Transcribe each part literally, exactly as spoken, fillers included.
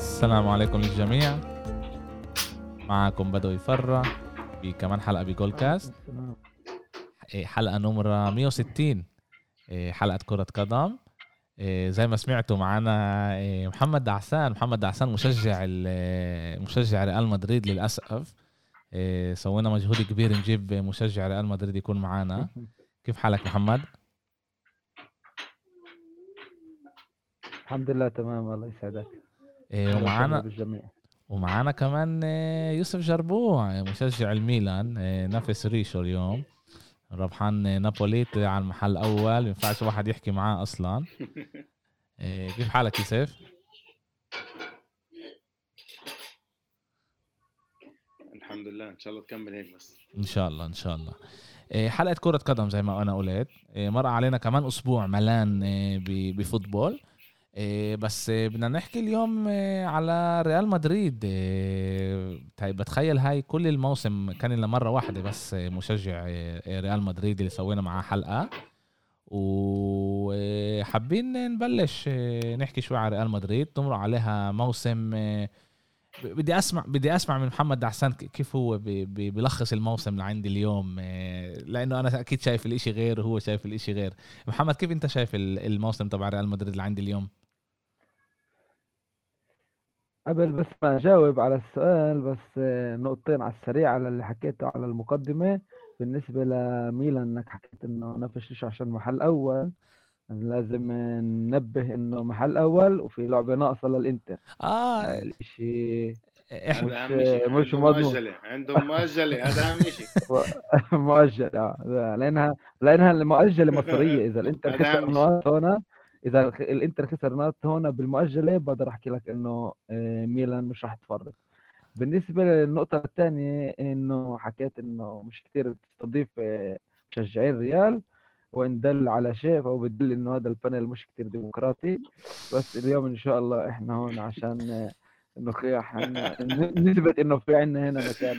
السلام عليكم للجميع. معكم بدوي فرة في كمان حلقة بجول كاست، حلقة نمرة مية وستين، حلقة كرة قدم. زي ما سمعتوا معنا محمد دعسان محمد دعسان مشجع مشجع ريال مدريد. للأسف سوينا مجهود كبير نجيب مشجع ريال مدريد يكون معنا. كيف حالك محمد؟ الحمد لله تمام، الله يسعدك. ومعنا ومعنا كمان يوسف جربوع مشجع الميلان، نفس ريشو اليوم ربحان نابوليت على المحل الأول، ما ينفعش واحد يحكي معاه أصلا. كيف حالك يوسف؟ الحمد لله، إن شاء الله تكمل هيك بس. إن شاء الله إن شاء الله. حلقة كرة قدم زي ما أنا قلت، مر علينا كمان أسبوع ملان بفوتبول، بس بدنا نحكي اليوم على ريال مدريد. بتخيل هاي كل الموسم كان لنا مرة واحدة بس مشجع ريال مدريد اللي سوينا معاه حلقة، وحابين نبلش نحكي شوي على ريال مدريد. تمر عليها موسم، بدي أسمع بدي أسمع من محمد دعسان كيف هو بيلخص الموسم لعندي اليوم، لأنه أنا أكيد شايف الإشي غير وهو شايف الإشي غير. محمد، كيف أنت شايف الموسم تبع ريال مدريد اللي عندي اليوم؟ قبل بس ما أجاوب على السؤال، بس نقطتين على السريع على اللي حكيته على المقدمة. بالنسبة لميلان إنك حكيت إنه نفس عشان محل أول، لازم ننبه إنه محل أول وفي لعبة ناقصة للإنتر. آه الإشي هذا مش أهم شيء، مش عندهم مضمون. مؤجلة عندهم مؤجلة هذا أهم شيء. مؤجل، اه لأنها لأنها المؤجلة مصرية. إذا الإنتر هذا خسر أهم شيء. نقاط هنا، إذا الخ- الإنتر خسر نقاط هنا بالمؤجلة، بقدر أحكي لك إنه آه، ميلان مش راح تفرط. بالنسبة للنقطة الثانية، إنه حكيت إنه مش كتير بتستضيف آه، مشجعين ريال، وإن دل على شيء فهو بدل إنه هذا البانل مش كتير ديمقراطي. بس اليوم إن شاء الله إحنا هون عشان آه، إنه خي- حن- نثبت إنه في عنا هنا مكان.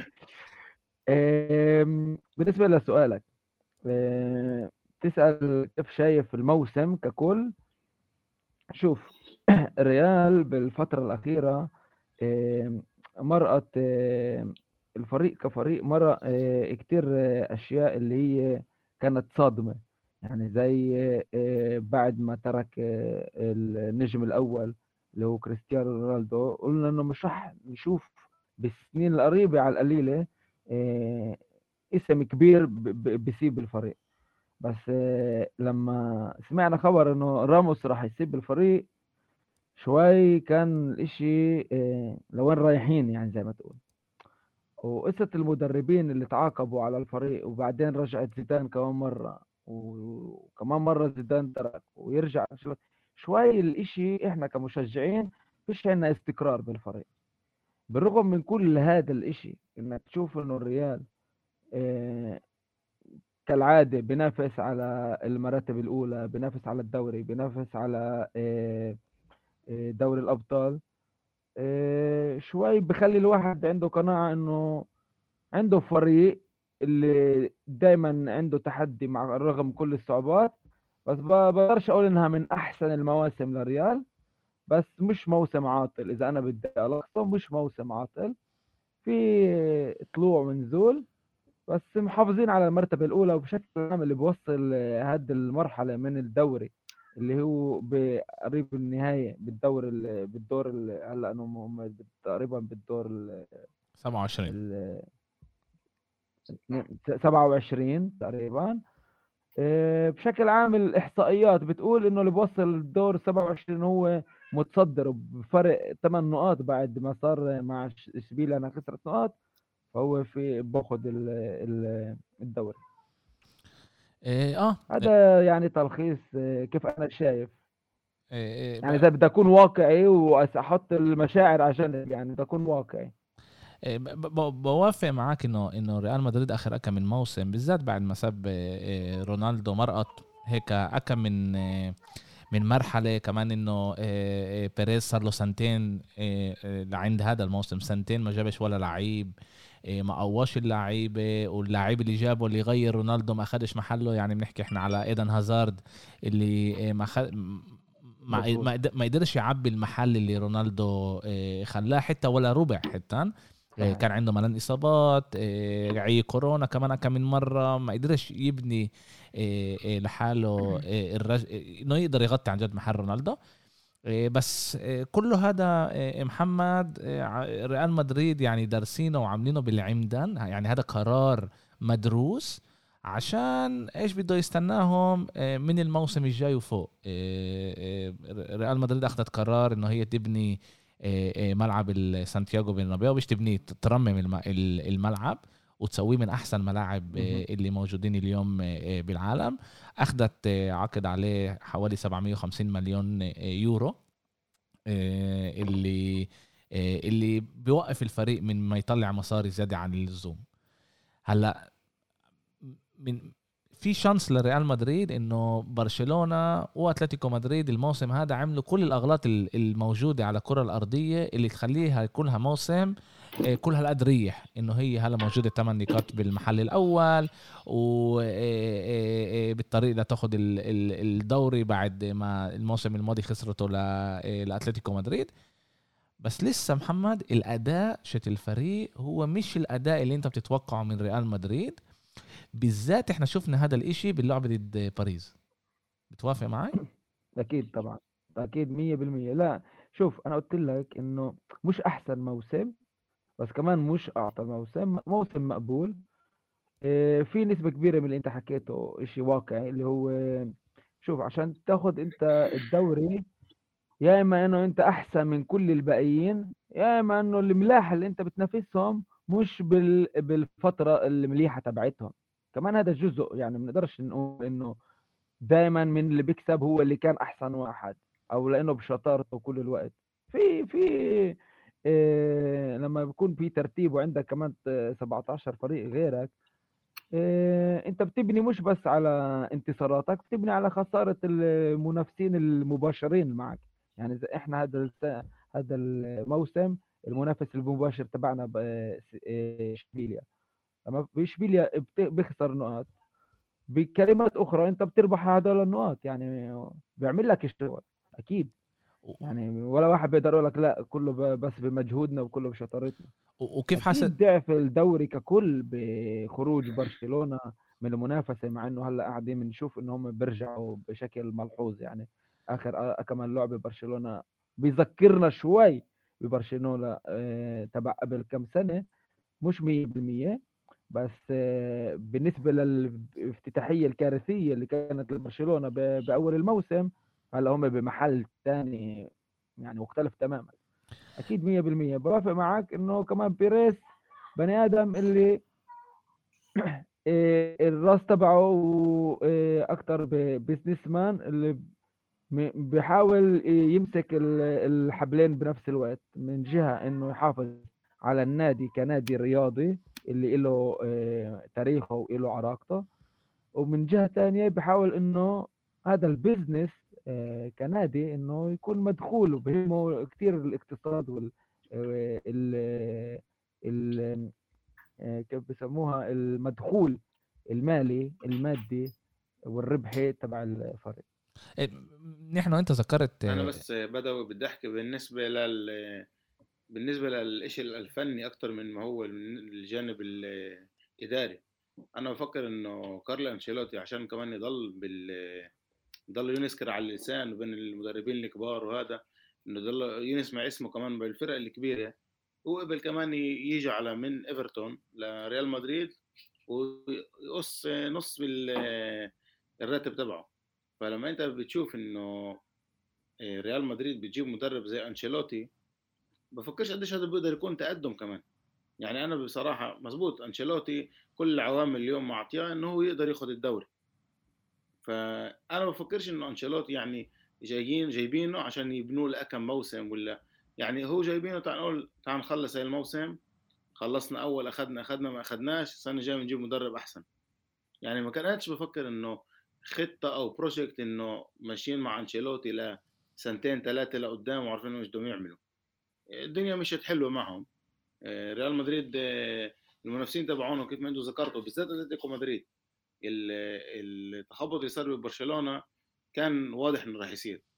آم، بالنسبة لسؤالك، آه، تسأل كيف شايف الموسم ككل. شوف، الريال بالفترة الأخيرة آم، مرقت آم، الفريق كفريق مرق آه، كتير آه، أشياء اللي هي كانت صادمة. يعني زي آه، بعد ما ترك آه، النجم الأول اللي هو كريستيانو رونالدو، قلنا إنه مش راح نشوف بالسنين القريبة على القليلة آه، اسم كبير ب- ب- بيسيب الفريق. بس آه، لما سمعنا خبر إنه راموس راح يسيب الفريق، شوي كان الاشي آه، لوين رايحين يعني زي ما تقول. وقصة المدربين اللي تعاقبوا على الفريق وبعدين رجعت زيدان كمان مرة، وكمان مرة زيدان ترك ويرجع أنشيلوتي. شوي الاشي احنا كمشجعين فيش عنا استقرار بالفريق. بالرغم من كل هذا الاشي، انك تشوف انه الريال آه، كالعادة بينافس على المراتب الأولى، بينافس على الدوري، بينافس على آه، آه، دوري الأبطال. آه، شوي بخلي الواحد عنده قناعة انه عنده فريق اللي دايما عنده تحدي مع رغم كل الصعوبات. بس ما بقدرش اقول انها من احسن المواسم للريال، بس مش موسم عاطل. اذا انا بدي الخصه، مش موسم عاطل، في طلوع ونزول، بس محافظين على المرتبة الأولى. وبشكل عام اللي بيوصل هذه المرحلة من الدوري اللي هو قريب النهاية بالدور ال- بالدور ال- هلا انهم هم تقريبا بالدور ال سبعة وعشرين. ال- سبعة وعشرين تقريبا. آه، بشكل عام الإحصائيات بتقول إنه اللي بوصل الدور سبعة وعشرين هو متصدر بفرق ثمان نقاط بعد ما صار مع ش- اشبيليا أنا خسرت نقاط. فهو في باخد ال- ال- الدوري. إيه اه هذا يعني تلخيص آه، كيف أنا شايف. إيه يعني إيه إذا بدي أكون واقعي وأحط المشاعر عشان يعني بدي أكون واقعي. إيه، ب- ب- بوافق معاك انه انه ريال مدريد اخر كم من موسم بالذات بعد ما ساب إيه، إيه، رونالدو مرقط هيك أكم من إيه، من مرحلة كمان انه إيه، إيه، بيريز صار له سنتين إيه، إيه، لعند هذا الموسم سنتين ما جابش ولا لعيب، إيه، ما قواش اللعيبة، واللعيب اللي جابه اللي غير رونالدو ما اخدش محله. يعني بنحكي احنا على ايدن هازارد اللي إيه، ما خد ما مظبوط. ما قد- ما قدرش يعبي المحل اللي رونالدو آه، خلاه حتى ولا ربع حتى. آه، صحيح. كان عنده ملان إصابات، آه، رعاية كورونا كمان كم من مرة، ما قدرش يبني آه، آه، لحاله آه، الرج... آه، إنه يقدر يغطي عن جد محل رونالدو. آه، بس آه، كله هذا آه، محمد آه، ع- ريال مدريد يعني دارسينه وعاملينه بالعمدان، يعني هذا قرار مدروس عشان ايش بده يستناهم آه، من الموسم الجاي وفوق. آه، آه، ريال مدريد اخذت قرار انه هي تبني آه، آه، ملعب السانتياغو برنابيو، مش تبني ترمم الم- ال- الملعب وتسويه من احسن ملاعب مهم. آه، اللي موجودين اليوم آه، آه، بالعالم. اخذت آه، عقد عليه حوالي سبعمية وخمسين مليون آه، يورو، آه، اللي آه، اللي بيوقف الفريق من ما يطلع مصاري زيادة عن اللزوم. هلا من في شانس لريال مدريد انه برشلونة واتلتيكو مدريد الموسم هذا عملوا كل الاغلاط ال- الموجودة على الكرة الارضية اللي تخليها كلها موسم آه، كلها القد ريح انه هي هلا موجودة ثمان نقاط بالمحل الاول، وبالطريقة تاخذ ال- ال- الدوري بعد ما الموسم الماضي خسرته ل- آه، لاتلتيكو مدريد. بس لسه محمد الاداء شت الفريق هو مش الاداء اللي انت بتتوقعه من ريال مدريد، بالذات احنا شفنا هذا الاشي باللعبة ضد باريس. بتوافق معي؟ اكيد طبعا، اكيد مية بالمية. لا شوف، انا قلت لك انه مش احسن موسم، بس كمان مش اعطى موسم، موسم مقبول. إيه، في نسبة كبيرة من اللي انت حكيته اشي واقعي، اللي هو شوف، عشان تاخد انت الدوري، يا اما انه انت احسن من كل الباقيين، يا اما انه الملاحة اللي انت بتنافسهم مش بال... بالفترة المليحة تبعتهم. كمان هذا جزء، يعني ما نقدرش نقول انه دايما من اللي بيكسب هو اللي كان احسن واحد، او لانه بشطارته كل الوقت. في في إيه، لما بيكون في ترتيب وعندك كمان سبعتاشر فريق غيرك، إيه، انت بتبني مش بس على انتصاراتك، بتبني على خسارة المنافسين المباشرين معك. يعني إذا احنا هذا الس- هذا الموسم المنافس المباشر تبعنا ب- إيه، اشبيليا. لما باشبيليا بت- بيخسر نقاط، بكلمات اخرى انت بتربح هذول النقاط، يعني بيعمل لك الشغل اكيد. يعني ولا واحد بيقدر يقول لك لا، كله ب- بس بمجهودنا وكله بشطارتنا. و- وكيف حاسس؟ اكيد ضعف الدوري ككل بخروج برشلونة من المنافسة، مع انه هلا قاعدين بنشوف ان هم بيرجعوا بشكل ملحوظ. يعني اخر أ- كمان لعبة برشلونة بيذكرنا شوي ببرشلونة آه، تبع قبل كم سنة، مش مية بالمية. بس آه، بالنسبة للافتتاحية الكارثية اللي كانت لبرشلونة ب- بأول الموسم، هلا هم بمحل تاني، يعني مختلف تماما. أكيد مية بالمية بوافق معك إنه كمان بيريز بني آدم اللي آه، الراس تبعه آه، أكتر بزنس مان، اللي م- بيحاول يمسك ال- الحبلين بنفس الوقت. من جهة إنه يحافظ على النادي كنادي رياضي اللي له آه، تاريخه وله عراقته، ومن جهة تانية بيحاول إنه هذا البيزنس آه، كنادي إنه يكون مدخول، وبهمه كتير الاقتصاد وال آه، ال ال آه، كيف بسموها، المدخول المالي المادي والربحي تبع الفريق. إيه، نحن وانت ذكرت انا آه، بس بدوي بدي احكي بالنسبه لل بالنسبه للإشي الفني اكتر من ما هو الجانب الاداري. انا بفكر انه كارلو انشيلوتي عشان كمان يضل بال يضل ينسكر على اللسان وبين المدربين الكبار، وهذا انه يضل ينسمع اسمه كمان بالفرق الكبيره. وقبل كمان يجي على من ايفرتون لريال مدريد ويقص نص بالراتب تبعه. فلما انت بتشوف انه ريال مدريد بتجيب مدرب زي انشيلوتي، بفكرش قديش هذا بيقدر يكون تقدم كمان. يعني انا بصراحه مزبوط انشيلوتي كل العوامل اليوم معطياه انه هو يقدر ياخذ الدوري. فانا ما بفكرش انه انشيلوتي يعني جايين جايبينه عشان يبنوا له كم موسم، ولا يعني هو جايبينه تعال نقول تعال نخلص هاي الموسم، خلصنا اول اخذنا اخذنا ما اخذناش، السنه الجايه بنجيب مدرب احسن. يعني ما كانتش بفكر انه خطه او بروجكت انه ماشيين مع انشيلوتي لسنتين ثلاثه لقدام وعارفين انه ايش بدهم يعملوا. الدنيا مشت حلوه معهم. ريال مدريد المنافسين تبعونه كيف ما انتم ذكرتوا، بالذات اتلتيكو مدريد، التخبط اللي صار ببرشلونه كان واضح انه راح يصير.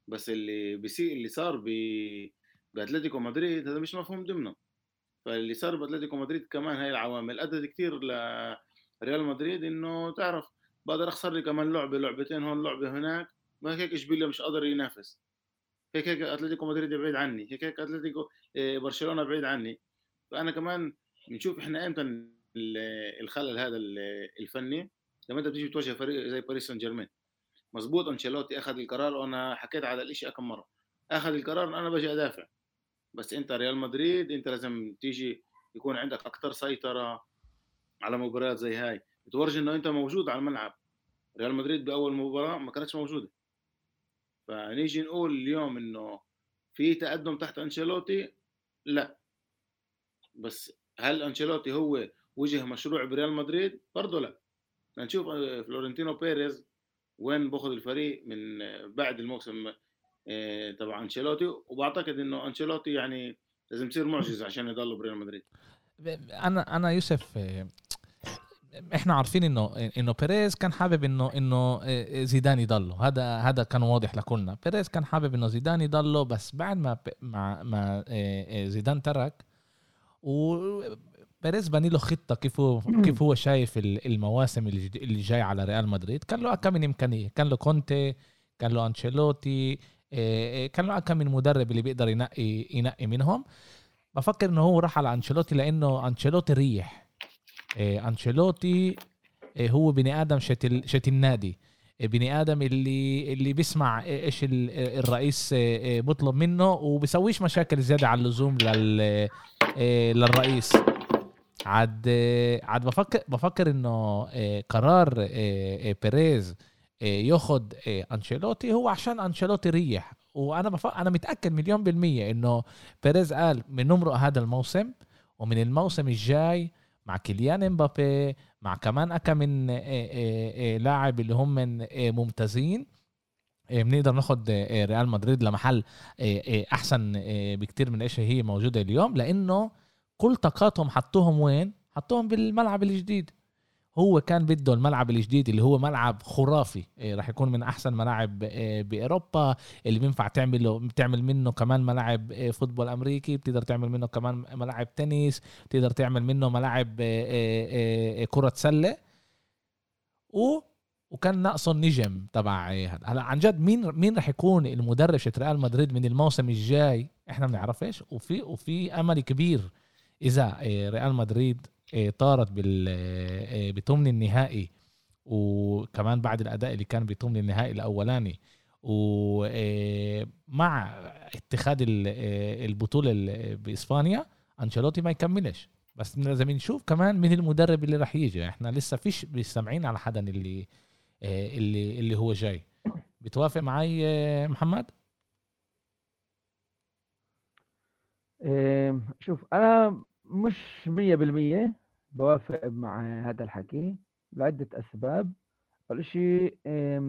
بس اللي بيصير اللي صار ب باتلتيكو مدريد هذا مش مفهوم ضمنه. فاللي صار باتلتيكو مدريد كمان هاي العوامل ادت كتير لريال مدريد انه تعرف بقدر اخسر لي كمان لعبه لعبتين هون لعبه هناك، ما هيك اشبيليا مش قادر ينافس، هيك هيك اتلتيكو مدريد بعيد عني، هيك هيك اتلتيكو إيه، برشلونه بعيد عني. فانا كمان بنشوف احنا امتى ال- الخلل هذا ال- الفني لما انت بتيجي تواجه فريق زي باريس سان جيرمان. مظبوط انشيلوتي اخذ القرار، وانا حكيت على الاشي كم مره، اخذ القرار انا بجي ادافع، بس انت ريال مدريد انت لازم تيجي يكون عندك اكثر سيطره على مباريات زي هاي، بتورجي انه انت موجود على الملعب. ريال مدريد باول مباراه ما كانتش موجوده. فنيجي نقول اليوم انه في تقدم تحت انشيلوتي، لا، بس هل انشيلوتي هو وجه مشروع بريال مدريد؟ برضه لا. نشوف فلورنتينو بيريز وين باخذ الفريق من بعد الموسم آه، تبع انشيلوتي، وبعتقد انه انشيلوتي يعني لازم يصير معجزه عشان يضل بريال مدريد. انا انا يوسف، آه، احنا عارفين انه انه بيريز كان حابب انه انه زيدان يضله، هذا هذا كان واضح لكلنا. بيريز كان حابب انه زيدان يضله، بس بعد ما ما ما زيدان ترك وبيريز بني له خطه كيف هو كيف هو شايف المواسم اللي جاي على ريال مدريد. كان له كم من امكانيه، كان له كونتي، كان له انشيلوتي، كان له كم من مدرب اللي بيقدر ينقي ينقي منهم. بفكر انه هو راح على انشيلوتي لانه انشيلوتي ريح. انشيلوتي هو بني ادم شت شت النادي، بني ادم اللي اللي بيسمع ايش الرئيس بيطلب منه وبيسويش مشاكل زياده عن اللزوم لل للرئيس. عاد عاد بفكر بفكر انه قرار بيريز ياخد انشيلوتي هو عشان انشيلوتي ريح. وانا بف... انا متاكد مليون بالميه انه بيريز قال من نمرق هذا الموسم ومن الموسم الجاي مع كيليان امبابي مع كمان أكا من لاعب اللي هم من ممتازين بنقدر ناخد ريال مدريد لمحل احسن بكتير من ايش هي موجوده اليوم، لانه كل طاقاتهم حطوهم وين؟ حطوهم بالملعب الجديد. هو كان بده الملعب الجديد اللي هو ملعب خرافي، راح يكون من احسن ملاعب باوروبا، اللي بينفع تعمله بتعمل منه كمان ملاعب فوتبول امريكي، بتقدر تعمل منه كمان ملاعب تنس، بتقدر تعمل منه ملاعب كرة سلة. و وكان ناقصه النجم تبع هذا. هلا عن جد مين مين راح يكون المدرب شت ريال مدريد من الموسم الجاي احنا ما بنعرفش، وفي وفي امل كبير اذا ريال مدريد طارت بال بثمن النهائي، وكمان بعد الاداء اللي كان بثمن النهائي الاولاني، ومع اتخاذ البطوله باسبانيا انشيلوتي ما يكملش. بس لازم نشوف كمان مين المدرب اللي راح يجي. احنا لسه فيش بيسمعين على حدا اللي اللي اللي هو جاي. بتوافق معي محمد؟ شوف انا مش مية بالمية بوافق مع هذا الحكي لعدة اسباب. اول شيء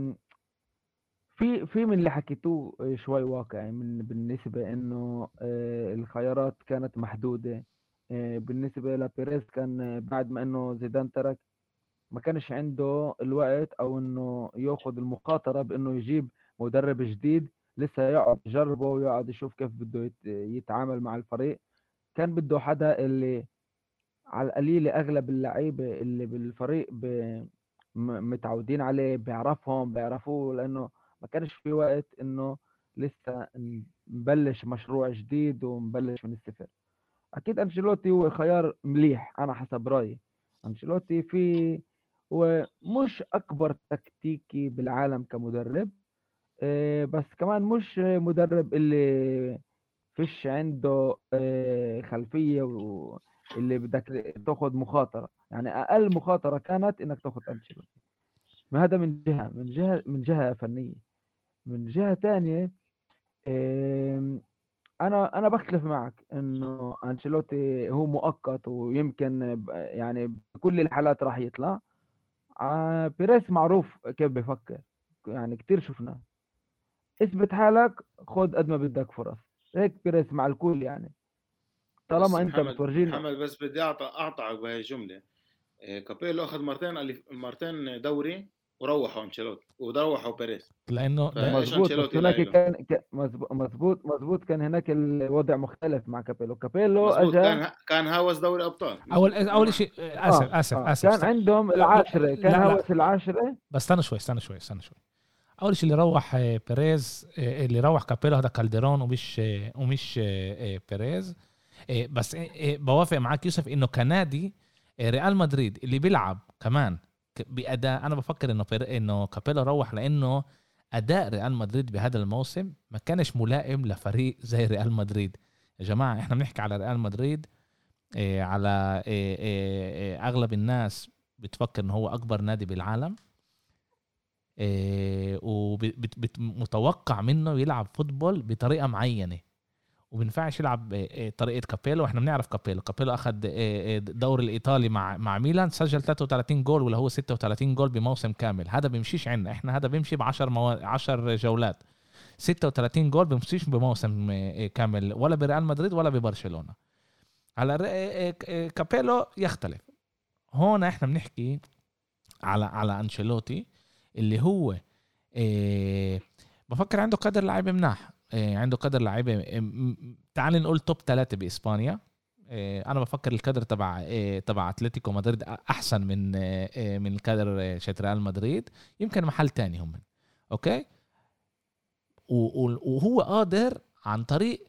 في في من اللي حكيتوه شوي واقعي من بالنسبة انه الخيارات كانت محدودة. بالنسبة لبيريز كان بعد ما انه زيدان ترك ما كانش عنده الوقت او انه ياخذ المخاطرة بانه يجيب مدرب جديد لسه يقعد يجربه ويقعد يشوف كيف بده يتعامل مع الفريق. كان بده حدا اللي على القليل اغلب اللعيبة اللي بالفريق ب- م- متعودين عليه، بيعرفهم بيعرفوه، لانه ما كانش في وقت انه لسه نبلش مشروع جديد ونبلش من الصفر. اكيد انشيلوتي هو خيار مليح انا حسب رايي. انشيلوتي في هو مش اكبر تكتيكي بالعالم كمدرب، آه، بس كمان مش مدرب اللي فيش عنده آه، خلفية واللي بدك تاخد مخاطرة. يعني اقل مخاطرة كانت انك تاخد انشيلوتي. ما هذا من جهة من جهة من جهة فنية. من جهة تانية آم، انا انا بختلف معك انه انشيلوتي هو مؤقت ويمكن ب- يعني بكل الحالات راح يطلع. ع- بيريز معروف كيف بفكر، يعني كتير شفناه. اثبت حالك، خد قد ما بدك فرص. هيك بيريز مع الكل يعني. بس طالما انت محمد بتورجينه. محمد بس بدي اعطى اعطعك بهي الجمله. إيه، كابيلو اخذ مرتين ألف- مرتين دوري وروحوا انشيلوتي وروحوا بيريز، لانه لا فايش مظبوط، بس انشيلوتي هناك لاقي له؟ كان ك- مظبوط مظبوط مظبوط كان هناك الوضع مختلف مع كابيلو. كابيلو مظبوط، اجى. كان كان هاوس دوري ابطال، اول مظبوط انا اول معك. شيء، اسف اه اسف اه اسف كان است... عندهم لا لا العاشرة، كان لا, لا. هوس العاشرة. بس استنى شوي استنى شوي استنى شوي اول شيء اللي روح آه، بيريز، آه، اللي روح كابيلو هذا كالديرون، ومش آه، ومش آه، آه، بيريز. آه، بس آه، آه، بوافق معك يوسف انه كنادي آه، ريال مدريد اللي بيلعب كمان ك- بأداء، انا بفكر انه بير... انه كابيلو روح لانه اداء ريال مدريد بهذا الموسم ما كانش ملائم لفريق زي ريال مدريد. يا جماعة احنا بنحكي على ريال مدريد، آه، على آه، آه، آه، اغلب الناس بتفكر انه هو اكبر نادي بالعالم، ومتوقع منه يلعب فوتبول بطريقه معينه، وبنفعش يلعب طريقه كابيلو. احنا بنعرف كابيلو كابيلو اخذ دوري الايطالي مع مع ميلان، سجل ثلاثة وثلاثين جول ولا هو ستة وثلاثين جول بموسم كامل. هذا بيمشيش عنا احنا، هذا بيمشي ب عشر مو... عشر جولات. ستة وثلاثين جول بيمشيش بموسم كامل ولا بريال مدريد ولا ببرشلونه. على كابيلو يختلف. هون احنا بنحكي على على انشيلوتي اللي هو إيه، بفكر عنده قدر لعيبه مناح، إيه، عنده قدر لعيبه. تعال نقول توب ثلاثة بإسبانيا. إيه، أنا بفكر الكادر تبع إيه، تبع أتلتيكو مدريد أحسن من إيه، من الكادر شت ريال مدريد، يمكن محل تاني هم. أوكي، وهو قادر عن طريق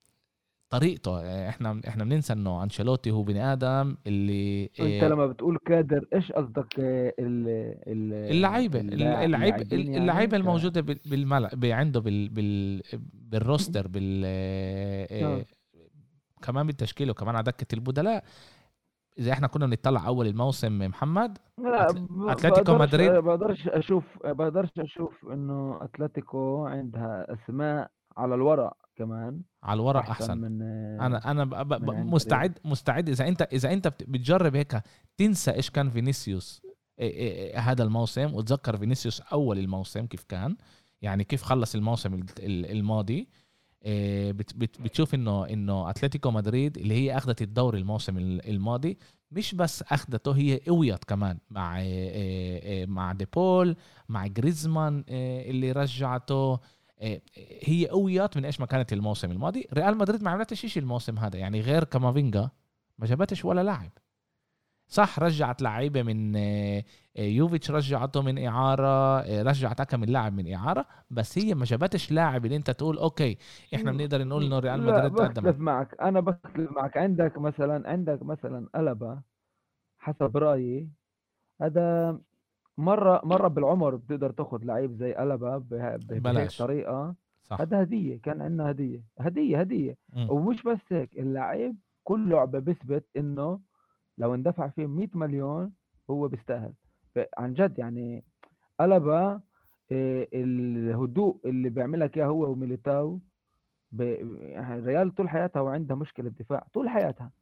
طريقته. احنا احنا بننسى انه انشيلوتي هو بني ادم اللي انت إيه، لما بتقول كادر ايش قصدك؟ آه، ال ال اللعيبه اللاع- اللعيبه اللاعبين اللعيبه يعني ك الموجوده بالملعب عنده بال بال بالروستر بال آه. كمان بالتشكيل وكمان على دكه البدلاء. اذا احنا كنا بنطلع اول الموسم محمد، لا، أتل... ب- اتلتيكو بقدرش مدريد بقدرش اشوف بقدرش اشوف انه اتلتيكو عندها اسماء على الورق كمان على الورق احسن احسن. من آه، انا انا ب... ب... من ب- عند ريال. مستعد مستعد اذا انت اذا انت بت- بتجرب هيك تنسى ايش كان فينيسيوس إيه إيه إيه هذا الموسم، وتذكر فينيسيوس اول الموسم كيف كان، يعني كيف خلص الموسم ال- ال- الماضي. إيه، بت بت بتشوف انه انه اتلتيكو مدريد اللي هي اخذت الدوري الموسم ال- الماضي، مش بس اخذته، هي قويت كمان مع إيه إيه إيه مع ديبول، مع جريزمان إيه اللي رجعته. إيه، هي قويات من ايش ما كانت الموسم الماضي. ريال مدريد ما عملتش شيء الموسم هذا، يعني غير كامافينجا ما جابتش ولا لاعب. صح، رجعت لعيبه من آه، آه، يوفيتش رجعته من اعاره، آه، رجعت كم من لاعب من اعاره، بس هي ما جابتش لاعب اللي انت تقول اوكي احنا بنقدر نقول انه ريال لا، مدريد قدم. بختلف معك، انا بختلف معك. عندك مثلا عندك مثلا ألابا، حسب رأيي هذا مرة مرة بالعمر بتقدر تاخد لعيب زي ألابا به- ب- بهيك بلاش. طريقة. صح. هذا هدية، كان عندنا هدية هدية هدية. مم. ومش بس هيك، اللعيب كل لعبة بيثبت إنه لو اندفع فيه مية مليون هو بيستاهل. ف- عن جد يعني ألابا، إيه، الهدوء اللي بيعملك اياه هو وميليتاو. ب... يعني الريال طول حياتها وعندها مشكلة دفاع طول حياتها.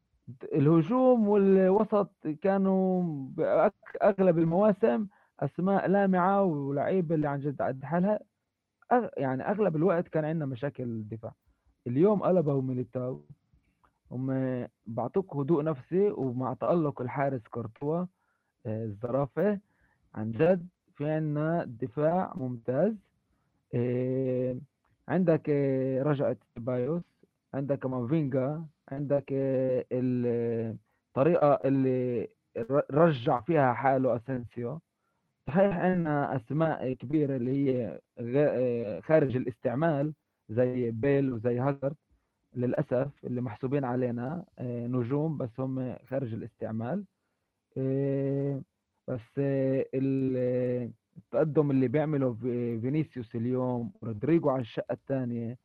الهجوم والوسط كانوا بأك- أغلب المواسم أسماء لامعة ولعيبة اللي عن جد قد حالها. أغ... يعني أغلب الوقت كان عندنا مشاكل دفاع. اليوم ألابا وميليتاو هم بعطوك هدوء نفسي، ومع تألق الحارس كورتوا، آه، الزرافة. عن جد في عندنا دفاع ممتاز. آه، عندك آه، رجعت بايوس، عندك كامافينجا، عندك آه، ال- الطريقة اللي ر- رجع فيها حاله أسينسيو. صحيح عندنا أسماء كبيرة اللي هي غ- آه، خارج الاستعمال زي بيل وزي هازارد، للأسف اللي محسوبين علينا آه، نجوم بس هم خارج الاستعمال. آه، بس آه، ال- التقدم اللي بيعمله في- فينيسيوس اليوم، رودريجو على الشقة الثانية،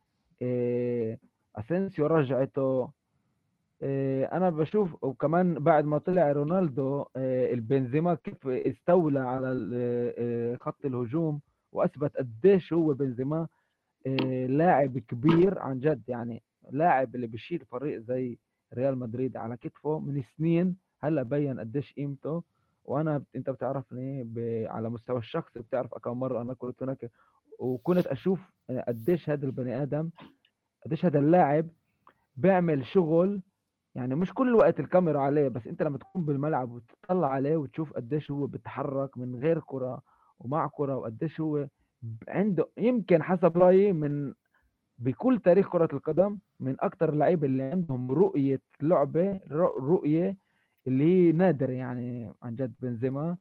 اسينسيو رجعته. آه، انا بشوف، وكمان بعد ما طلع رونالدو، آه، البنزيما كيف استولى على ال- آه، خط الهجوم، واثبت قديش هو بنزيما آه، لاعب كبير عن جد. يعني لاعب اللي بيشيل فريق زي ريال مدريد على كتفه من سنين، هلا بين قديش قيمته. وانا انت بتعرفني ب... على مستوى الشخصي، بتعرف كم مره انا كنت هناك وكنت اشوف آه، قديش هذا البني ادم، قديش هذا اللاعب بيعمل شغل. يعني مش كل وقت الكاميرا عليه، بس انت لما تكون بالملعب وتطلع عليه وتشوف قديش هو بيتحرك من غير كرة ومع كرة، وقديش هو عنده يمكن حسب رأيي من بكل تاريخ كرة القدم من أكتر اللعيبة اللي عندهم رؤية لعبة، رؤية اللي هي نادرة يعني عن جد. بنزيما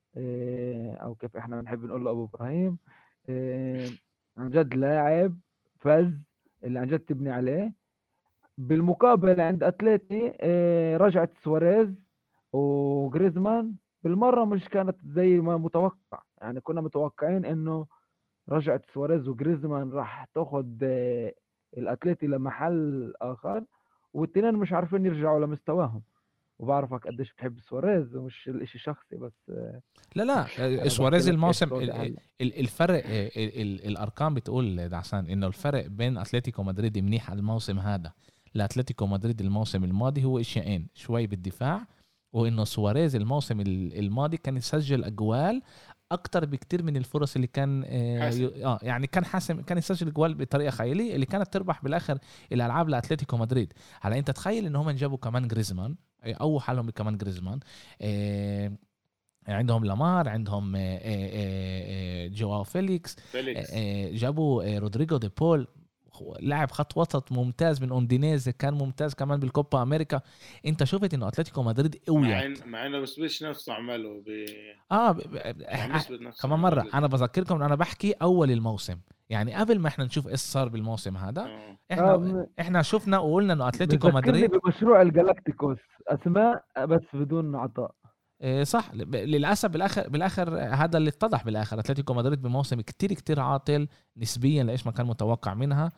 إيه، أو كيف إحنا بنحب نقول له أبو إبراهيم، إيه، عن جد لاعب فاز اللي عن جد تبني عليه. بالمقابل عند أتلتي إيه، رجعت سواريز وجريزمان بالمرة، مش كانت زي ما متوقع. يعني كنا متوقعين إنه رجعت سواريز وجريزمان راح تاخد آه، الاتليتي لمحل اخر، والتنين مش عارفين يرجعوا لمستواهم. وبعرفك قديش بتحب سواريز، ومش الاشي شخصي، بس آه، لا لا آه، انا بحكي سواريز لك ايش الموسم الوضع ال- هلا. ال- الفرق آه، ال- ال- الارقام بتقول دعسان انه الفرق بين اتلتيكو مدريد منيح الموسم هذا لاتلتيكو مدريد الموسم الماضي هو اشياءين، شوي بالدفاع، وانه سواريز الموسم ال- الماضي كان يسجل اجوال اكتر بكتير من الفرص اللي كان اه حاسم. ي- آه، يعني كان حاسم، كان يسجل اجوال بطريقه خياليه اللي كانت تربح بالاخر الالعاب لاتلتيكو مدريد. هلا انت تخيل ان هم جابوا كمان جريزمان، آه، او حالهم كمان جريزمان، آه، عندهم لامار، عندهم آه، آه، آه، جواو فيليكس، آه، فيليكس آه، جابوا آه، رودريجو دي بول، لاعب خط وسط ممتاز من اوندينيز، كان ممتاز كمان بالكوبا امريكا. انت شفت انه اتلتيكو مدريد مع قويت. ان مع انه بس مش نفسه عمله ب... اه ب... ب... مش عم آه، يثبت نفسه كمان عن مره جد. انا بذكركم ان انا بحكي اول الموسم، يعني قبل ما احنا نشوف ايش صار بالموسم هذا. اه آه، احنا م- احنا شفنا وقلنا انه اتلتيكو بذكرني مدريد بمشروع الجالاكتيكوس، اسماء بس بدون عطاء. إيه صح، ب- للاسف بالاخر بالاخر هذا اللي اتضح بالاخر. اتلتيكو مدريد بموسم كتير كتير عاطل نسبيا لايش ما كان متوقع منها.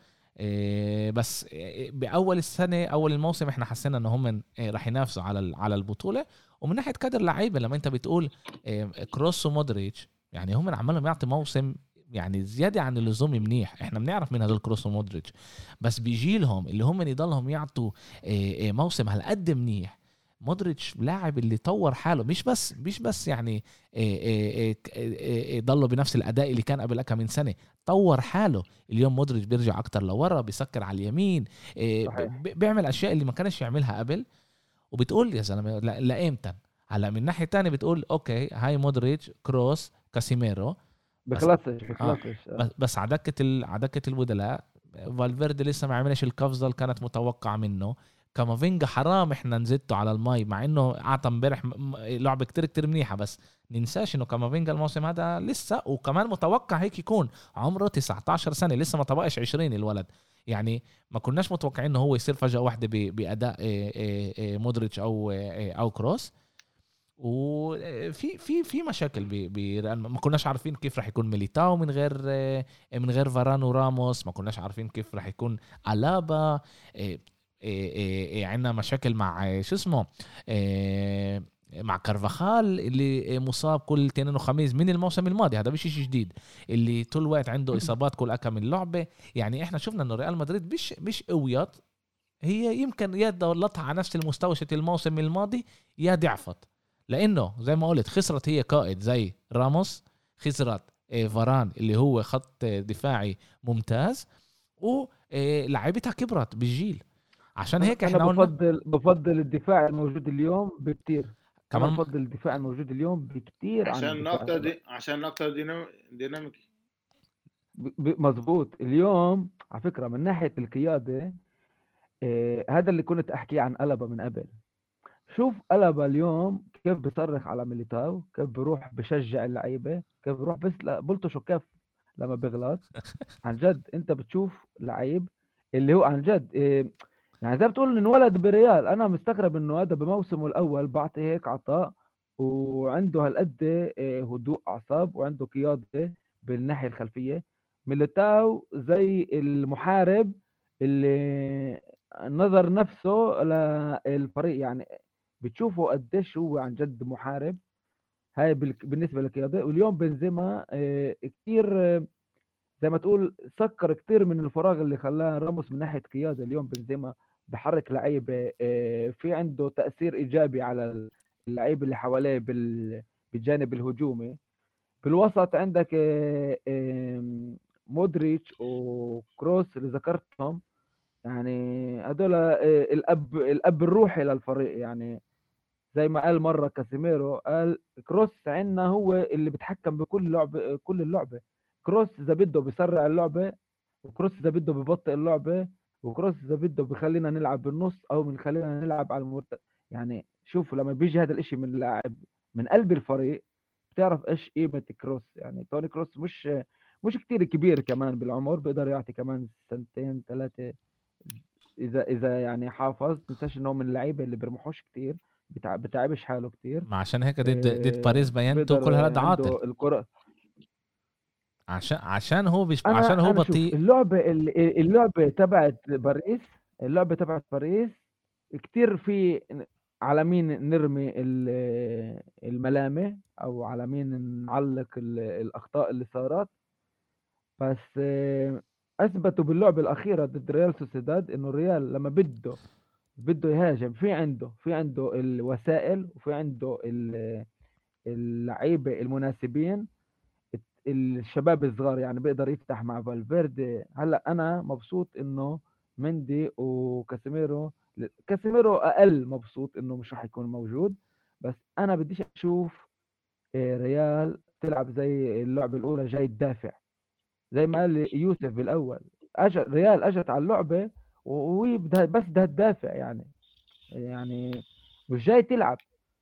إيه بس إيه باول السنه اول الموسم احنا حسينا ان هم إيه راح ينافسوا على ال- على البطوله. ومن ناحيه كادر لعيبه لما انت بتقول إيه كروس ومودريتش، يعني هم عمالهم يعطي موسم يعني زياده عن اللزوم منيح. احنا بنعرف من هذول كروس ومودريتش، بس بيجي لهم اللي هم يضلهم يعطوا إيه إيه موسم هالقد منيح. مودريتش لاعب اللي طور حاله، مش بس مش بس يعني إيه إيه إيه إيه إيه ضله بنفس الاداء اللي كان قبل كم من سنه، طور حاله. اليوم مودريتش بيرجع اكتر لورا، بيسكر على اليمين، إيه ب- صحيح. ب- بيعمل اشياء اللي ما كانش يعملها قبل. وبتقول يا زلمه لا- لايمتى؟ هلا من ناحيه تانية بتقول اوكي هاي مودريتش كروس كاسيميرو، بس بخلصش اه بخلصش آه. بس بس عدكه ال... عدكه البدلاء فالفيردي لسه ما عملش القفزه اللي كانت متوقعه منه. كامافينجا حرام احنا نزدته على الماي، مع انه اعطى امبارح م- م- لعبه كتير كتير منيحه، بس ننساش انه كامافينجا الموسم هذا لسه، وكمان متوقع هيك يكون عمره تسعة عشر سنه، لسه ما طبقش عشرين الولد. يعني ما كناش متوقعين انه هو يصير فجاه واحده ب... باداء إيه إيه إيه مودريتش او إيه او كروس. وفي في في مشاكل ب ب ما كناش عارفين كيف راح يكون ميليتاو من غير من غير فاران وراموس، ما كناش عارفين كيف راح يكون ألابا. عندنا مشاكل مع شو اسمه مع كارفاخال اللي مصاب كل اثنين وخميس من الموسم الماضي. هذا مش شيء جديد، اللي طول الوقت عنده إصابات كل أكم من اللعبة. يعني احنا شفنا انه ريال مدريد مش مش قويات، هي يمكن يا ضلتها على نفس المستوى شت الموسم الماضي يا ضعفت، لانه زي ما قلت خسرت هي قائد زي راموس، خسرت آه، فاران اللي هو خط آه، دفاعي ممتاز، ولعيبتها كبرت بالجيل. عشان انا هيك انا احنا قلنا بفضل بفضل الدفاع الموجود اليوم بكتير. انا كمان بفضل الدفاع الموجود اليوم بكتير عن عشان الدفاع اكتر هلا. دي... عشان اكتر دينام... ديناميكي. ب- ب- مظبوط. اليوم على فكرة من ناحية القيادة، آه، هذا اللي كنت احكيه عن ألابا من قبل. شوف ألابا اليوم كيف بيصرخ على ميليتاو، كيف بيروح بشجع اللعيبة، كيف بيروح بس بلطشه كيف لما بيغلط. عن جد انت بتشوف لعيب اللي هو عن جد إيه، يعني زي ما بتقول انولد بريال. انا مستغرب انه هذا بموسمه الاول بعطي هيك عطاء، وعنده هالقد إيه هدوء اعصاب، وعنده قياده بالناحيه الخلفيه. ميليتاو زي المحارب اللي نظر نفسه للفريق، يعني بتشوفه قديش هو عن جد محارب. هاي بال- بالنسبه للقياده. واليوم بنزيما إيه، كتير إيه، زي ما تقول سكر كتير من الفراغ اللي خلاه راموس من ناحيه قياده. اليوم بنزيما بحرك لعيبه، آه، في عنده تاثير ايجابي على اللعيبه اللي حواليه بال- بالجانب الهجومي. بالوسط عندك آه، آم، مودريتش وكروس اللي ذكرتهم، يعني هذول آه، الاب الاب الروحي للفريق يعني. زي ما قال مرة كاسيميرو، قال كروس عندنا هو اللي بيتحكم بكل لعبة، كل اللعبة. كروس إذا بده بيسرع اللعبة، وكروس إذا بده ببطئ اللعبة، وكروس إذا بده بيخلينا نلعب بالنص أو بنخلينا نلعب على المرتد. يعني شوف لما بيجي هذا الإشي من لاعب من قلب الفريق، بتعرف إيش قيمة كروس. يعني توني كروس مش مش كتير كبير كمان بالعمر، بيقدر يعطي كمان سنتين ثلاثة إذا إذا يعني حافظ. تنساش إنه من اللعيبة اللي بيرمحوش كتير، بتع... بتعبش حاله كتير. ما عشان هيك ضد ضد باريس إيه... بينته بيقدر كل هالقد عاطل، عنده الكرة. عشان عشان هو بيش... عشان أنا هو أنا شوف بطيء. اللعبة ال- اللعبة تبعت باريس، اللعبة تبعت باريس كتير في على مين نرمي ال- الملامة، أو على مين نعلق ال- الأخطاء اللي صارت. بس آه، اثبتوا باللعبه الاخيره ضد ريال سوسيداد انه الريال لما بده بده يهاجم، في عنده في عنده الوسائل، وفي عنده ال- اللعيبه المناسبين. الشباب الصغار يعني بيقدر يفتح مع فالفيردي. هلا انا مبسوط انه مندي وكاسيميرو، كاسيميرو اقل مبسوط انه مش راح يكون موجود. بس انا بديش اشوف آه، ريال تلعب زي اللعبه الاولى جاي تدافع. زي ما قال يوسف بالاول، اجى ريال اجت على اللعبه وهي بدها بس بدها تدافع. يعني يعني مش جاي تلعب.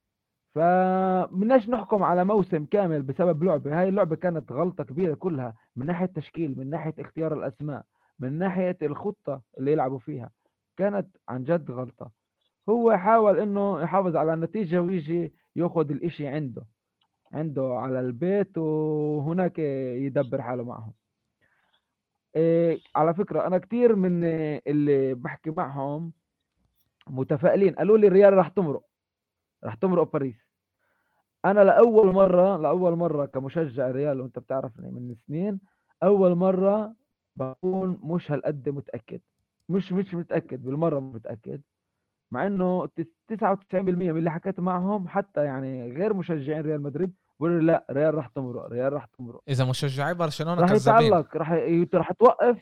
فمناش نحكم على موسم كامل بسبب لعبه. هاي اللعبه كانت غلطه كبيره كلها، من ناحيه تشكيل، من ناحيه اختيار الاسماء، من ناحيه الخطه اللي يلعبوا فيها. كانت عن جد غلطه. هو حاول انه يحافظ على النتيجه ويجي ياخذ الاشي عنده عنده على البيت، وهناك يدبر حاله معهم. إيه على فكرة أنا كتير من إيه اللي بحكي معهم متفائلين، قالوا لي الريال راح تمرق، راح تمرق باريس. أنا لأول مرة لأول مرة كمشجع ريال، وأنت بتعرفني من سنين، أول مرة بكون مش هالقد متأكد. مش مش متأكد بالمرة، متأكد. مع إنه تس- تسعة وتسعين بالمية من اللي حكيت معهم حتى يعني غير مشجعين ريال مدريد بيقولوا لي لا، ريال راح تمرق، ريال راح تمرق. اذا مشجعي برشلونه راح كذابين. يتعلق، راح ي- راح توقف.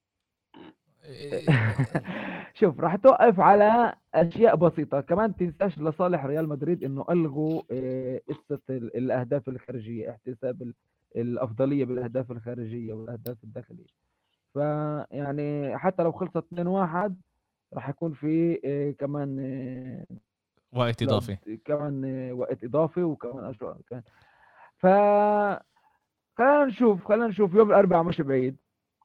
إيه، شوف راح توقف على اشياء بسيطه. كمان تنساش لصالح ريال مدريد انه الغوا آه، قصه ال- الاهداف الخارجيه، احتساب ال- الافضليه بالاهداف الخارجيه والاهداف الداخليه. فيعني حتى لو خلصت اثنين واحد راح يكون في آه، كمان آه، وقت لعب، اضافي. كمان آه، وقت اضافي، وكمان اشياء كمان. ف خلينا نشوف خلينا نشوف يوم الاربعاء مش بعيد.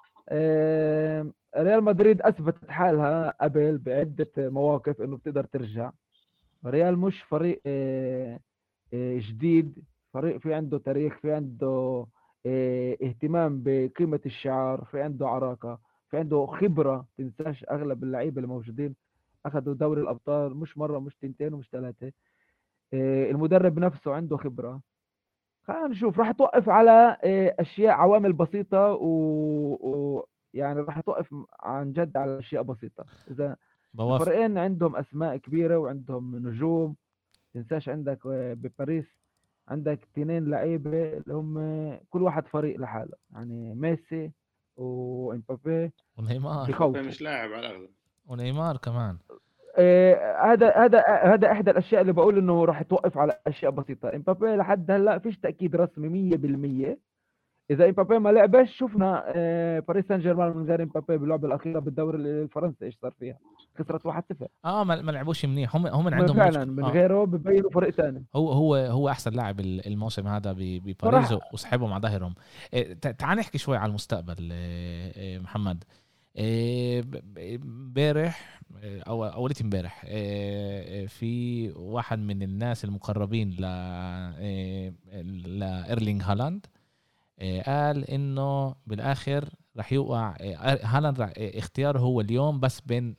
آه، ريال مدريد اثبتت حالها قبل بعده مواقف انه بتقدر ترجع. ريال مش فريق آه، آه، جديد، فريق في عنده تاريخ، في عنده آه، اهتمام بقيمه الشعار، في عنده عراقه، في عنده خبره. تنساش اغلب اللعيبه اللي موجودين اخذوا دوري الابطال مش مره، مش تنتين، ومش ثلاثه. المدرب نفسه عنده خبره. خلينا نشوف. راح توقف على آه، اشياء، عوامل بسيطه، و... و... يعني راح توقف عن جد على اشياء بسيطه. اذا بوافق. الفريقين عندهم اسماء كبيره وعندهم نجوم. تنساش عندك آه، بباريس عندك اثنين لعيبه اللي هم كل واحد فريق لحاله، يعني ميسي وامبابي ونيمار. مبابي بخوفوا. مش لاعب على الاغلب. ونيمار كمان. آه، هذا هذا هذا احدى الاشياء اللي بقول انه راح توقف على اشياء بسيطه. امبابي لحد هلا فيش تاكيد رسمي مية بالمية. اذا امبابي ما لعبش، شفنا آه، باريس سان جيرمان من غير امبابي باللعبه الاخيره بالدوري الفرنسي ايش صار فيها، خسرت واحد صفر. اه ما ما لعبوش منيح، هم هم ما عندهم فعلا مشكله. من اه غيره ببينوا فريق ثاني هو هو هو احسن لاعب ال- الموسم هذا ب- بباريس، صراحه. وسحبهم على ظهرهم. إيه، تع- تعال نحكي شوي على المستقبل. إيه، إيه، محمد. إيه، ب- ب- امبارح إيه، او اولت امبارح إيه، إيه، في واحد من الناس المقربين ل إيه، لايرلينغ هالاند. إيه، قال انه بالاخر رح يوقع إيه، هالاند رح- إيه، اختياره هو اليوم بس بين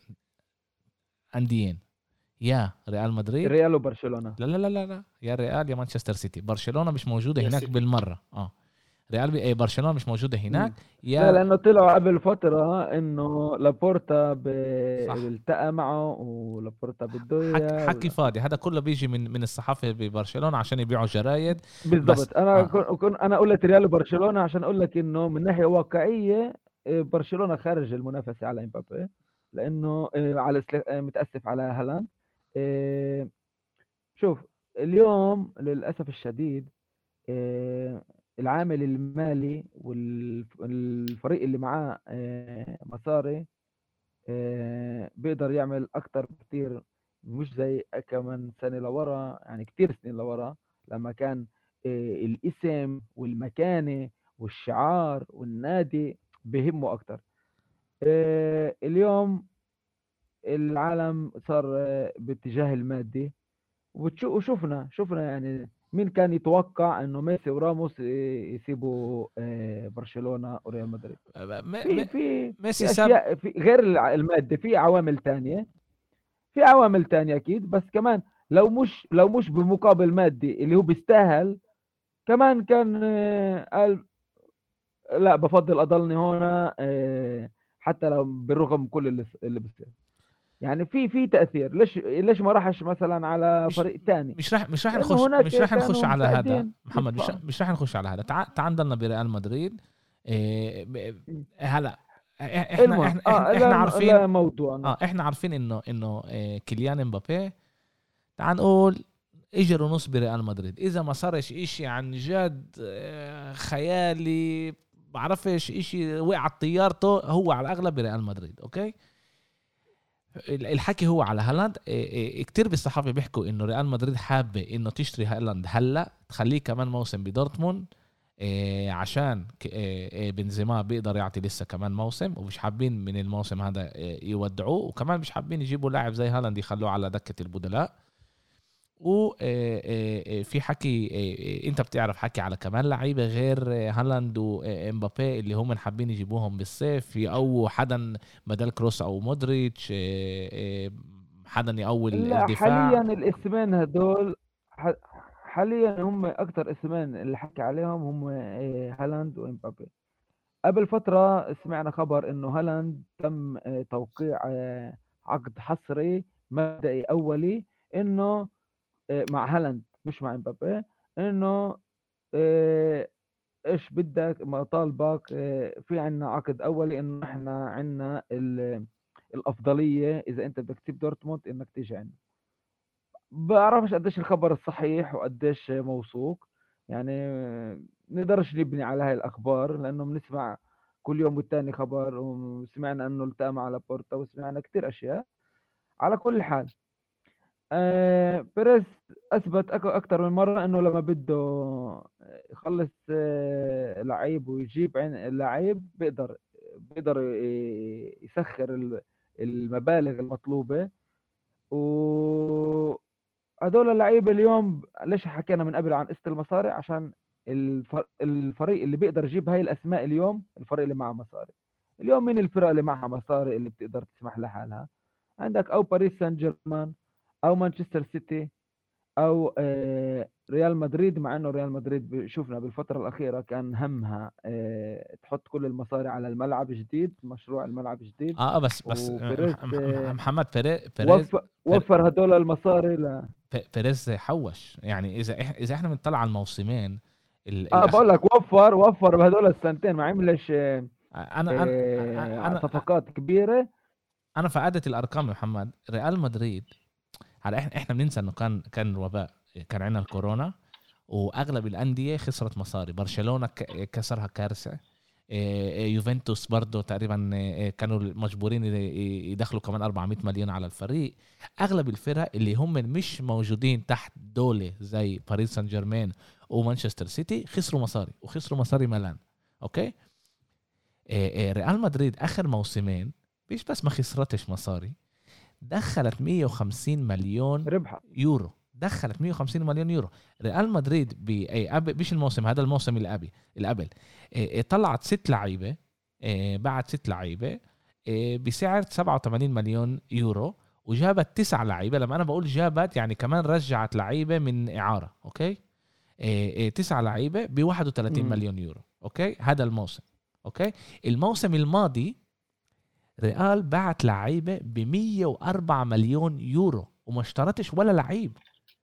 انديين، يا ريال مدريد. الريال وبرشلونه. لا لا لا لا لا، يا ريال يا مانشستر سيتي. برشلونة مش موجودة يا هناك سيتي. بالمرة. اه ريال بي... ايه برشلونة مش موجودة هناك. مم. لا، يا لانه طلعوا قبل فتره انه لابورتا ب... صح. التقى معه، ولابورتا بده حكي, اياه حكي ولا... فاضي، هذا كله بيجي من من الصحافة ببرشلونة عشان يبيعوا جرايد. بس بالضبط. انا اه كن... كن... انا قلت ريال وبرشلونه عشان اقول لك انه من ناحيه واقعيه إيه، برشلونه خارج المنافسه على امبابي، لانه إيه، على سل... إيه، متاسف على هالاند. إيه، شوف اليوم للأسف الشديد آه، العامل المالي والفريق اللي معاه آه، مصاري آه، بيقدر يعمل أكتر بكتير، مش زي كمان سنة لورا، يعني كتير سنين لورا لما كان آه، الاسم والمكانة والشعار والنادي بيهمه أكتر. آه، اليوم العالم صار آه، باتجاه المادي، وبتشو- وشفنا شفنا يعني مين كان يتوقع انه ميسي وراموس ي- يسيبوا آه، برشلونة وريال مدريد. م- في م- في ميسي في ساب. اشياء في غير الع- المادة، في عوامل تانية، في عوامل تانية اكيد، بس كمان لو مش لو مش بمقابل مادي اللي هو بيستاهل، كمان كان آه، قال لا بفضل اضلني هنا، آه، حتى لو بالرغم من كل اللي اللي بيصير. يعني في في تأثير، ليش ليش ما راحش مثلا على مش فريق تاني؟ مش راح مش راح لانه نخش هناك مش راح نخش كانوا على هذا مستعدين محمد. مش يدفعوا. مش راح نخش على هذا. تعال تعال نضلنا بريال مدريد. إيه ب- هلا احنا المهم احنا اه احنا, لا احنا لا عارفين. موضوعنا. اه احنا عارفين انه انه إيه كيليان امبابي. تعال نقول اجر ونص بريال مدريد، اذا ما صارش اشي عن جد آه، خيالي، بعرفش اشي وقع طيارته، هو على الاغلب بريال مدريد. اوكي، الحكي هو على هالاند. كتير بالصحافة بيحكوا انه ريال مدريد حابة انه تشتري هالاند هلا، تخليه كمان موسم بدورتموند إيه عشان إيه إيه بنزيما بيقدر يعطي لسه كمان موسم، ومش حابين من الموسم هذا إيه يودعوه، وكمان مش حابين يجيبوا لاعب زي هالاند يخلوه على دكة البدلاء. وفي حكي انت بتعرف حكي على كمان لعيبه غير هالاند وامبابي اللي هم حابين يجيبوهم بالصيف، او حدا بدل كروس او مودريتش، حدا يقوي لا حاليا الدفاع. الاسمين هدول، ح- حاليا هم اكتر اسمين اللي حكي عليهم هم آه، هالاند وامبابي. قبل فترة سمعنا خبر انه هالاند تم آه، توقيع آه، عقد حصري مبدئي اولي، انه آه، مع هالاند مش مع امبابي، انه آه، ايش بدك ما طالبك، آه، في عنا عقد اولي انه احنا عنا ال- الافضليه اذا انت بدك تسيب دورتموند انك تيجي عنا. بعرفش قديش الخبر الصحيح وقديش موثوق، يعني آه، نقدرش نبني على هاي الاخبار لانه بنسمع كل يوم والتاني خبر، وسمعنا انه التقى مع لابورتا وسمعنا كتير اشياء. على كل حال آه بيريز اثبت أك- اكتر من مره انه لما بده يخلص آه لعيب ويجيب عين لعيب بيقدر بيقدر ي- يسخر ال- المبالغ المطلوبه. وهدول اللعيبه اليوم ليش حكينا من قبل عن قسط المصاري؟ عشان الفر- الفريق اللي بيقدر يجيب هاي الاسماء اليوم الفريق اللي معه مصاري. اليوم مين الفرق اللي معها مصاري اللي بتقدر تسمح لحالها؟ عندك او باريس سان جيرمان، او مانشستر سيتي، او آه، ريال مدريد. مع انه ريال مدريد ب- شفنا بالفتره الاخيره كان همها آه، تحط كل المصاري على الملعب جديد، مشروع الملعب جديد، اه بس بس وبيريز مح- مح- آه، محمد بيريز بيريز وفر وفر هدول المصاري ل... بيريز حوش. يعني اذا إح اذا احنا بنطلع على الموسمين ال- اه الأخ... بقول لك وفر وفر بهدول السنتين، ما عملش آه، انا انا آه، انا صفقات كبيره. انا فقدت الارقام يا محمد. ريال مدريد على احنا احنا بننسى انه كان كان الوباء، كان عندنا الكورونا، واغلب الانديه خسرت مصاري. برشلونه ك- كسرها كارثه. إيه، إيه، يوفنتوس برضو تقريبا إيه، كانوا مجبورين ي- يدخلوا كمان أربعمية مليون على الفريق. اغلب الفرق اللي هم مش موجودين تحت دولة زي باريس سان جيرمان ومانشستر سيتي خسروا مصاري، وخسروا مصاري ملان. اوكي، إيه، إيه، ريال مدريد اخر موسمين مش بس ما خسرتش مصاري، دخلت مية وخمسين مليون ربحت. يورو. دخلت مية وخمسين مليون يورو. ريال مدريد بأي مش الموسم هذا، الموسم اللي قبل اللي قبل إيه، طلعت ست لعيبه، إيه، بعد ست لعيبه إيه، بسعر سبعة وثمانين مليون يورو، وجابت تسع لعيبه. لما انا بقول جابت يعني كمان رجعت لعيبه من اعاره. اوكي، إيه، إيه، تسع لعيبه ب واحد وثلاثين مم. مليون يورو. اوكي، هذا الموسم. اوكي، الموسم الماضي ريال بعت لعيبه ب مية وأربعة مليون يورو وما اشترتش ولا لعيب.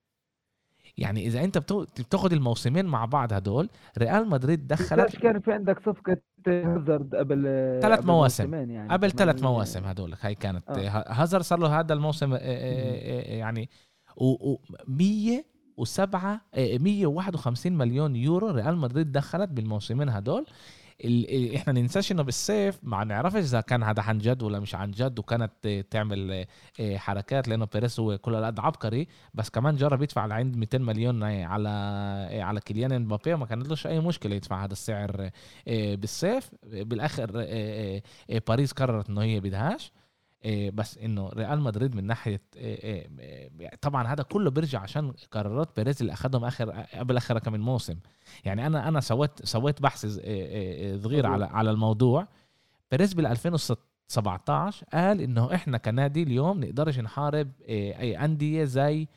يعني اذا انت بتو- بتاخد الموسمين مع بعض هدول، ريال مدريد دخلت ليش كان في عندك صفقه هازارد قبل ثلاث قبل مواسم. موسمين يعني قبل كمان ثلاث اللي... مواسم هدول هاي كانت آه. هازر صار له هذا الموسم آه، مم. آه، آه، يعني ومية وسبعة مية وواحد وخمسين مليون يورو ريال مدريد دخلت بالموسمين هدول. ال... احنا ننساش انه بالصيف ما نعرفش اذا كان هذا عن جد ولا مش عن جد، وكانت تعمل حركات لانه بيريز هو كل القد عبقري، بس كمان جرب يدفع لعند مئتين مليون على على كيليان امبابي، ما كانت لهش اي مشكله يدفع هذا السعر بالصيف. بالاخر باريس قررت انه هي بدهاش، بس انه ريال مدريد من ناحيه طبعا هذا كله بيرجع عشان قرارات بيريز اللي اخذهم اخر قبل اخر كم من موسم. يعني انا انا سويت سويت بحث صغير على على الموضوع. بيريز بال ألفين وسبعتاشر قال انه احنا كنادي اليوم نقدرش نحارب اي انديه زي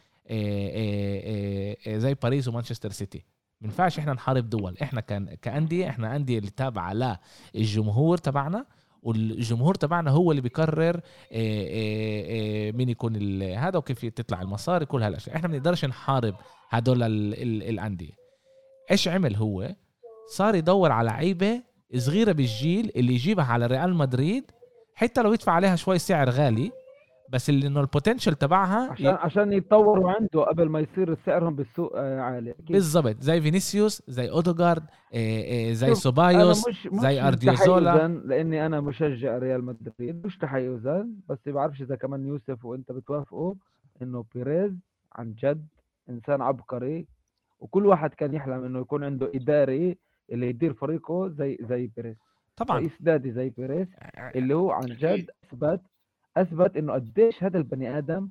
زي باريس ومانشستر سيتي. ما ينفعش احنا نحارب دول، احنا كان كانديه احنا انديه اللي تابعه للجمهور تبعنا، والجمهور تبعنا هو اللي بيقرر مين يكون هذا وكيف تطلع المصاري كل هالاشياء. احنا ما بنقدرش نحارب هدول الانديه. ايش عمل هو؟ صار يدور على لعيبه صغيره بالجيل اللي يجيبها على ريال مدريد حتى لو يدفع عليها شوي سعر غالي، بس اللي انه البوتنشال تبعها عشان ي... عشان يتطوروا عنده قبل ما يصير سعرهم بالسوق عالي. بالضبط، زي فينيسيوس، زي اودوغارد، زي سوبايوس، مش مش زي ارديوزولا. لاني انا مشجع ريال مدريد مش تحيزا، بس ما بعرفش اذا كمان يوسف وانت بتوافقوا انه بيريز عن جد انسان عبقري، وكل واحد كان يحلم انه يكون عنده اداري اللي يدير فريقه زي زي بيريز طبعا، رئيس نادي زي بيريز، اللي هو عن جد اثبت اثبت انه قديش هذا البني ادم.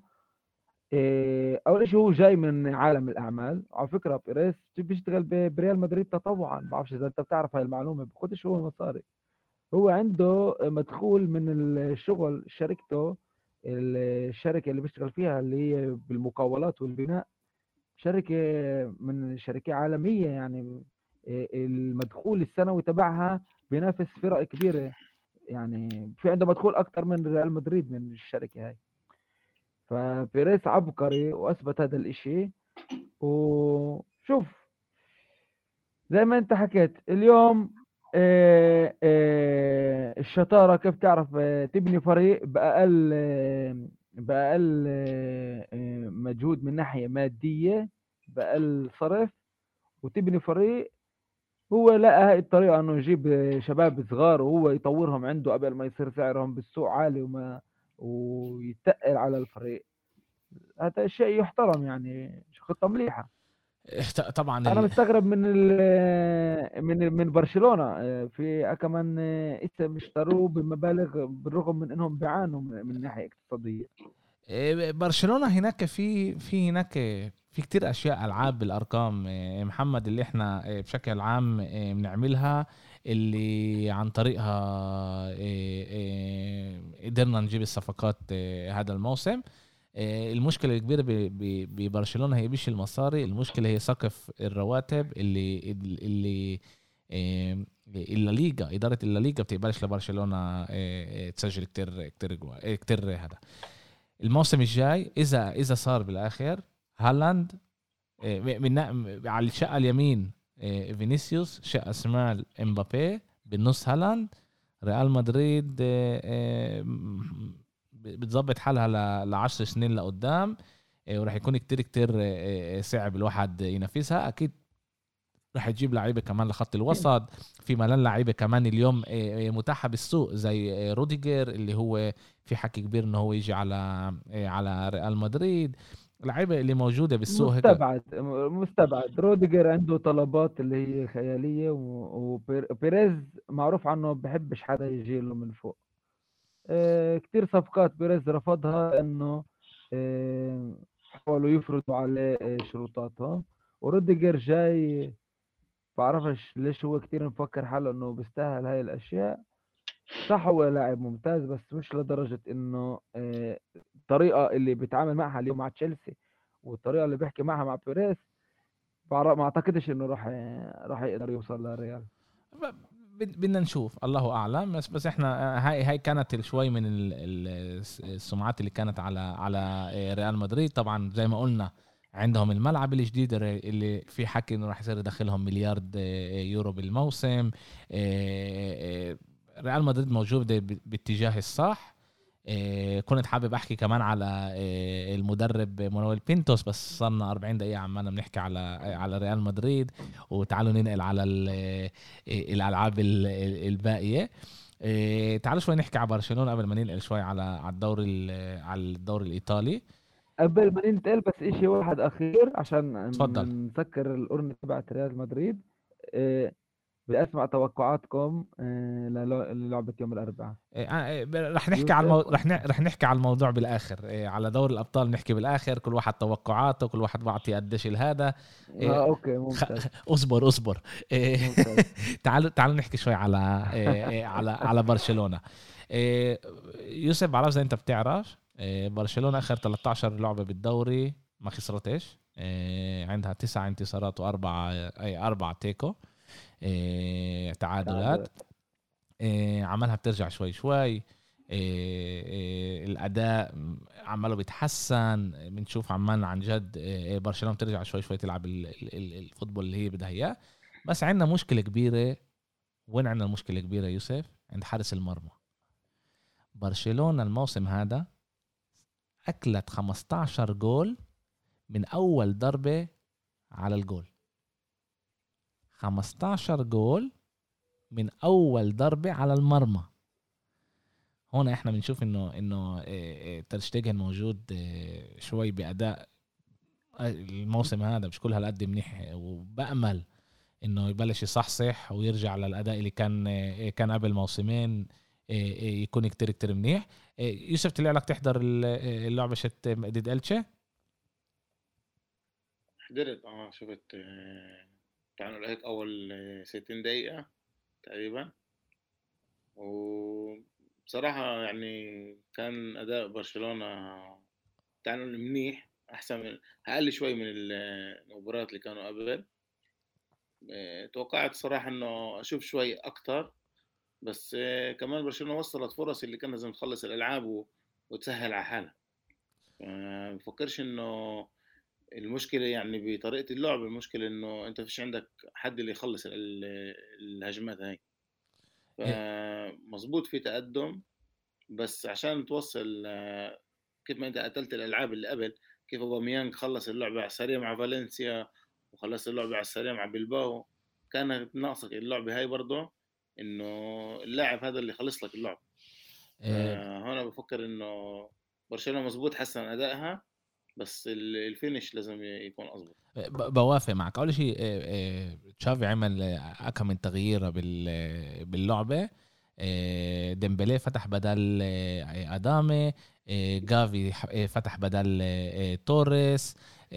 إيه اول شيء هو جاي من عالم الاعمال. على فكره بيريز بيشتغل بريال مدريد تطوعا، ما بعرفش اذا انت بتعرف هاي المعلومه، بياخدش هو مصاري. هو عنده مدخول من الشغل شركته، الشركه اللي بيشتغل فيها اللي هي بالمقاولات والبناء، شركه من شركه عالميه. يعني المدخول السنوي تبعها بينافس فرق كبيره، يعني في عنده مدخول اكتر من ريال مدريد من الشركه هاي. فبيريز عبقري واثبت هذا الاشي. وشوف زي ما انت حكيت اليوم، آه آه الشطاره كيف تعرف تبني فريق باقل باقل مجهود من ناحيه ماديه، باقل صرف، وتبني فريق. هو لقى هاي الطريقه انه يجيب شباب صغار وهو يطورهم عنده قبل ما يصير سعرهم بالسوق عالي وما ويتقل على الفريق. هذا شيء يحترم، يعني خطه مليحه. طبعا انا مستغرب من من من برشلونه، في كمان اسم اشتروه بمبالغ بالرغم من انهم بيعانوا من ناحيه اقتصاديه. برشلونه هناك في في هناك في كتير اشياء العاب بالارقام محمد اللي احنا بشكل عام بنعملها، اللي عن طريقها قدرنا نجيب الصفقات هذا الموسم. المشكله الكبيره ببرشلونه هي مش المصاري، المشكله هي سقف الرواتب اللي اللي الليغا اداره الليغا بتقبلش لبرشلونه تسجل كتير كتير كتير. هذا الموسم الجاي اذا اذا صار بالاخر هالاند من على الشقه اليمين فينيسيوس، شقه شمال امبابي، بالنص هالاند، ريال مدريد بتظبط حالها لعشر سنين لقدام، وراح يكون كتير كتير صعب الواحد ينافسها. اكيد راح تجيب لعيبه كمان لخط الوسط، في ملان لعيبه كمان اليوم متاحه بالسوق زي روديجر اللي هو في حكي كبير انه هو يجي على على ريال مدريد. لعيبه اللي موجوده بالسوق مستبعد هيك. مستبعد روديجر عنده طلبات اللي هي خياليه، وبيريز معروف عنه بحبش حدا يجي له من فوق. اه كتير صفقات بيريز رفضها انه اه حاولوا يفرضوا عليه شروطاتهم، وروديجر جاي بعرفش ليش هو كتير مفكر حاله انه بيستاهل هاي الاشياء. صح هو لاعب ممتاز، بس مش لدرجة انه اه الطريقة اللي بيتعامل معها اليوم مع تشيلسي والطريقة اللي بيحكي معها مع بيريز ما اعتقدش انه راح راح يقدر يوصل للريال. بدنا نشوف، الله اعلم. بس بس احنا هاي هاي كانت شوي من السمعات اللي كانت على على ريال مدريد. طبعا زي ما قلنا عندهم الملعب الجديد اللي في حكي انه راح يصير يدخلهم مليار يورو بالموسم. ريال مدريد موجود باتجاه الصح. إيه كنت حابب احكي كمان على إيه المدرب مانويل بينتوس، بس صرنا أربعين دقيقه عمالنا بنحكي على على ريال مدريد، وتعالوا ننقل على الالعاب الباقيه. إيه تعالوا شوي نحكي على برشلونه قبل ما ننقل شوي على على الدوري على الدوري الايطالي. قبل ما ننتقل بس إشي واحد أخير عشان تفضل. نسكر القرن تبعت ريال مدريد. إيه، بدي أسمع توقعاتكم إيه للو- للعبة يوم الأربعاء. إيه رح نحكي على المو... رح ن... رح نحكي على الموضوع بالاخر. إيه على دوري الابطال نحكي بالاخر، كل واحد توقعاته، كل واحد بعطي قديش الهذا. إيه آه أوكي خ... ممتاز. اصبر اصبر إيه ممتاز. تعالوا تعالوا نحكي شوي على إيه إيه على على برشلونة. إيه يوسف، بعرف اذا انت بتعرف إيه برشلونة اخر ثلاثة عشر لعبة بالدوري ما خسرتش. إيه عندها تسع انتصارات واربعة اي اربعة تيكو، إيه تعادلات. إيه عملها بترجع شوي شوي. إيه إيه الاداء عماله بيتحسن، بنشوف عمال عن جد. إيه برشلونه بترجع شوي شوي تلعب ال- ال- الفوتبول اللي هي بدها اياه. بس عندنا مشكله كبيره. وين عندنا المشكله كبيره يوسف؟ عند حارس المرمى. برشلونه الموسم هذا اكلت خمستاشر جول من اول ضربه على الجول. خمستاشر جول من اول ضربه على المرمى. هون احنا بنشوف انه انه تير شتيجن موجود شوي باداء الموسم هذا مش كل هالقد منيح، وبامل انه يبلش يصحصح ويرجع للاداء اللي كان كان قبل موسمين يكون كتير كتير منيح. يوسف، طلع لك تحضر اللعبه شت ضد إلتشي؟ حضرت اه شفت كانوا لقيت اول ستين دقيقة تقريبا، وبصراحة يعني كان اداء برشلونة كان منيح، احسن من اقل شوي من المباريات اللي كانوا قبل. توقعت صراحة انه اشوف شوي اكتر، بس كمان برشلونة وصلت فرص اللي كان لازم تخلص الالعاب وتسهل على حالها. ما بفكرش انه المشكلة يعني بطريقة اللعب، المشكلة انه انت فيش عندك حد اللي يخلص الهجمات هاي. فمظبوط في تقدم، بس عشان توصل كيف ما انت قتلت الالعاب اللي قبل، كيف اوباميانج خلص اللعبة على السريع مع فالنسيا وخلص اللعبة على السريع مع بلباو، كانت ناقصك اللعبة هاي برضه، انه اللاعب هذا اللي خلص لك اللعبة. هنا بفكر انه برشلونة مظبوط حسن ادائها، بس الفينش لازم يكون أظبط. بوافق معك. أول شيء تشافي عمل أكم من تغيير باللعبة. ديمبلي فتح بدل أدامي، جافي فتح بدل توريس،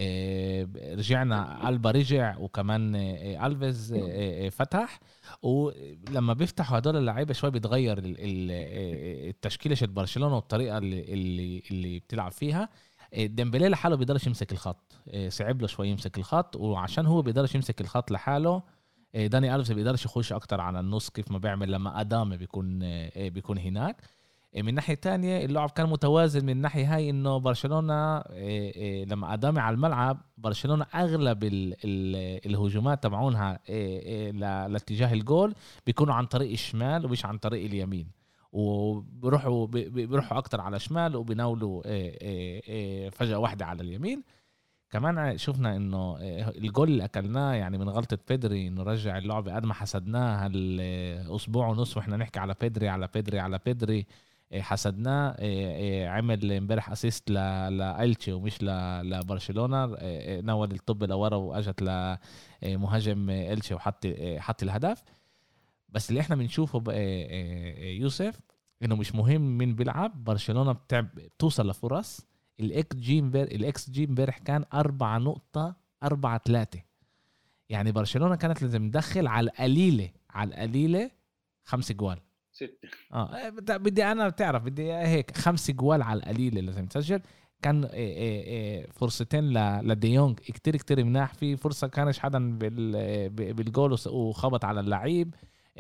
رجعنا ألبا رجع، وكمان ألفيز فتح. ولما بيفتحوا هدول اللعيبة شوي بيتغير التشكيلة شد برشلونة والطريقة اللي اللي بتلعب فيها. ديمبلي لحاله بيقدرش يمسك الخط، صعب له شوي يمسك الخط، وعشان هو بيقدرش يمسك الخط لحاله داني ألفيز بيقدرش يخش اكتر على النص كيف ما بيعمل لما ادامي بيكون بيكون هناك. من ناحية تانية اللعب كان متوازن من ناحية هاي، انه برشلونة لما ادامي على الملعب برشلونة اغلب الهجومات تبعونها لاتجاه الجول بيكونوا عن طريق الشمال ومش عن طريق اليمين، وبيروحوا بيروحوا اكتر على شمال وبيناولوا فجأة واحدة على اليمين. كمان شفنا انه الجول اللي اكلناه يعني من غلطة بيدري انه رجع اللعبة قد ما حسدناه هالاسبوع ونص واحنا نحكي على بيدري على بيدري على بيدري حسدناه. عمل امبارح اسيست لإلتشي ومش لبرشلونة، نول الطب لورا واجت لمهاجم إلتشي وحط حط الهدف. بس اللي احنا بنشوفه يوسف انه مش مهم مين بيلعب، برشلونة بتعب بتوصل لفرص. الاكس جي الاكس جي امبارح كان أربعة نقطة أربعة ثلاثة، يعني برشلونة كانت لازم تدخل على القليلة على القليلة خمس جوال ستة. اه بدي انا بتعرف بدي هيك خمس جوال على القليلة لازم تسجل. كان فرصتين لديونج كتير كتير مناح، في فرصة كانش حدا بالجول وخبط على اللعيب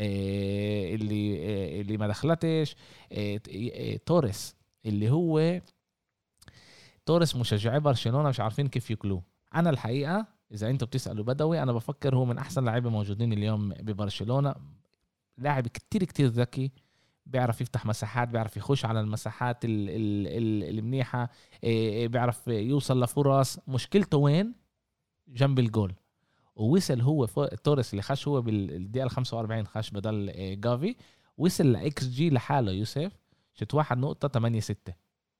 اللي اللي ما دخلتش. توريس اللي هو توريس مشجعي برشلونة مش عارفين كيف يكلوه. انا الحقيقة اذا انتوا بتسألوا بدوي انا بفكر هو من احسن لاعبين موجودين اليوم ببرشلونة، لاعب كتير كتير ذكي، بيعرف يفتح مساحات، بيعرف يخش على المساحات ال- ال- ال- المنيحة، إيه، بيعرف يوصل لفرص. مشكلته وين؟ جنب الجول. ووصل هو فوق توريس اللي خش هو بالدقيقة خمسة وأربعين، خش بدل إيه، جافي، وصل لإكس جي لحاله يوسف شت واحد نقطة تمانية ستة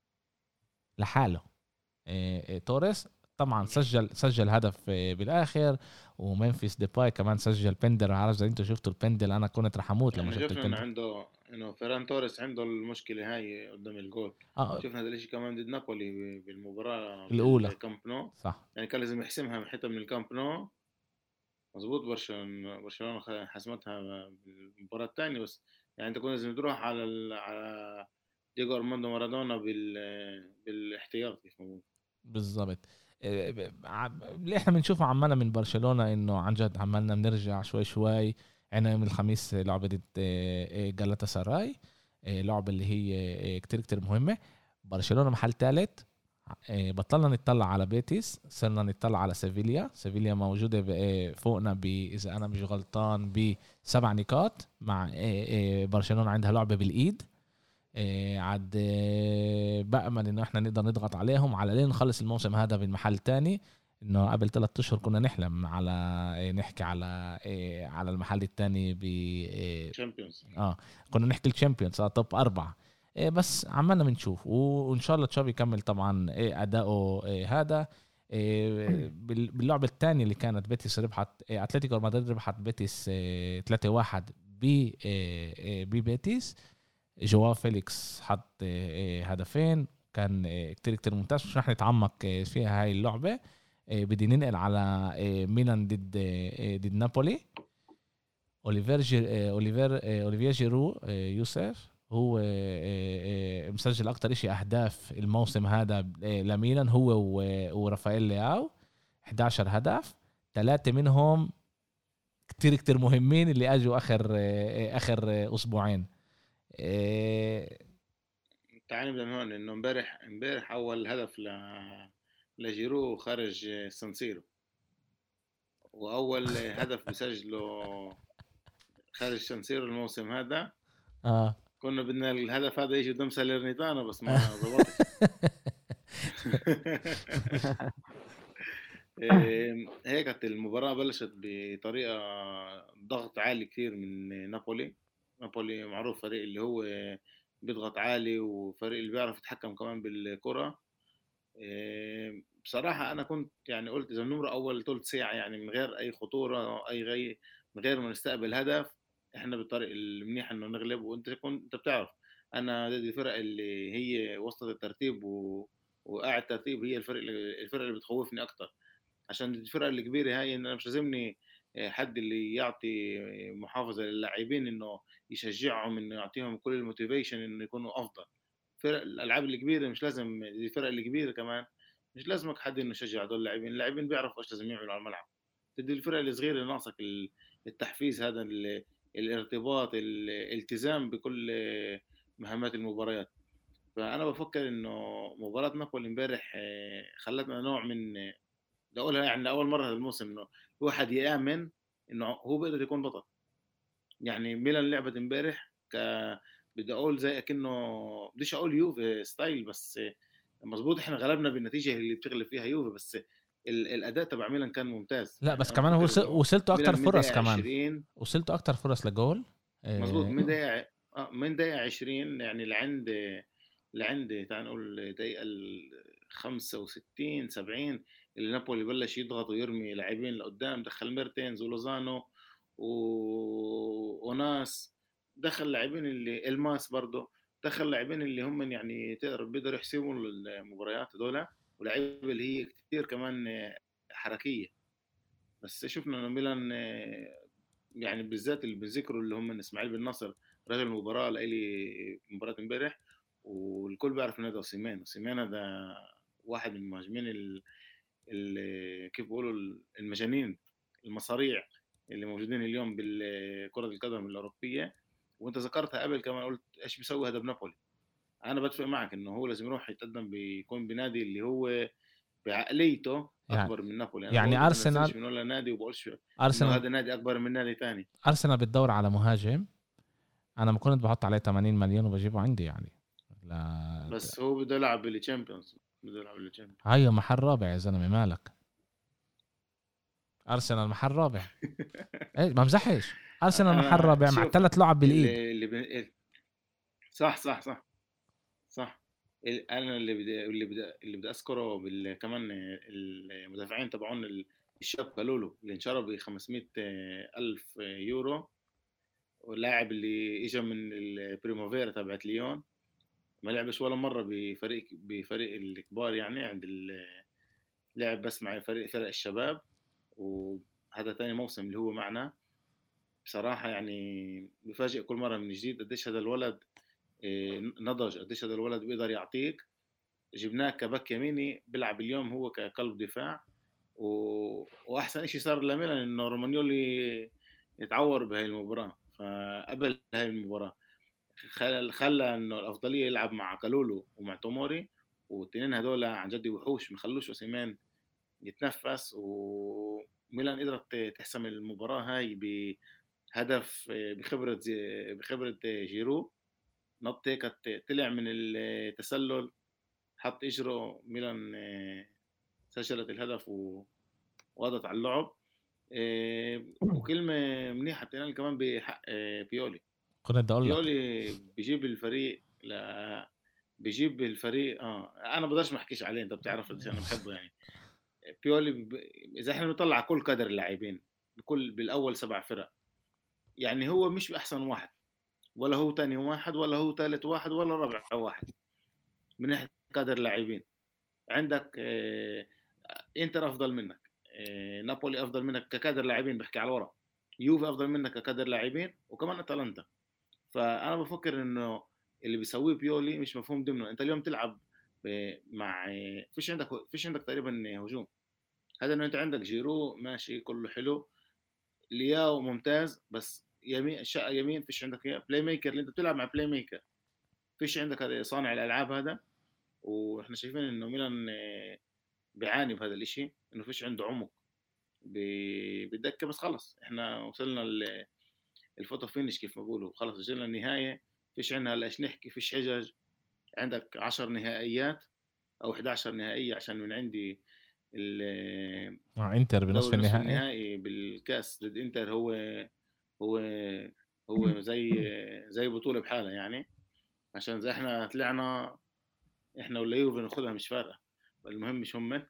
لحاله. إيه، إيه، توريس طبعا سجل سجل هدف إيه، بالاخر. ومنفيس ديباي كمان سجل بندل. عارف اذا انتوا شفتوا البندل، انا كنت رح اموت لما احنا شفت شفنا انه البندل. عنده انه فيران توريس عنده المشكله هاي قدام الجول. اه شفنا هذا الشيء كمان ضد نابولي بالمباراه الاولى بالكامب نو، صح. يعني كان لازم يحسمها من حته من الكامب نو. مظبوط. برشلونه برشلونه خ- حسمتها بالمباراه الثانيه، بس يعني انت كنت لازم تروح على ال... على دييغو ارماندو مارادونا بال بالاحتياط كيف ما بقول. بالضبط. إيه، ب- ع- اللي احنا بنشوفه عمالنا من برشلونة انه عن جد عمالنا بنرجع شوي شوي. عنا يوم الخميس لعبة جالاتا سراي، لعبة اللي هي إيه، كتير كتير مهمة. برشلونة محل ثالث. بطلنا نتطلع على بيتيس، صرنا نتطلع على سيفيليا. سيفيليا موجودة ب- إيه، فوقنا ب إذا أنا مش غلطان بسبع نقاط، مع إيه، إيه، برشلونة عندها لعبة بالإيد. إيه عاد إيه بأمل إنه إحنا نقدر نضغط عليهم على لين نخلص الموسم هذا بالمحل الثاني. إنه قبل ثلاثة أشهر كنا نحلم على إيه نحكي على إيه على المحل الثاني ب إيه تشامبيونز. آه كنا نحكي الشامبيونز آه توب أربعة. إيه بس عمالنا بنشوف، وإن شاء الله تشافي يكمل طبعا إيه أداؤه إيه هذا. إيه بال- باللعبة الثانية اللي كانت بيتيس ربحت إيه أتلتيكو مدريد ربحت بيتيس إيه ثلاثة واحد ب إيه إيه ببيتيس. جواو فيليكس حط آه، هدفين، كان آه، كتير كتير ممتاز. مش رح نتعمق آه، فيها هاي اللعبة. آه، بدي ننقل على آه، ميلان ضد آه، ضد نابولي. اوليفير جي... آه، اوليفير آه، اوليفير جيرو آه، يوسف هو آه، آه، مسجل اكتر اشي اهداف الموسم هذا آه، لميلان، هو و- ورافائيل لياو إحدى عشر هدف. ثلاثة منهم كتير كتير مهمين اللي اجوا اخر آه، اخر آه، اسبوعين. آه، تعال نبدا من هون، انه امبارح امبارح اول هدف ل لجيرو خارج سانسيرو، واول هدف بسجله خارج سانسيرو الموسم هذا. اه كنا بدنا الهدف هذا يجي قدام ساليرنيتانا بس ما ضبطش. إيه، هيك كانت المباراة بلشت بطريقة ضغط عالي كثير من نابولي. نابولي معروف فريق اللي هو بيضغط عالي، وفريق اللي بيعرف يتحكم كمان بالكرة. إيه، بصراحة أنا كنت يعني قلت إذا النمرة أول ثلث ساعة يعني من غير أي خطورة أو أي غي من غير ما نستقبل هدف، إحنا بالطريق المنيح إنه نغلب. وأنت كنت أنت بتعرف أنا ضد الفرق اللي هي وسط الترتيب و... وقاعد ترتيب، هي الفرق اللي... الفرق اللي بتخوفني أكتر. عشان الفرق الكبيرة هاي إن أنا مش لازمني حد اللي يعطي محافظة للاعبين إنه يشجعهم، إنه يعطيهم كل الموتيفيشن إنه يكونوا أفضل. فرق الألعاب الكبيرة مش لازم، الفرق الكبيرة كمان مش لازمك حد إنه يشجع هدول اللاعبين. اللاعبين بيعرفوا إيش لازم يعملوا على الملعب. تدي الفرق الصغيرة اللي ناقصك التحفيز هذا، الارتباط، الالتزام بكل مهمات المباريات. فأنا بفكر إنه مباراة نابولي امبارح خلتنا نوع من، بدي اقولها يعني لاول مره هذا الموسم، انه الواحد يامن انه هو بيقدر يكون بطل. يعني ميلان لعبت امبارح ك بدي اقول زي اكنه، بديش اقول يوفي ستايل بس مظبوط، احنا غلبنا بالنتيجه اللي بتغلب فيها يوفي، بس ال- الاداء تبع ميلان كان ممتاز. لا يعني بس انا كمان بفكر وصل... انه وصلتوا اكتر ميلان من فرص دقيقه كمان. عشرين وصلتوا اكتر فرص لجول. مظبوط، آه، من دقيقه آه، من دقيقه عشرين يعني لعند لعند تعال نقول دقيقه ال خمسة وستين سبعين اللي نابولي بلش يضغط ويرمي لاعبين لقدام، دخل ميرتينز ولوزانو و- وناس، دخل لاعبين اللي الماس برضه، دخل لاعبين اللي هم يعني تقدر بيقدروا يحسموا المباريات هذول، ولاعيبه اللي هي كتير كمان حركيه. بس شفنا انه ميلان يعني بالذات اللي بذكروا اللي هم اسماعيل بن نصر رجل المباراه لإلي مباراه امبارح، والكل بيعرف ان هذا اوسيمان. اوسيمان هذا واحد من المهاجمين ال- ال- كيف بيقولوا المجانين المصاريع اللي موجودين اليوم بالكرة القدم الأوروبية. وانت ذكرتها قبل كمان، قلت ايش بيسوي هذا بنابولي. انا بتفق معك انه هو لازم يروح يتقدم بيكون بنادي اللي هو بعقليته يعني اكبر من نابولي. انا يعني بقول بنزلش ارسنال من ولا نادي وبقولش انه ارسنال هذا نادي اكبر من نادي تاني. ارسنال بتدور على مهاجم. انا ما كنت بحط عليه ثمانين مليون وبجيبه عندي يعني. لا بس هو بده يلعب بالتشامبيونز، بده يلعب بالتشامبيونز. هاي محل رابع يا زلمه، مالك؟ ارسنال محل رابع. ايه ما مزحش، ارسنال محل انا رابع مع شوف ثلاث لعب بالايد. اللي اللي بن... صح صح صح صح. ال- انا اللي بدي اللي بدي اللي بدي اذكره بال... كمان المدافعين تبعون ال- الشاب كالولو اللي انشرى ب خمسمية الف يورو، واللاعب اللي اجى من البريموفيرا تبعت ليون، ما لعبش ولا مره بفريق بفريق الكبار يعني، عند ال... لعب بس مع فريق فرق الشباب، وهذا تاني موسم اللي هو معنا. بصراحه يعني بفاجئ كل مره من جديد قديش هذا الولد إيه، نضج، قديش هذا الولد بيقدر يعطيك. جبناه كباك يميني بيلعب اليوم هو كقلب دفاع، و... واحسن شيء صار لميلان انه رومانيولي يتعور بهاي المباراه، فقبل هاي المباراه خلى خلى انه الافضليه يلعب مع كالولو ومع توموري، والاثنين هذول عن جد وحوش، ما خلوش اوسيمان يتنفس، وميلان قدرت تحسم المباراه هاي بهدف بخبره بخبره جيرو. نط هيك طلع من التسلل، حط اجره، ميلان سجلت الهدف ووضعت على اللعب. وكلمه منيحه بتنقال كمان بحق بيولي. كنت بدي اقول لك بيولي بيجيب الفريق ل بيجيب الفريق اه انا بقدرش ما احكيش عليه، انت بتعرف قديش انا بحبه يعني. بيولي ب... اذا احنا بنطلع كل كادر اللاعبين بكل بالاول سبع فرق، يعني هو مش احسن واحد، ولا هو تاني واحد، ولا هو ثالث واحد، ولا رابع واحد من ناحيه كادر لاعبين. عندك آه، انتر افضل منك، آه، نابولي افضل منك ككادر لاعبين، بحكي على الورق. يوفي افضل منك ككادر لاعبين، وكمان اتلانتا. فانا بفكر انه اللي بيسويه بيولي مش مفهوم ضمنه. انت اليوم تلعب مع فيش عندك فيش عندك تقريبا هجوم. هذا انه انت عندك جيرو ماشي كله حلو، لياو ممتاز، بس يمين الشقه يمين فيش عندك اياه بلاي ميكر، اللي انت بتلعب مع بلاي ميكر فيش عندك هذا صانع الالعاب هذا. واحنا شايفين انه ميلان بيعاني بهذا الاشي، انه فيش عنده عمق بالدكه. بس خلص احنا وصلنا الفوتو فينش كيف ما بقولوا، خلص وصلنا النهايه، فيش عندنا هلا ايش نحكي، فيش حجج. عندك عشر نهائيات او احد عشر نهائيه، عشان من عندي مع انتر بنصف نصف النهائي. النهائي بالكاس ضد انتر، هو هو هو زي زي بطوله بحالها يعني، عشان زي احنا طلعنا احنا ولا يوفي ناخدها مش فارقه، المهم مش هم.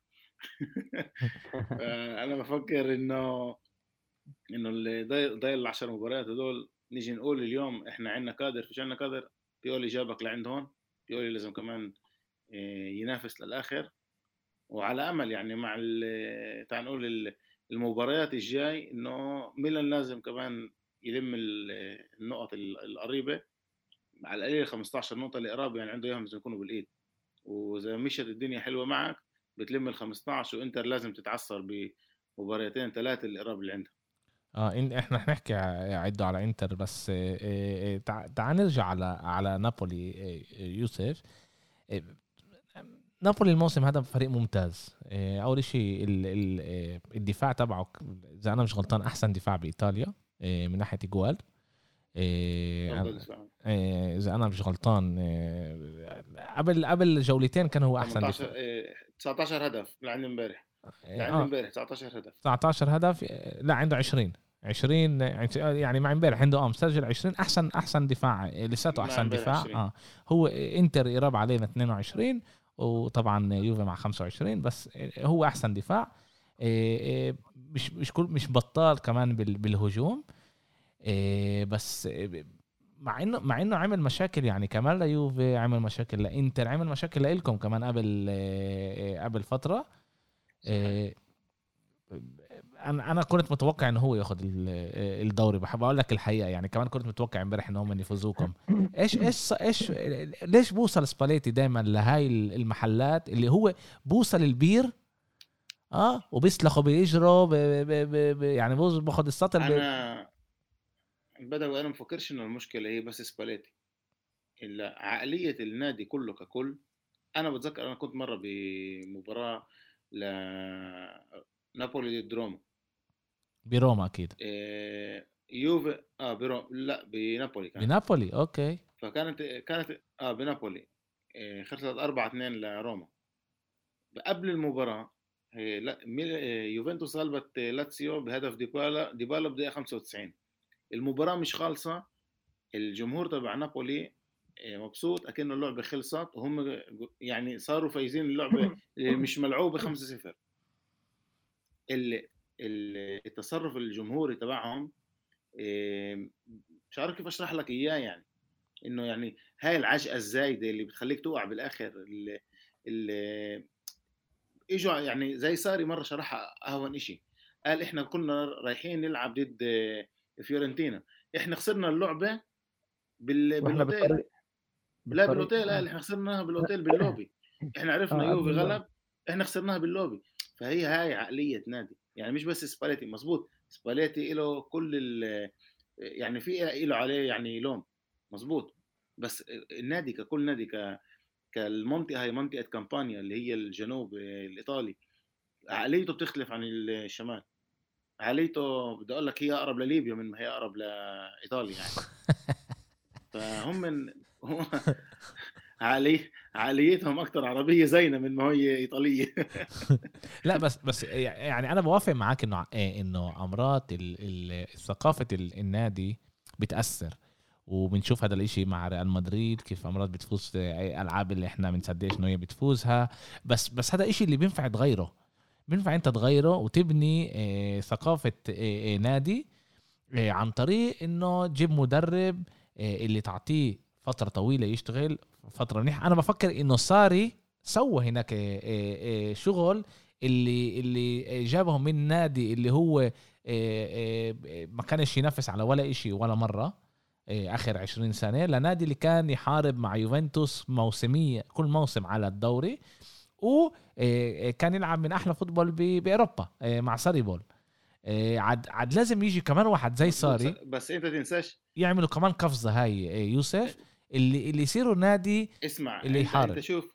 انا بفكر انه انه اللي ضايل العشر مباريات هدول نيجي نقول اليوم احنا عندنا كادر، فيش عندنا كادر. بيولي جابك لعند هون، بيولي لازم كمان ينافس للاخر، وعلى امل يعني مع تعال نقول المباريات الجاي انه ميلان لازم كمان يلم النقط القريبه، على القليل خمستاشر نقطه القراب يعني عنده اياهم لازم يكونوا بالايد. واذا مشت الدنيا حلوه معك بتلم ال خمستاشر، وانتر لازم تتعثر بمباريتين ثلاثه القراب اللي عندها. اه إن احنا حنحكي عدوا على انتر، بس اه اه تعال تع نرجع على على نابولي. اه يوسف، اه نابولي الموسم هذا فريق ممتاز. اه اول شيء الدفاع تبعه، اذا انا مش غلطان احسن دفاع بايطاليا اه من ناحيه جوال. اه اذا انا مش غلطان اه قبل قبل جولتين كان هو احسن دفاع. اه تسعتاشر هدف لعند امبارح، لعند امبارح تسعتاشر هدف تسعتاشر هدف. لا عنده عشرين عشرين يعني مع امبارح عنده اه مسجل عشرين. احسن احسن دفاع لساته احسن دفاع عشرين. اه هو انتر يراب علينا اثنين وعشرين، وطبعا يوفي مع خمسة وعشرين، بس هو احسن دفاع. مش مش كل مش بطال كمان بالهجوم، بس مع انه مع انه عمل مشاكل يعني كمان ليوفي، عمل مشاكل لانتر، عمل مشاكل لإلكم كمان قبل قبل فتره. صحيح. انا انا كنت متوقع ان هو ياخد الدوري. بحب اقول لك الحقيقه يعني، كمان كنت متوقع امبارح ان هم يفوزوكم. ايش ايش ايش ليش بوصل سباليتي دايما لهاي المحلات اللي هو بوصل البير اه وبيسلخوا بيجروا يعني بوز باخد السطر. انا بدأ انا مفكرش انه المشكله هي بس سباليتي، الا عقليه النادي كله ككل. انا بتذكر انا كنت مره بمباراه ل نابولي ضد روما بروما اكيد. إيه يوفي اه برو لا بنابولي كانت. بنابولي اوكي. فكانت كانت اه بنابولي آه، خسرت أربعة اثنين لروما. قبل المباراة هي لا ميل- آه، يوفنتوس غلبت آه، لاتسيو بهدف ديبالا ديبالا بدقيقة خمسة وتسعين. المباراة مش خالصة، الجمهور تبع نابولي آه، مبسوط اكنه اللعبة خلصت، وهم يعني صاروا فايزين اللعبة اللي مش ملعوبة خمسة صفر. ال- ال- التصرف الجمهوري تبعهم آه، مش عارف كيف اشرح لك اياه، يعني انه يعني هاي العجقه الزايده اللي بتخليك توقع بالاخر. اللي, اللي اجوا يعني زي ساري مره شرحها اهون إشي، قال احنا كنا رايحين نلعب ضد فيورنتينا، احنا خسرنا اللعبه بال... واحنا بالاوتيل. بالطريق لا بالطريق بالاوتيل، قال اه احنا خسرناها بالاوتيل باللوبي. احنا عرفنا اه قبل يوفي اللعب. غلب، احنا خسرناها باللوبي. فهي هاي عقليه نادي، يعني مش بس سباليتي. مزبوط سباليتي له كل ال... يعني في له عليه يعني لوم، مزبوط. بس النادي ككل نادي ك كالمنطقه هي منطقه كامبانيا اللي هي الجنوب الايطالي، عقليته بتختلف عن الشمال. عقليته بدي اقول لك هي اقرب لليبيا من ما هي اقرب لايطاليا يعني. فهم من عقلي عقليتهم اكثر عربيه زينا من ما هي ايطاليه. لا بس بس يعني انا بوافق معاك انه إيه انه امراض ال- ال- ثقافه ال- النادي بتاثر، وبنشوف هذا الاشي مع ريال مدريد كيف امراض بتفوز في العاب اللي احنا بنصدقش انه هي بتفوزها. بس بس هذا اشي اللي بينفع تغيره، بينفع انت تغيره وتبني إيه ثقافه إيه إيه نادي إيه عن طريق انه تجيب مدرب إيه اللي تعطيه فتره طويله يشتغل فتره منيحه. انا بفكر انه ساري سوى هناك إيه إيه إيه شغل اللي اللي جابهم من نادي اللي هو إيه إيه ما كانش ينافس على ولا إشي ولا مرة إيه آخر عشرين سنة، لنادي اللي كان يحارب مع يوفنتوس موسمية كل موسم على الدوري، وكان يلعب من أحلى فوتبول ب- بأوروبا إيه مع ساري بول. إيه عد, عد لازم يجي كمان واحد زي مزبوط. ساري بس انت تنساش، يعملوا كمان قفزة هاي إيه يوسف، اللي اللي يصيروا نادي اسمع اللي انت يحارب. انت شوف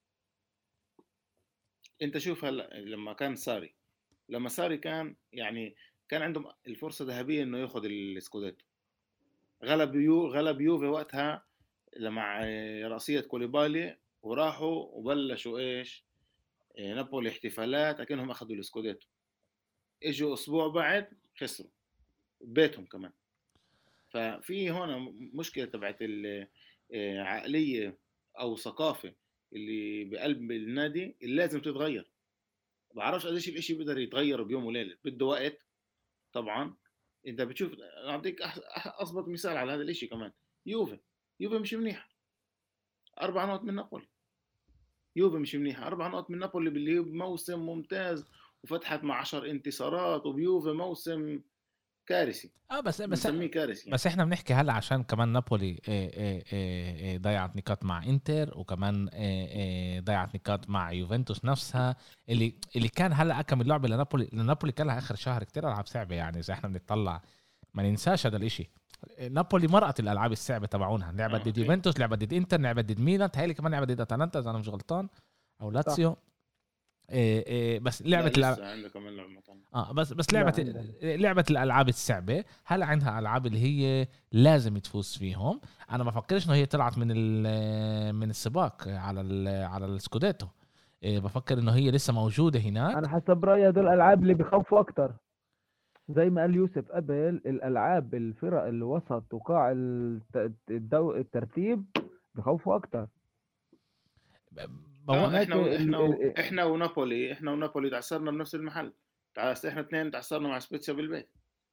انت شوف هلا لما كان ساري لما ساري كان يعني كان عندهم الفرصه ذهبيه انه ياخذ السكوديتو. غلب يو غلب يوفي وقتها مع رأسية كوليبالي، وراحوا وبلشوا ايش إيه، نابولي احتفالات اكنهم اخذوا السكوديتو. اجوا اسبوع بعد خسروا بيتهم كمان. ففي هون مشكله تبعت العقليه او ثقافه اللي بقلب النادي اللي لازم تتغير. بعرفش قديش الاشي بيقدر يتغير بيوم وليله، بده وقت طبعا. انت بتشوف، اعطيك أح- أح- اضبط مثال على هذا الاشي كمان. يوفي يوفي مش منيح، اربع نقط من نابولي. يوفي مش منيحه، اربع نقط من نابولي باللي هو موسم ممتاز وفتحت مع عشر انتصارات، وبيوفي موسم كارثي، اه بس بس بنسميه كارثي يعني. بس احنا بنحكي هلا عشان كمان نابولي إيه إيه إيه إيه ضيعت نقاط مع انتر، وكمان إيه إيه ضيعت نقاط مع يوفنتوس نفسها اللي اللي كان هلا اكمل لعبه لنابولي. لنابولي كان لها اخر شهر كتير العاب صعبه، يعني اذا احنا بنطلع ما ننساش هذا الاشي. نابولي مرقت الالعاب الصعبه تبعونها، لعبت اه ضد اكيد. يوفنتوس، لعبت ضد انتر، لعبت ضد ميلان، تهيألي كمان لعبت ضد اتلانتا اذا انا مش غلطان، او صح. لاتسيو. إيه إيه بس لا لعبه لسه عنده كمان لعبه مثلا. اه بس بس لا لعبه عندها. لعبه الالعاب الصعبه هلا عندها العاب اللي هي لازم تفوز فيهم. انا ما فكرش انه هي طلعت من من السباق على ال على السكوديتو. إيه بفكر انه هي لسه موجوده هناك. انا حسب رايي دول الالعاب اللي بيخوفوا اكتر، زي ما قال يوسف قبل، الالعاب الفرق الوسط وقاع الت- الدو... الترتيب بيخوفوا اكتر. بو... اه هناك احنا و... ال... احنا و... ال... احنا ونابولي احنا ونابولي تعثرنا بنفس المحل. تعال احنا اثنين تعثرنا مع سبيتسا بالبيت.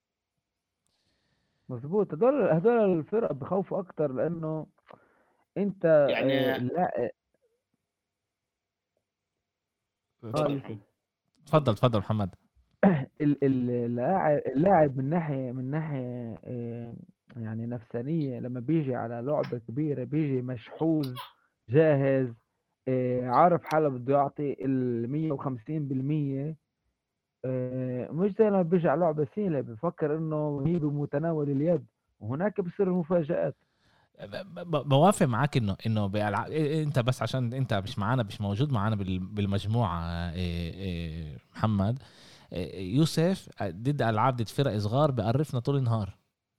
مظبوط. هدول هدول الفرق بيخوفوا اكتر، لانه انت آه، يعني لا اه تفضل يوسف. محمد. تفضل تفضل تفضل تفضل. محمد. ال- ال- اللاعب اللاعب من ناحية من ناحية آه، يعني نفسانية، لما بيجي على لعبة كبيرة بيجي مشحوذ جاهز، آه، عارف حاله بده يعطي المية وخمسين بالمية. آه، مش زي لما بيجي على لعبة سهلة بفكر انه هي بمتناول اليد، وهناك بصير المفاجآت. ب- ب- بوافق معاك انه انه بألعاب إيه، انت بس عشان انت مش معانا مش موجود معانا بال- بالمجموعه إيه، إيه، محمد إيه، يوسف ضد العاب ضد فرق صغار بقرفنا طول النهار.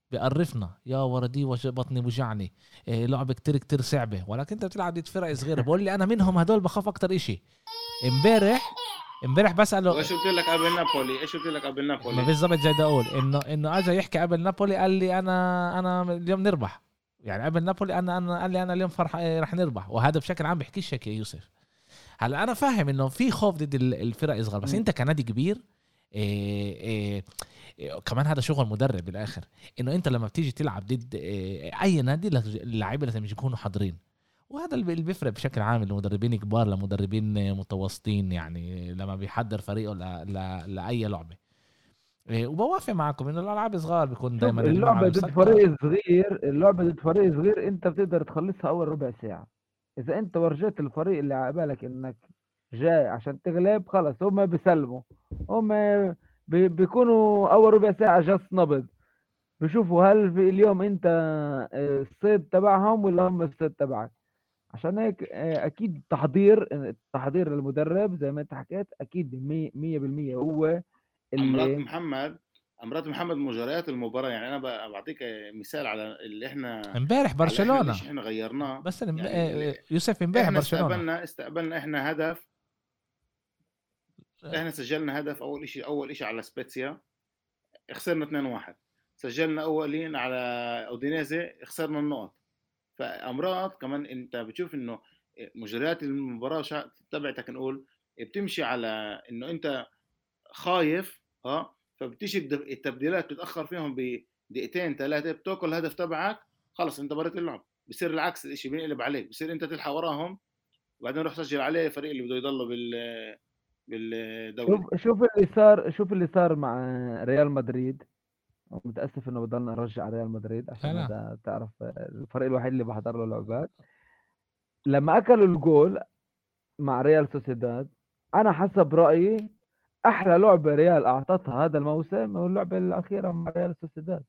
بيقرفنا يا وردي وج بطني وجعني، إيه لعبه كتير كتير صعبه، ولكن انت بتلعب ضد فرق صغيره. بقول لي انا منهم هدول بخاف اكتر اشي. امبارح امبارح بساله وايش قلت لك قبل نابولي ايش قلت لك قبل ما نابولي بالضبط جاي بدي اقول انه انه اجى يحكي قبل نابولي، قال لي انا انا اليوم نربح. يعني قبل نابولي انا انا قال لي انا اليوم فرح رح نربح، وهذا بشكل عام بحكيش هيك يا يوسف. هلا انا فاهم انه في خوف ضد الفرق الصغار، بس مم. انت كنادي كبير إيه إيه إيه كمان هذا شغل مدرب بالاخر، انه انت لما بتيجي تلعب ضد إيه اي نادي اللاعبين لازم يكونوا حاضرين. وهذا اللي بيفرق بشكل عام المدربين كبار لمدربين متوسطين، يعني لما بيحضر فريقه ل... ل... لاي لعبه. إيه، وبوافق معكم انه الالعاب صغار بيكون شوف دائما اللعبة الملعب ضد مسكر. فريق صغير، اللعبة ضد فريق صغير انت بتقدر تخلصها اول ربع ساعة. اذا انت ورجيت الفريق اللي عقبالك انك جاي عشان تغلب، خلص هم بيسلموا. هم بي- بيكونوا اول ربع ساعة جس نبض، بيشوفوا هل في اليوم انت آه، الصيد تبعهم ولا هم الصيد تبعك. عشان هيك آه، اكيد تحضير التحضير للمدرب زي ما انت حكيت، اكيد مية مية بالمية هو امرات اللي محمد امرات محمد مجريات المباراه. يعني انا ب- بعطيك مثال على اللي احنا امبارح على احنا برشلونه ليش احنا غيرناه. بس الم- يعني اللي إيه، يوسف امبارح احنا برشلونه استقبلنا استقبلنا احنا هدف. احنا سجلنا هدف اول شيء اول شيء على سبيتسيا، خسرنا اثنين واحد. سجلنا اولين على اودينيزي، خسرنا النقط. فامراض كمان انت بتشوف انه مجريات المباراه شا- تبعتك نقول بتمشي على انه انت خايف اه فبتيجي الد- التبديلات بتتاخر فيهم بدقيقتين ثلاثه، بتاكل الهدف تبعك، خلص انت بريت اللعب. بصير العكس، الشيء بينقلب عليك، بصير انت تلحق وراهم وبعدين روح سجل عليه الفريق اللي بده يضله بال بالدوري. شوف شوف اللي صار شوف اللي صار مع ريال مدريد. متأسف انه بضلنا نرجع ريال مدريد لا عشان لا هذا تعرف الفريق الوحيد اللي بحضر له لعبات. لما اكلوا الجول مع ريال سوسيداد، انا حسب رأيي احلى لعبة ريال اعطتها هذا الموسم هو اللعبة الاخيرة مع ريال سوسيداد.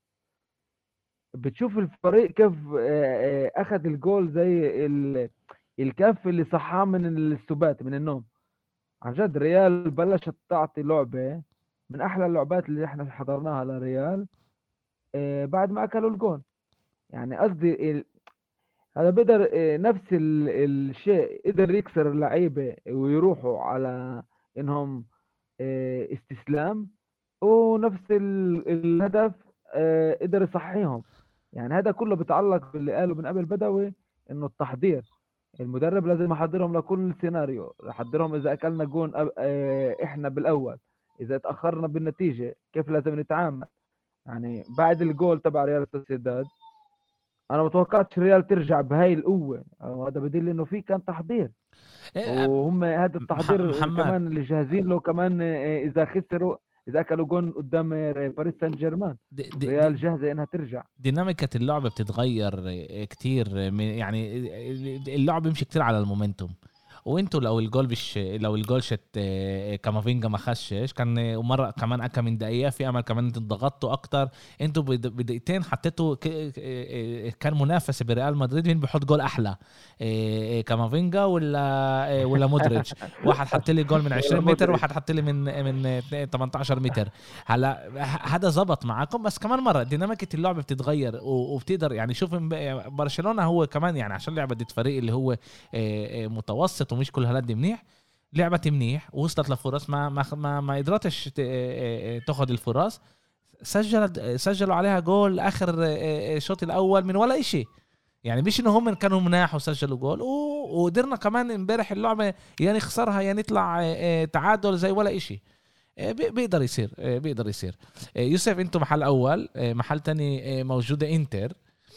بتشوف الفريق كيف آه، آه، اخذ الجول زي ال- الكف اللي صحاه من السبات من النوم. عن جد ريال بلشت تعطي لعبة من احلى اللعبات اللي احنا حضرناها لريال آه، بعد ما اكلوا الجول. يعني قصدي ال- هذا بقدر آه، نفس ال- الشيء قدر يكسر اللعيبة ويروحوا على انهم آه، استسلام، ونفس ال- الهدف آه، قدر يصحيهم. يعني هذا كله بيتعلق باللي قاله من قبل بدوي، انه التحضير. المدرب لازم يحضرهم لكل سيناريو، يحضرهم اذا اكلنا جون أب- آه، احنا بالاول، اذا تاخرنا بالنتيجه كيف لازم نتعامل. يعني بعد الجول تبع ريال سوسيداد انا ما توقعتش ريال ترجع بهاي القوه، وهذا بدل انه في كان تحضير. إيه، وهم هذا مح- التحضير محمد كمان اللي جاهزين له كمان آه، اذا خسروا، اذا اكلوا جون قدام آه، باريس سان جيرمان، دي دي دي ريال جاهزه انها ترجع. ديناميكا اللعبة بتتغير كتير من يعني اللعب بيمشي كتير على المومنتوم. وانتوا لو الجول بش لو الجول شت كامافينجا ما خشش كان، ومره كمان اكا من دقيقه في امل كمان انتوا ضغطتوا اكتر. انتوا بد- بدقيقتين حطيتوا ك- كان منافسه بريال مدريد مين بيحط جول احلى، كامافينجا ولا ولا مودريتش. واحد حط لي جول من ولا عشرين متر، مودريتش. واحد حط لي من من تمنتاشر متر. هلا هذا زبط معاكم، بس كمان مره ديناميكيه اللعبه بتتغير و- وبتقدر يعني شوف إم- برشلونه هو كمان يعني عشان لعبه ضد فريق اللي هو آه، آه، متوسط ومش كل هالقد منيح، لعبت منيح ووصلت لفرص ما ما ما, ما قدرتش ت- آه، آه، تاخذ الفرص. سجلت سجلوا عليها جول اخر آه، آه، الشوط الاول من ولا إشي. يعني مش انه هم كانوا مناح وسجلوا جول و- وقدرنا كمان امبارح اللعبه يعني نخسرها يعني نطلع آه، آه، تعادل زي ولا إشي. آه، بي- بيقدر يصير آه، بيقدر يصير. آه، يوسف انتم محل اول، آه، محل تاني آه، موجوده انتر.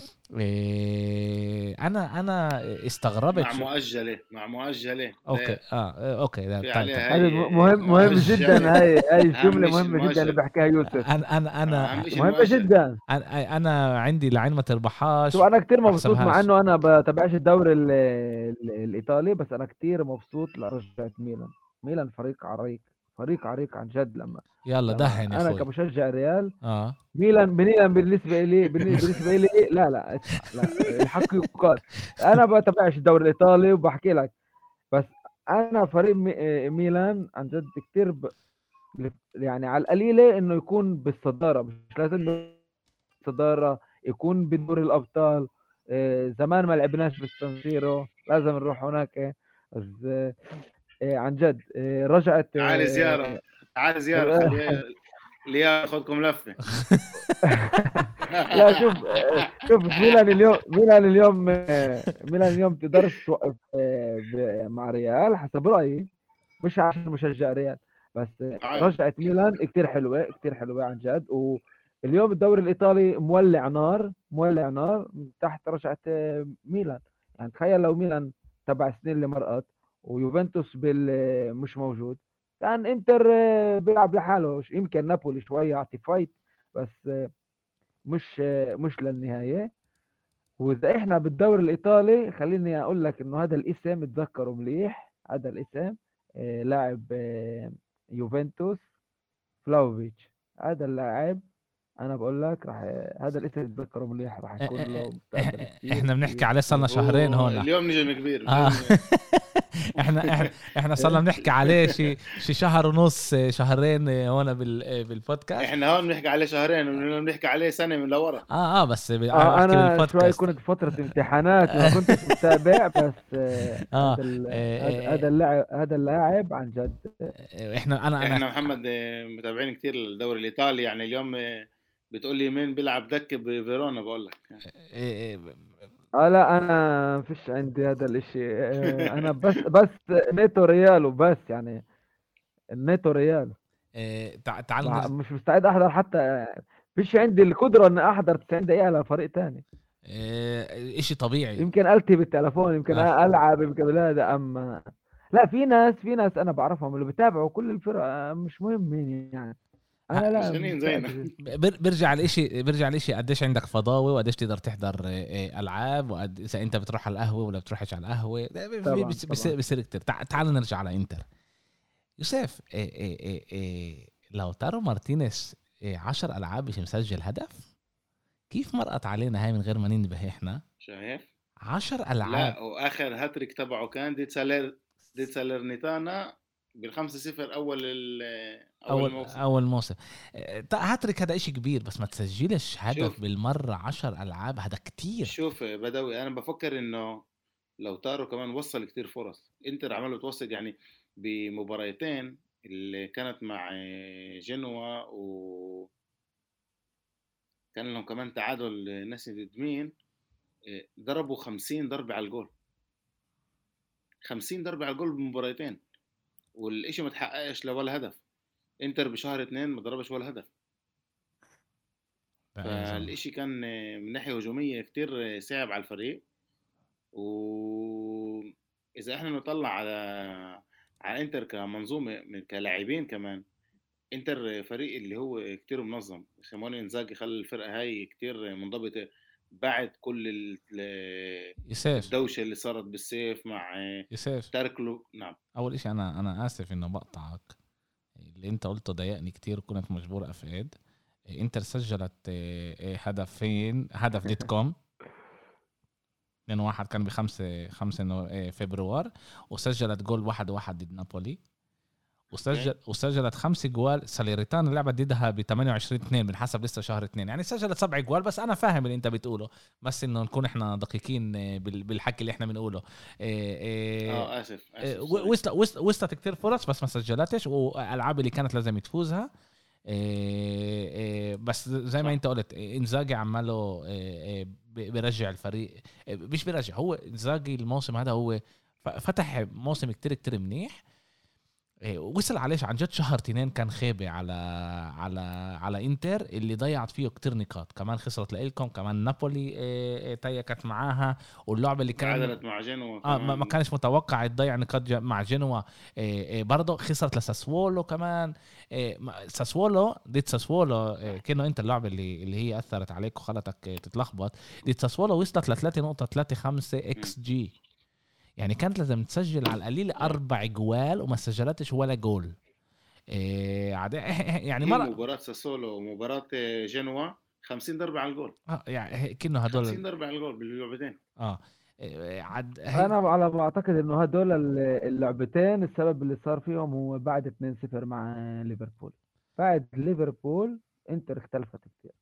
آه، انا انا استغربت مع شو. مؤجله مع مؤجله اوكي لا، اه آه، اوكي ده في طيب طيب. عليها هذا هي مهم مهم مؤجله. جدا. هاي هاي اهم الجمله شيء مهمه جدا اللي المؤجل. بحكيها يوسف. انا انا انا اهم شيء مهمه المؤجل. جدا. انا انا عندي لعين ما شو تربحهاش انا كتير مبسوط مع بحسبهاش. انه انا بتابعش الدوري ال- ال- الايطالي، بس انا كتير مبسوط لرجعت ميلان. ميلان فريق عريق، فريق عريق عن جد. لما يلا لما دهن يا انا اخوي. كمشجع ريال، اه ميلان ميلان بالنسبه لي بالنسبه لي لا لا اسمع، لا الحق يقال. انا بتابعش الدوري الايطالي وبحكي لك، بس انا فريق مي- ميلان عن جد كتير ب... يعني على القليله انه يكون بالصداره، مش لازم الصدارة، يكون بدور الأبطال. آه، زمان ما لعبناش بالسانسيرو، لازم نروح هناك. بس آه، آه، عن جد آه، رجعت تعال زيارة آه، تعال زيارة خليه اللي ياخذكم لفة. لا شوف آه، شوف ميلان اليوم ميلان اليوم آه، ميلان اليوم تقدرش توقف آه، ب- مع ريال حسب رأيي، مش عشان مشجع ريال بس. آه، تعال رجعت ميلان كتير حلوة كتير حلوة عن جد. واليوم الدوري الإيطالي مولع نار مولع نار من تحت رجعت آه، ميلان. يعني تخيل لو ميلان تبع السنين اللي مرقت ويوفنتوس بال آه، مش موجود، كان انتر آه، بيلعب لحاله. يمكن نابولي شوية يعطي فايت، بس آه، مش مش للنهاية. وإذا إحنا بالدوري الإيطالي خليني أقول لك إنه هذا الاسم اتذكره مليح. هذا الاسم آه، لاعب آه، يوفنتوس فلاوفيتش. هذا اللاعب أنا بقول لك راح هذا الاسم اتذكره مليح، راح يكون له مستقبل كتير احنا بنحكي كتير عليه صار لنا كتير. شهرين هون. اليوم نجم كبير اه اليوم نجم. احنا احنا احنا صرنا بنحكي عليه شي شي شهر ونص شهرين هون بال بالبودكاست. احنا هون بنحكي عليه شهرين وبنحكي عليه سنة من لورا. اه اه بس آه بحكي أنا شوي بالبودكاست. كنت فترة امتحانات ما كنتش متابع، بس آه، اه هذا ال- هذا إيه، هذا اللاعب هذا اللاعب عن جد. إيه، احنا انا انا احنا محمد آه، متابعين كتير الدوري الإيطالي. يعني اليوم آه، بتقول لي مين بيلعب دكة بفيرونا، بقول لك إيه، اه لا انا مفيش عندي هذا الاشي. آه، انا بس بس نيتو ريال وبس، يعني النيتو ريال. إيه، تع- تعال مع- نرجع. مش مستعد احضر حتى، مفيش عندي القدرة ان احضر تسعين دقيقة على فريق تاني. إيه، اشي طبيعي. يمكن التي بالتلفون، يمكن آه. العب، يمكن هذا. اما لا، في ناس في ناس انا بعرفهم اللي بتابعوا كل الفرق، آه، مش مهم مين يعني. انا لا مجانين زينا. مستعد. بر- برجع الاشي برجع الاشي قديش عندك فضاوة وقديش تقدر تحضر إيه، إيه، العاب، وقد اذا انت بتروح على القهوة ولا بتروحش على القهوة. ده بي- طبعا بيصير طبعا. بيصير كتير. تع- تعال نرجع على انتر. يوسف إيه إيه إيه إيه لو تارو مارتينيز إيه عشر العاب مش مسجل هدف، كيف مرقت علينا هاي من غير ما ننتبه احنا؟ شايف؟ عشر العاب. لا، واخر هاتريك تبعه كان دي تسالير دي تسالرنيتانا بالخمسة صفر اول ال- اول اول الموسم. اول موسم. إيه، تا- هاتريك هذا اشي كبير، بس ما تسجلش هدف شوف بالمرة عشر العاب، هذا كتير. شوف بدوي، انا بفكر انه لو تارو كمان وصل كتير فرص. انتر عملوا توصل يعني بمباريتين اللي كانت مع جنوا، وكان لهم كمان تعادل ناسي ضد مين. ضربوا خمسين ضربة على الجول، خمسين ضربة على الجول بمباريتين، والإشي ما تحققش لولا هدف. انتر بشهر اتنين ما ضربش ولا هدف. فالإشي كان من ناحية هجومية كتير صعب على الفريق. وإذا احنا نطلع على على انتر كمنظومة كلاعبين كمان، انتر فريق اللي هو كتير منظم. سيموني انزاجي خلى الفرقة هاي كتير منضبطة بعد كل ال- يسير الدوشة اللي صارت بالسيف مع يسير تاركلو. نعم. اول اشي انا انا اسف انه بقطعك. اللي انت قلته ضايقني كتير وكنت مجبور افقد. انتر سجلت إيه، هدفين، هدف ضد كوم اثنين واحد كان بخمسة خمسة نو- إيه، فبراير، وسجلت جول واحد واحد ضد نابولي، وسجل وسجلت خمس جوال. ساليريتان لعبت ضدها ب ثمانية وعشرين اثنين بنحسب لسه شهر اثنين، يعني سجلت سبع جوال. بس انا فاهم اللي انت بتقوله، بس انه نكون احنا دقيقين إيه، بال- بالحكي اللي احنا بنقوله. إيه، إيه، اه اسف إيه، اسف سوري. وصلت وصلت وصلت كتير فرص بس ما سجلتش، والالعاب اللي كانت لازم تفوزها. إيه إيه بس زي ما صح. انت قلت إيه، انزاجي عماله إيه إيه بيرجع الفريق. إيه مش بيرجع، هو انزاجي الموسم هذا هو ف- فتح موسم كتير كتير منيح. إيه وصل عليش عن جد شهر تنين كان خيبة على على على انتر اللي ضيعت فيه كتير نقاط. كمان خسرت لإلكم، كمان نابولي إيه إيه تيكت معاها، واللعبة اللي كان تعادلت مع جنوا اه كمان. ما ما كانش متوقع تضيع نقاط ج- مع جنوا. إيه إيه برضه خسرت لساسوولو كمان. إيه ما- ساسوولو ديت ساسوولو إيه كأنه انت اللعبة اللي اللي هي اثرت عليك وخلتك إيه تتلخبط. ديت ساسوولو وصلت ل ثلاثة نقطة ثلاثة خمسة اكس جي، يعني كانت لازم تسجل على القليل اربع جوال وما سجلتش ولا جول. إيه عاد يعني هي مرة مباراة ساسولو ومباراة جنوا خمسين ضربة على الجول، آه يعني كأنه هدول خمسين ضربة على الجول باللعبتين. اه إيه عاد هي انا على ما اعتقد انه هدول ال- اللعبتين السبب اللي صار فيهم هو بعد اثنين صفر مع ليفربول. بعد ليفربول انتر اختلفت كتير.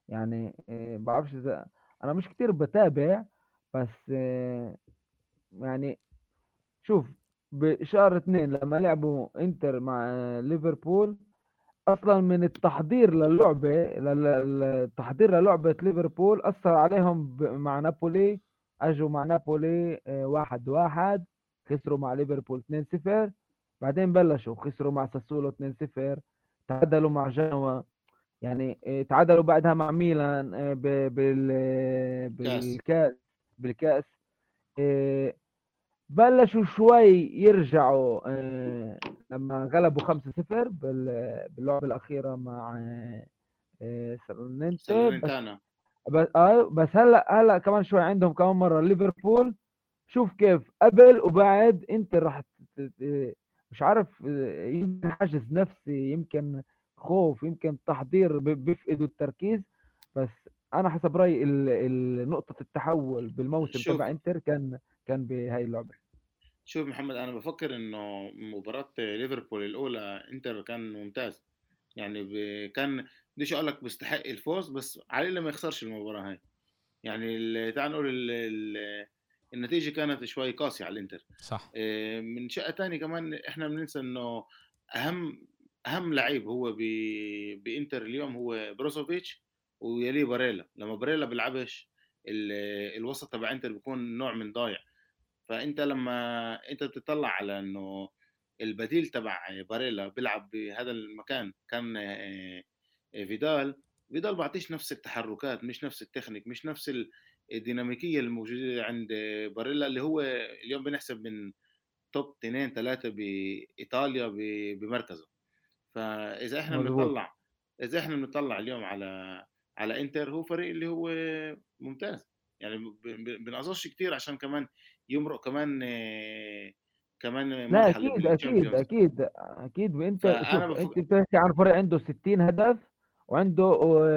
يعني آه، بعرفش اذا انا مش كتير بتابع، بس آه، يعني شوف، بشهر اتنين لما لعبوا انتر مع آه، ليفربول، اصلا من التحضير للعبه لل- لل- التحضير للعبه ليفربول اثر عليهم ب- مع نابولي. اجوا مع نابولي آه، واحد واحد، خسروا مع ليفربول اثنين صفر، بعدين بلشوا خسروا مع ساسولو اثنين صفر، تعادلوا مع جنوا، يعني آه، تعادلوا بعدها مع ميلان آه، ب- بال آه، كاس. بالكاس بالكاس آه، بلشوا شوي يرجعوا آه، لما غلبوا خمسة صفر بال- باللعبة الأخيرة مع آه، آه، سالونينتي. بس سالرنتانا. بس آه، بس هلا هلا كمان شوي عندهم كمان مرة ليفربول. شوف كيف قبل وبعد انت راح ت- ت- مش عارف آه، يمكن حاجز نفسي، يمكن خوف، يمكن تحضير ب- بيفقدوا التركيز. بس انا حسب رايي ال- ال- نقطة التحول بالموسم شوف تبع انتر كان كان بهاي اللعبة. شوف محمد، انا بفكر انه مباراة ليفربول الاولى انتر كان ممتاز. يعني ب... كان بديش اقول لك بيستحق الفوز، بس عليه اللي ما يخسرش المباراة هاي. يعني ال- تعال نقول ال... ال... النتيجة كانت شوي قاسية على الانتر. صح. إيه، من شقة تاني كمان احنا بننسى انه اهم اهم لعيب هو ب... بانتر اليوم هو بروزوفيتش، ويليه باريلا. لما باريلا بيلعبش ال... الوسط تبع انتر بيكون نوع من ضايع. فانت لما انت بتطلع على انه البديل تبع باريلا بيلعب بهذا المكان كان آه، آه، فيدال. فيدال بعطيش نفس التحركات، مش نفس التكنيك، مش نفس الديناميكيه الموجوده عند باريلا، اللي هو اليوم بنحسب من توب اثنين ثلاثه بايطاليا بمركزه. فاذا احنا مظبوط. بنطلع اذا احنا بنطلع اليوم على على انتر، هو فريق اللي هو ممتاز. يعني بنقصرش كتير عشان كمان يمرق كمان آه، كمان لا مرحله اكيد اكيد بالتشامبيونز. اكيد اكيد. انت فانا شوف، بفكر انت بتحكي عن فريق عنده ستين هدف، وعنده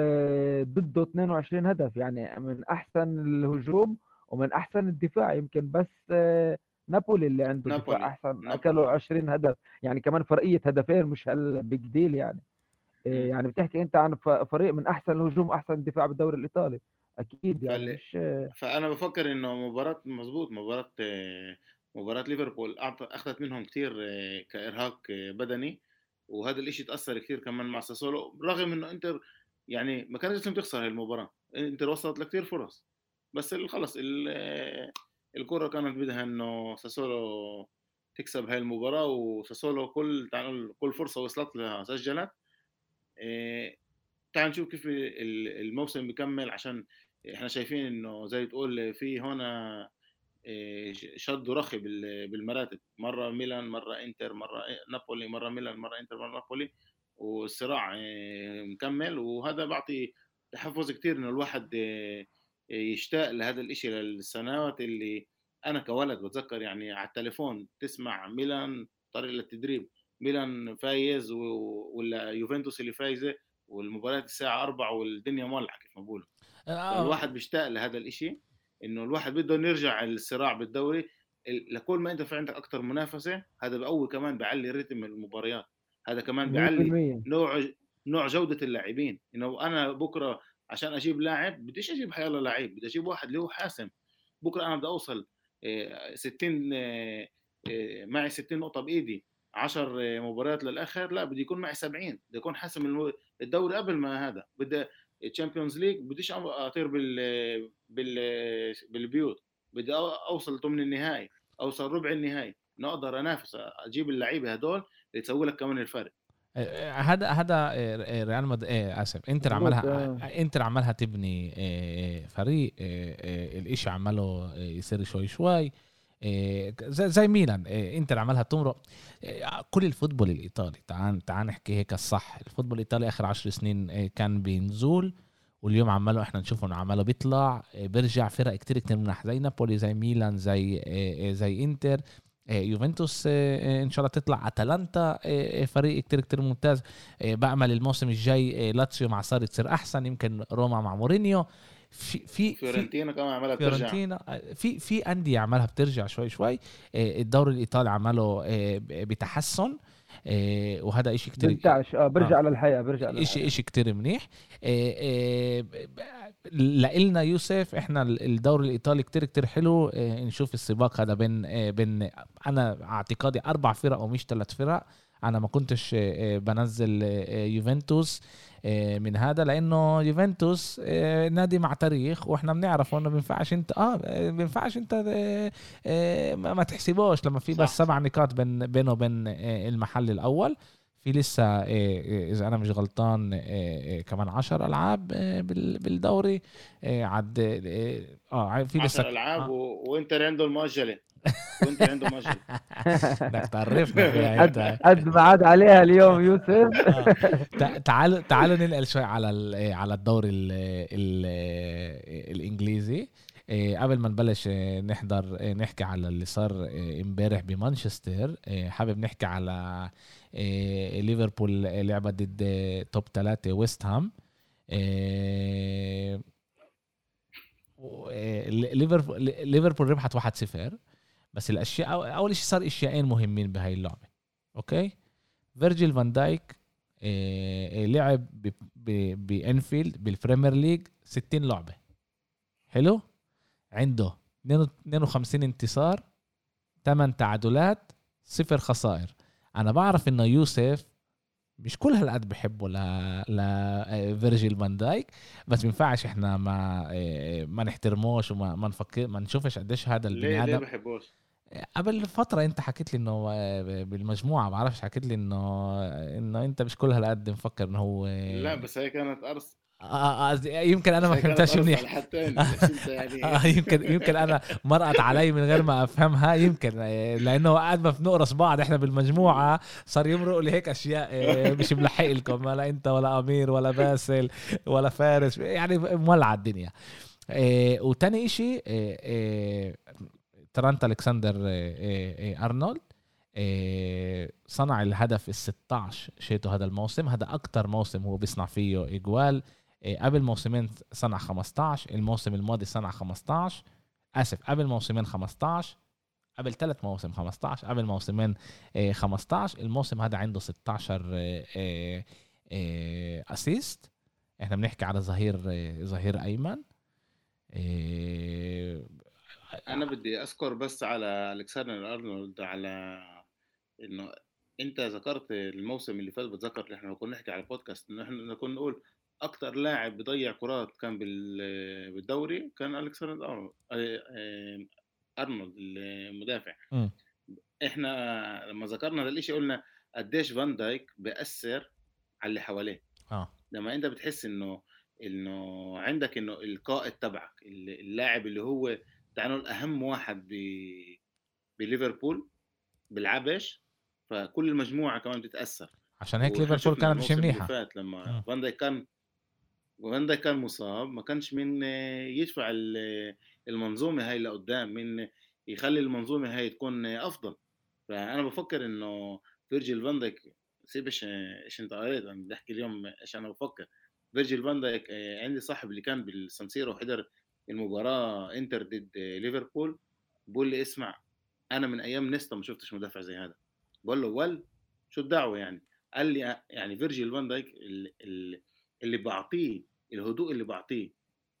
آه، ضده اثنين وعشرين هدف، يعني من احسن الهجوم ومن احسن الدفاع. يمكن بس آه، نابولي اللي عنده دفاع نابولي احسن، نابولي اكلوا عشرين هدف، يعني كمان فرقية هدفين، مش هالبيج ديل يعني. آه، مم. يعني بتحكي انت عن ف- فريق من احسن الهجوم واحسن دفاع بالدوري الايطالي، اكيد يعني فال... مش آه، فانا بفكر انه مباراه مظبوط مباراه آه، مباراه ليفربول أعط- اخذت منهم كتير آه، كارهاق آه، بدني. وهذا الاشي تاثر كتير كمان مع ساسولو، رغم انه انتر يعني ما كانش لازم تخسر هاي المباراه. انتر وصلت لكتير فرص، بس ال- خلص ال- آه، الكره كانت بدها انه ساسولو تكسب هاي المباراه. وساسولو كل تعال نقول كل فرصه وصلت لها سجلت. آه، تعال نشوف كيف ال- الموسم بيكمل، عشان احنا شايفين انه زي تقول في هنا إيه، شد ورخي بال- بالمراتب. مره ميلان، مره انتر، مره نابولي، مره ميلان، مره انتر، مره نابولي. والصراع إيه، مكمل. وهذا بعطي تحفز كتير انه الواحد إيه، يشتاق لهذا الاشي للسنوات اللي انا كولد بتذكر يعني على التليفون تسمع ميلان طريق للتدريب، ميلان فايز و- ولا يوفنتوس اللي فايزه، والمباريات الساعه أربعة والدنيا مولعه كيف ما بقولوا. آه، فالواحد بيشتاق لهذا الاشي، انه الواحد بده نرجع الصراع بالدوري. ال- لكل ما انت في عندك اكتر منافسه، هذا بقوي كمان بيعلي رتم المباريات. هذا كمان بيعلي مية بالمية. نوع نوع جوده اللاعبين. انه انا بكره عشان اجيب لاعب بديش اجيب حيالله لعيب، بدي اجيب واحد اللي هو حاسم. بكره انا بدي اوصل آه، ستين آه، آه، معي ستين نقطه بايدي، عشر آه، مباريات للاخر. لا، بدي يكون معي سبعين، بدي يكون حاسم الم- الدوري قبل ما هذا. بدي الشامبيونز ليج بديش اطير بال بال بالبيوت. بدي اوصل ضمن النهائي، اوصل ربع النهائي، نقدر انافس اجيب اللعيبه هدول اللي تسوي لك كمان الفرق. آه، هذا هذا آه، ريال مدريد، آه، اسف، انتر مظبوط عملها آه. انتر عملها تبني آه، فريق، آه، آه، الاشي عمله آه، يصير شوي شوي آه، زي زي ميلان. آه، انتر عملها تمرق. آه، كل الفوتبول الايطالي، تعال تعال نحكي هيك الصح، الفوتبول الايطالي اخر عشر سنين آه، كان بينزول، واليوم عماله احنا نشوفه انه عماله بيطلع آه، بيرجع فرق كتير كتير منح، زي نابولي، زي ميلان، زي آه، آه، زي انتر، آه، يوفنتوس، آه، آه، ان شاء الله تطلع، اتلانتا آه، آه، فريق كتير كتير ممتاز. آه، بأمل الموسم الجاي آه، لاتسيو مع ساري تصير احسن، يمكن روما مع مورينيو، في في في وفيورنتينا كمان عمالها بترجع. فيورنتينا، آه، في في أندية عملها بترجع شوي شوي. آه، الدوري الإيطالي عمله آه، بتحسن. إيه وهذا إشي كتير بنتعش اه برجع آه. للحياة برجع إشي للحياة إشي كتير منيح. إيه إيه لإلنا يوسف إحنا الدوري الإيطالي كتير كتير حلو. إيه نشوف السباق هذا بين إيه بين أنا اعتقادي أربع فرق ومش ثلاث فرق. أنا ما كنتش إيه بنزل إيه يوفنتوس إيه من هذا لأنه يوفنتوس إيه نادي مع تاريخ وإحنا بنعرف إنه بينفعش أنت آه بينفعش أنت إيه إيه ما تحسبوش لما في بس سبع نقاط بين بينه وبين إيه المحل الأول. في لسه إذا أنا مش غلطان كمان عشر ألعاب بالدوري عد آه في لسه عشر ألعاب آه. و... وإنتر عنده المؤجلة وإنتر عنده مؤجلة بدك تعرفنا فيها أنت قد ما عاد عليها اليوم يوسف. آه. تعالوا تعالوا ننقل شوي على على الدوري ال ال الإنجليزي قبل ما نبلش نحضر نحكي على اللي صار امبارح بمانشستر. حابب نحكي على ليفربول لعبة ضد توب ثلاثة ويست هام. ليفربول ليفربول ربحت واحد صفر. بس الاشياء اول شيء صار اشياءين مهمين بهاي اللعبة. اوكي فيرجيل فان دايك لعب بانفيلد بالبريمير ليج ستين لعبة. حلو عنده اثنين وخمسين انتصار ثمانية تعادلات صفر خسائر. انا بعرف انه يوسف مش كل هالقد بحبه ل ل فيرجيل فان دايك بس بينفعش احنا ما ما نحترموش وما ما نفكر ما نشوفش قديش هذا البني ادم. ليه بحبوش؟ قبل فتره انت حكيت لي انه بالمجموعه بعرفش حكيت لي انه انه انت مش كل هالقد مفكر انه هو لا بس هي كانت ارس آه آه يمكن انا ما فهمتهاش منيح. يعني آه يمكن يمكن انا مرقت علي من غير ما افهمها يمكن لانه قاعد ما بنقرص بعض احنا بالمجموعه صار يمرق لي هيك اشياء مش ملحق لكم ولا انت ولا امير ولا باسل ولا فارس يعني مولعه الدنيا. وتاني اشي ترانت الكسندر ارنولد صنع الهدف الستاش شيته هذا الموسم. هذا اكتر موسم هو بيصنع فيه اجوال. قبل موسمين صنع خمستاش. الموسم الماضي صنع خمستاش اسف قبل موسمين خمستاش. قبل ثلاث مواسم خمستاش. قبل موسمين خمستاش. الموسم هذا عنده ستاشر اسيست. احنا بنحكي على ظهير ظهير ايمن. انا بدي اذكر بس على الكسندر ارنولد على انه انت ذكرت الموسم اللي فات بتذكر اللي احنا كنا نحكي على البودكاست انه احنا كنا نقول اكتر لاعب بيضيع كرات كان بالدوري كان الكسندر ارنولد المدافع. م. احنا لما ذكرنا هذا الشيء قلنا قديش فان دايك بيأثر على اللي حواليه. اه لما انت بتحس انه انه عندك انه القائد تبعك اللاعب اللي هو تعالوا الاهم واحد ب بليفربول بيلعبش فكل المجموعه كمان بتتاثر. عشان هيك ليفربول كانت مش منيحه. فات لما فان دايك كان فان دايك كان مصاب ما كانش من يدفع المنظومه هاي لقدام من يخلي المنظومه هاي تكون افضل. فانا بفكر انه فيرجيل فان دايك سيبش ايش انت قريت انا بدي احكي اليوم ايش انا بفكر. فيرجيل فان دايك عندي صاحب اللي كان بالسانسيرو وحضر المباراه انتر ضد ليفربول بقول لي اسمع انا من ايام نيستا ما شفتش مدافع زي هذا. بقول له ول شو الدعوه يعني. قال لي يعني فيرجيل فان دايك اللي, اللي بعطيه الهدوء اللي بعطيه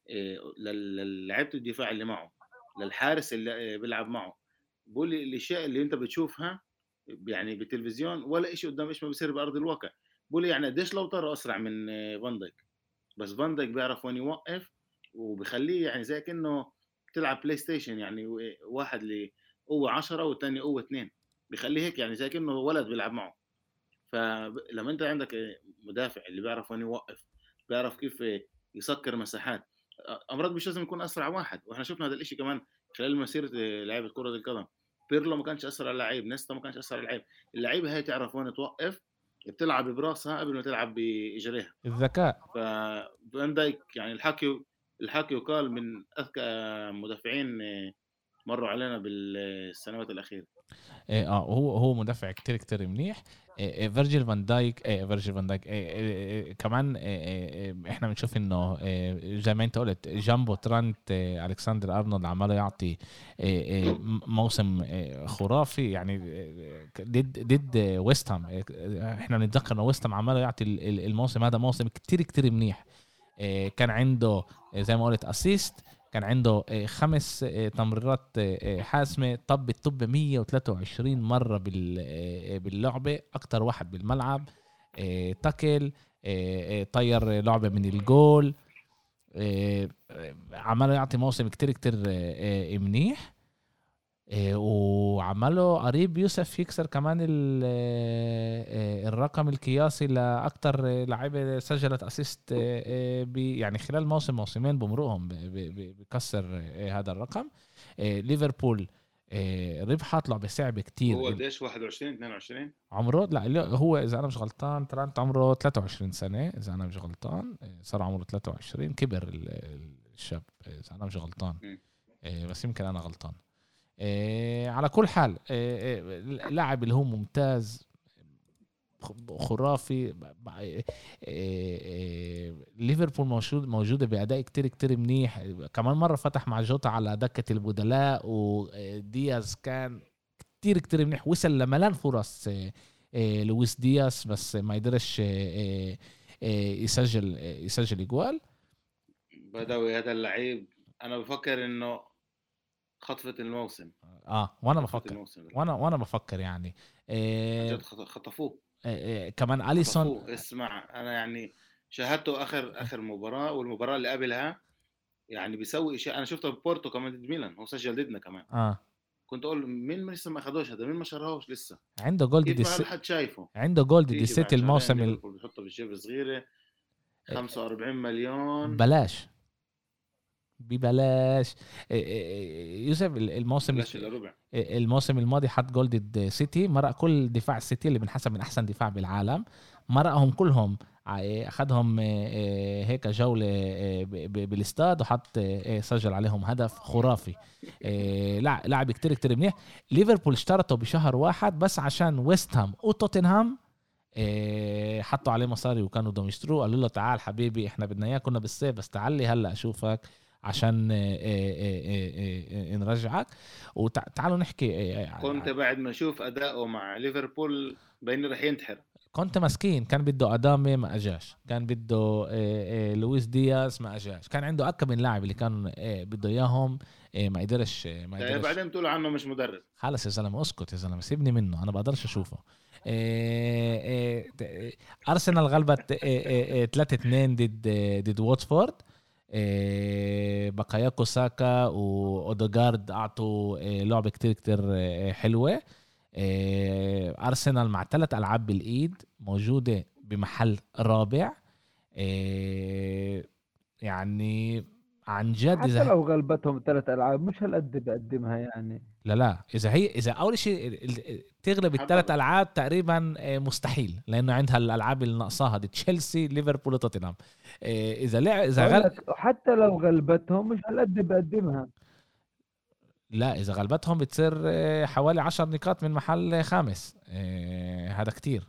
للعيبه الدفاع اللي معه للحارس اللي بيلعب معه. بقول لي الاشياء اللي انت بتشوفها يعني بالتلفزيون ولا شيء قدام ايش ما بيصير بارض الواقع. بقول لي يعني قديش لو طار اسرع من فان دايك بس فان دايك بيعرف وين يوقف وبخليه يعني زي كأنه بتلعب بلاي ستيشن يعني واحد اللي قوة عشرة والتاني قوة اثنين بيخليه هيك يعني زي كأنه ولد بيلعب معه. فلما انت عندك مدافع اللي بيعرف وين يوقف بيعرف كيف يسكر مساحات امراض مش لازم يكون اسرع واحد. واحنا شفنا هذا الاشي كمان خلال مسيرة لعيبة كرة القدم. بيرلو ما كانش اسرع لعيب نيستا ما كانش اسرع لعيب. اللعيبة هاي تعرف وين توقف بتلعب براسها قبل ما تلعب باجريها الذكاء. فان دايك يعني الحكي الحكي وقال من اذكى مدافعين مروا علينا بالسنوات الاخيره. اه هو هو مدافع كتير كتير منيح. فيرجيل فان دايك فيرجيل فان دايك كمان احنا بنشوف انه زي ما انت قلت جامبو ترانت الكسندر ارنولد عماله يعطي موسم خرافي يعني ضد ضد ويست هام. احنا بنتذكر انه ويست هام عماله يعطي الموسم هذا موسم كتير كتير منيح. كان عنده زي ما قلت اسيست، كان عنده خمس تمريرات حاسمة، طب الطب مية وثلاثة وعشرين مرة باللعبة، أكتر واحد بالملعب، تاكل، طير لعبة من الجول، عمله يعطي موسم كتير كتير منيح. وعمله قريب يوسف يكسر كمان الرقم القياسي لأكتر لاعيبة سجلت أسيست يعني خلال موسم موسمين بمرقهم بكسر هذا الرقم. ليفربول ربحت لعبة صعبة كتير. هو قديش واحد وعشرين اثنين وعشرين عمره؟ لا هو إذا أنا مش غلطان ترانت عمره ثلاثة وعشرين سنة، إذا أنا مش غلطان صار عمره ثلاثة وعشرين، كبر الشاب إذا أنا مش غلطان، بس يمكن أنا غلطان. إيه على كل حال إيه لاعب اللي هو ممتاز خرافي. إيه إيه ليفربول موجود موجودة بأداء كتير كتير منيح. كمان مرة فتح مع جوتا على دكة البدلاء، ودياز كان كتير كتير منيح، وصل لملان فرص إيه لويس دياز بس ما يقدرش إيه إيه يسجل إيه يسجل جوال. بدوي هذا اللعيب أنا بفكر إنه خطفة الموسم. اه وانا بفكر وانا وانا بفكر يعني إيه خطفوه. إيه إيه كمان أليسون. اسمع انا يعني شاهدته اخر اخر مباراة والمباراة اللي قبلها يعني بيسوي شيء. انا شفته ببورتو كمان ضد ميلان، هو سجل ضدنا كمان. اه كنت اقول مين لسه ما اخدوش هذا، مين ما شراهوش لسه. عنده جول ضد السيتي، حد شايفه عنده جول ضد السيتي الموسم ال... بيحطه بالشيف صغيره خمسة وأربعين مليون بلاش ببلاش. يوسف الموسم الموسم الماضي حط جول ضد سيتي، مرق كل دفاع السيتي اللي بنحسب من احسن دفاع بالعالم، مرقهم كلهم، اخذهم هيك جولة بالاستاد وحط سجل عليهم هدف خرافي. لاعب كتير كتير منيح. ليفربول اشترته بشهر واحد بس عشان ويست هام وتوتنهام حطوا عليه مصاري وكانوا بدهم يشتروه. قالوا له تعال حبيبي احنا بدنا اياك، كنا بالصيف بس تعال لي هلا اشوفك عشان نرجعك وتعالوا نحكي. كنت بعد ما اشوف اداؤه مع ليفربول بين رح ينتحر. كنت مسكين، كان بده أدامي ما أجاش، كان بده لويس دياز ما أجاش، كان عنده أكثر من لاعب اللي كان بده إياهم ما قدرش ما قدرش. بعدين تقول عنه مش مدرب. خلص يا زلمة اسكت يا زلمة، سيبني منه، أنا بقدرش أشوفه. أرسنال غلبت ثلاثة اثنين ضد ضد واتفورد. بقاياكو ساكا وأودوغارد أعطوا لعبة كتير كتير حلوة. أرسنال مع ثلاث ألعاب بالإيد موجودة بمحل رابع. يعني عن جد حتى لو غلبتهم ثلاث ألعاب مش هالقد بقدمها يعني. لا لا إذا هي إذا أول شيء تغلب الثلاث ألعاب تقريبا مستحيل، لأنه عندها الألعاب اللي ناقصاها دي تشيلسي ليفربول وتوتنهام. إذا لا إذا غل... حتى لو غلبتهم مش هالقد بقدمها. لا إذا غلبتهم بتصير حوالي عشر نقاط من محل خامس. هذا كتير.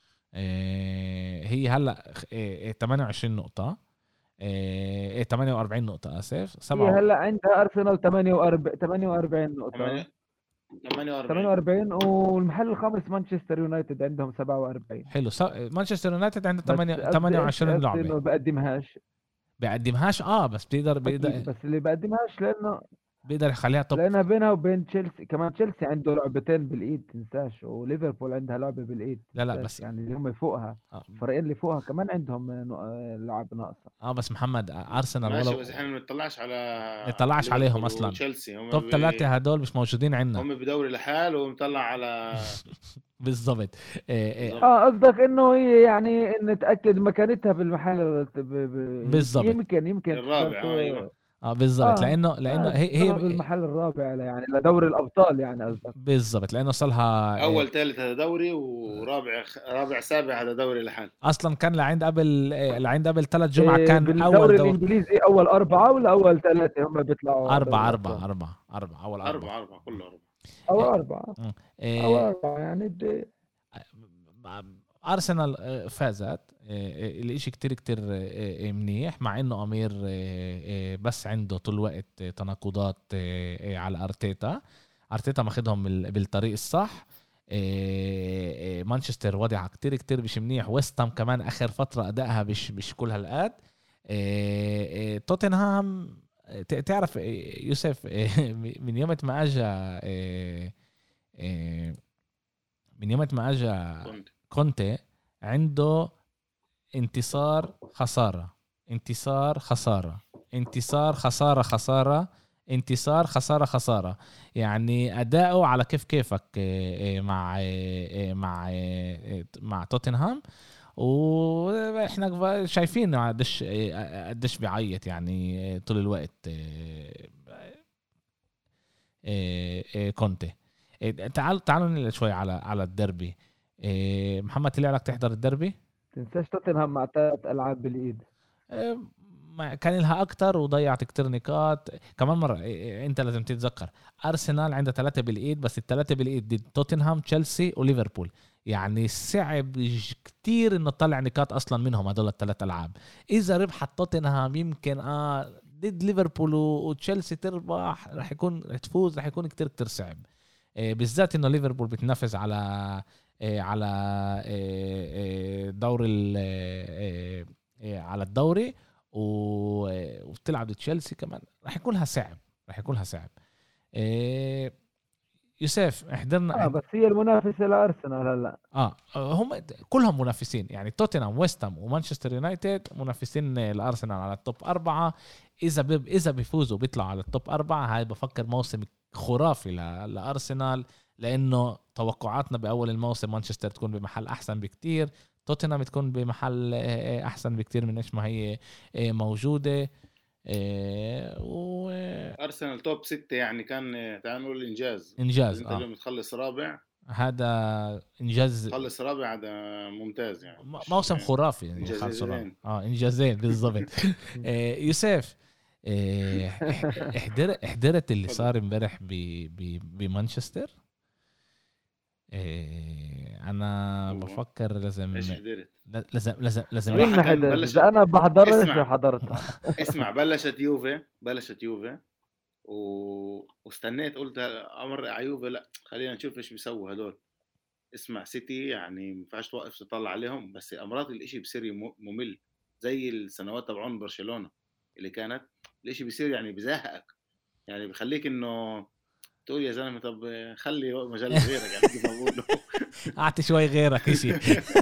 هي هلأ ثمانية وعشرين نقطة، ثمانية وأربعين نقطة آسف. هي هلأ عندها أرسنال ثمانية وأربعين نقطة، ثمانية وأربعين والمحل الخامس مانشستر يونايتد عندهم سبعة وأربعين. حلو. مانشستر يونايتد عنده ثمانية وعشرين لعبة. ما بقدمهاش بقدمهاش اه بس بيقدر بيقدر بس اللي بقدمهاش لأنه بيقدر يخليها طب، لأنها بينها وبين تشيلسي. كمان تشيلسي عنده لعبتين بالإيد تنساش، وليفربول عندها لعبة بالإيد. لا لا بس يعني اللي هم فوقها آه. الفريقين اللي فوقها كمان عندهم لعب ناقصة. اه بس محمد أرسنال ماشي، بس احنا ما نطلعش على نطلعش عليهم اصلا. تشيلسي توب ثلاثة ب... هدول مش موجودين عندنا، هم بدوري لحال ومطلع على بالضبط. اه قصدك انه هي يعني نتاكد مكانتها بالمحل ب... ب... بالضبط. يمكن يمكن الرابع. ايوه اه بالضبط، اه لانه لانه آه، هي طلع هي بالمحل الرابع يعني لدوري الابطال يعني قصدك. بالضبط، لانه صلها اول ثالث هذا دوري، ورابع رابع سابع هذا دوري لحال. اصلا كان لعند قبل لعند قبل ثلاث جمعة إيه كان اول بالدوري دور. الانجليزي اول اربعه ولا اول ثلاثه هم بيطلعوا على دوري أربعة الابطال؟ أربعة أربعة أربعة أول أربعة. أربعة أربعة كله أربعة. او إيه اربعه مم. او إيه اربعه يعني بدي. أرسنال آه، فازت. آه، الاشي كتير كتير آه، آه، منيح، مع انه امير آه، آه، بس عنده طول الوقت آه، تناقضات آه، آه، على ارتيتا. ارتيتا ماخدهم بال- بالطريق الصح. آه، آه، مانشستر وضعها كتير كتير مش منيح. ويستام كمان اخر فترة ادائها مش مش كل هالقد. آه، آه، توتنهام ت- تعرف آه، يوسف آه، من يوم ما اجى آه، آه، من يوم ما اجى كنت كونتي عنده انتصار خسارة، انتصار خسارة، انتصار خسارة خسارة، انتصار خسارة خسارة. يعني أداؤه على كيف كيفك آه، آه، مع آه، آه، مع آه، آه، مع توتنهام. واحنا شايفين قديش آه، قديش بيعيط يعني آه، طول الوقت آه، آه، آه، كونتي. آه، تعالوا تعالوا ننقل شوي على على الدربي. آه، محمد طلع لك تحضر الدربي؟ تنساش توتنهام مع ثلاث العاب بالايد. آه، ما- كان لها اكتر وضيعت كتير نقاط كمان مره. إيه، انت لازم تتذكر ارسنال عندها ثلاثه بالايد، بس الثلاثه بالايد ضد توتنهام تشيلسي وليفربول. يعني صعب ج- كتير انه تطلع نقاط اصلا منهم هدول الثلاث العاب. اذا ربحت توتنهام يمكن اه ضد ليفربول و- وتشيلسي تربح، رح يكون رح تفوز، رح يكون كتير كتير صعب. آه، بالذات انه ليفربول بتنافس على آه، على آه، آه، دور ال- آه، آه، على الدوري و- وبتلعب تشيلسي كمان. راح يكون لها صعب، راح يكون لها صعب. إيه يوسف احضرنا اه احد... بس هي المنافسه لارسنال هلا. اه هم كلهم منافسين يعني. توتنهام ويستام ومانشستر يونايتد منافسين الارسنال على التوب أربعة. اذا بي... اذا بيفوزوا بيطلعوا على التوب أربعة، هاي بفكر موسم خرافي ل... لارسنال. لانه توقعاتنا باول الموسم مانشستر تكون بمحل احسن بكتير، توتنهام تكون بمحل آه، احسن بكتير من ايش ما هي آه، موجوده. آه، وانجاز. أرسنال توب ستة يعني، كان تعال نقول إنجاز. إذا أنت اه اليوم تخلص رابع، هذا انجاز. تخلص رابع هذا ممتاز يعني، م- مش موسم خرافي يعني خلص رابع. إنجازين. اه انجازين بالضبط. آه يوسف، آه، احضر احضرت اللي تفضل. صار امبارح ب ب بمانشستر. آه انا هو بفكر لازم إيش حضرت لازم لازم لازم مين ما صراحة؟ حضرش؟ بلشت، اذا انا بحضرش اسمع حضرتها. اسمع بلشت يوفي بلشت يوفي و... واستنيت، قلت أمر على يوفي، لا خلينا نشوف إيش بيسووا هدول. اسمع سيتي يعني ما ينفعش توقف تطلع عليهم، بس امرات الاشي بصير يم- ممل زي السنوات تبعون برشلونة اللي كانت. الاشي بيصير يعني بزهقك، يعني بخليك انه تقول يا زلمه طب خلي مجال لغيرك، يعني كيف ما بقول له. اعطي شوي غيرك اشي.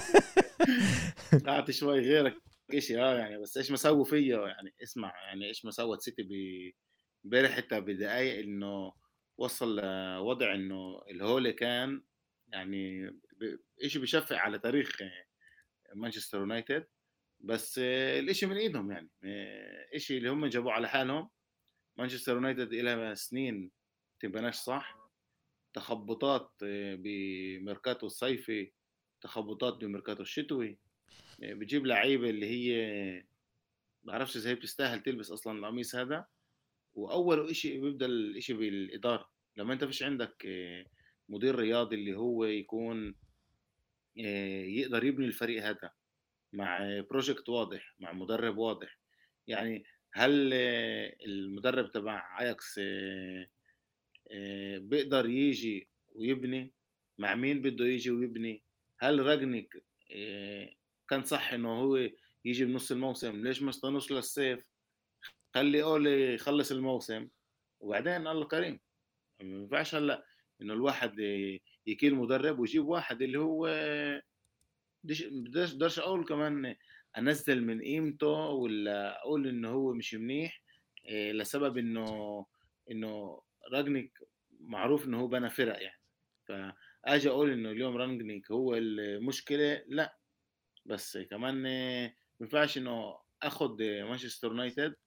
اعطي شوي غيرك اشي. اه يعني بس ايش ما سووا فيا يعني. اسمع يعني ايش ما سوت سيتي ب- امبارح حتى بدقايق، انه وصل لوضع انه الهولي كان يعني ب- اشي بشفع على تاريخ مانشستر يونايتد. بس آه، الاشي من ايدهم يعني، آه، اشي اللي هم جابوه على حالهم. مانشستر يونايتد إلها سنين تبناش صح، تخبطات آه، بميركاتو الصيفي، تخبطات بميركاتو الشتوي. آه، بتجيب لعيبه اللي هي بعرفش اذا هي بتستاهل تلبس اصلا القميص هذا. واول اشي بيبدا الاشي بالاداره. لما انت فيش عندك آه، مدير رياضي اللي هو يكون آه، يقدر يبني الفريق هذا مع بروجكت واضح، مع مدرب واضح. يعني هل آه، المدرب تبع اياكس آه، آه، بيقدر يجي ويبني؟ مع مين بده يجي ويبني؟ هل راجنيك آه، كان صح انه هو يجي بنص الموسم؟ ليش ما استنوش للصيف؟ خلي اولي يخلص الموسم وبعدين الله كريم. ما ينفعش هلا انه الواحد آه، يكيل مدرب ويجيب واحد اللي هو بديش بديش بديش اقول كمان انزل من قيمته ولا اقول انه هو مش منيح إيه، لسبب انه انه راجنيك معروف انه هو بنى فرق يعني. فاجي اقول انه اليوم راجنيك هو المشكله؟ لا. بس كمان إيه، ما ينفعش انه اخد مانشستر يونايتد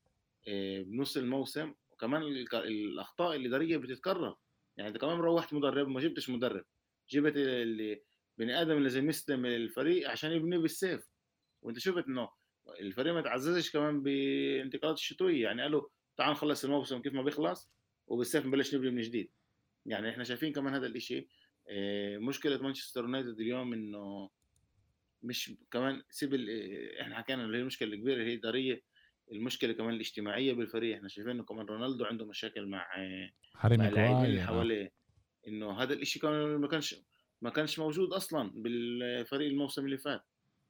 بنص الموسم، وكمان الاخطاء الاداريه بتتكرر. يعني انت كمان روحت مدرب، ما جبتش مدرب، جبت اللي بني ادم اللي زي مسلم الفريق عشان يبنيه بالسيف، وانت شفت انه الفريق ما تعززش كمان بانتقالات الشتويه. يعني قالوا تعال نخلص الموسم كيف ما بيخلص وبالسيف نبلش نبني من جديد. يعني احنا شايفين كمان هذا الاشي. مشكله مانشستر يونايتد اليوم انه مش كمان سيب احنا حكينا اللي هي المشكله الكبيره اللي هي اداريه، المشكله كمان الاجتماعيه بالفريق. احنا شايفين انه كمان رونالدو عنده مشاكل مع هاري مع اللاعبين اللي ماجواير. حواليه، انه هذا الاشي كمان ما كانش ما كانش موجود اصلا بالفريق الموسم اللي فات.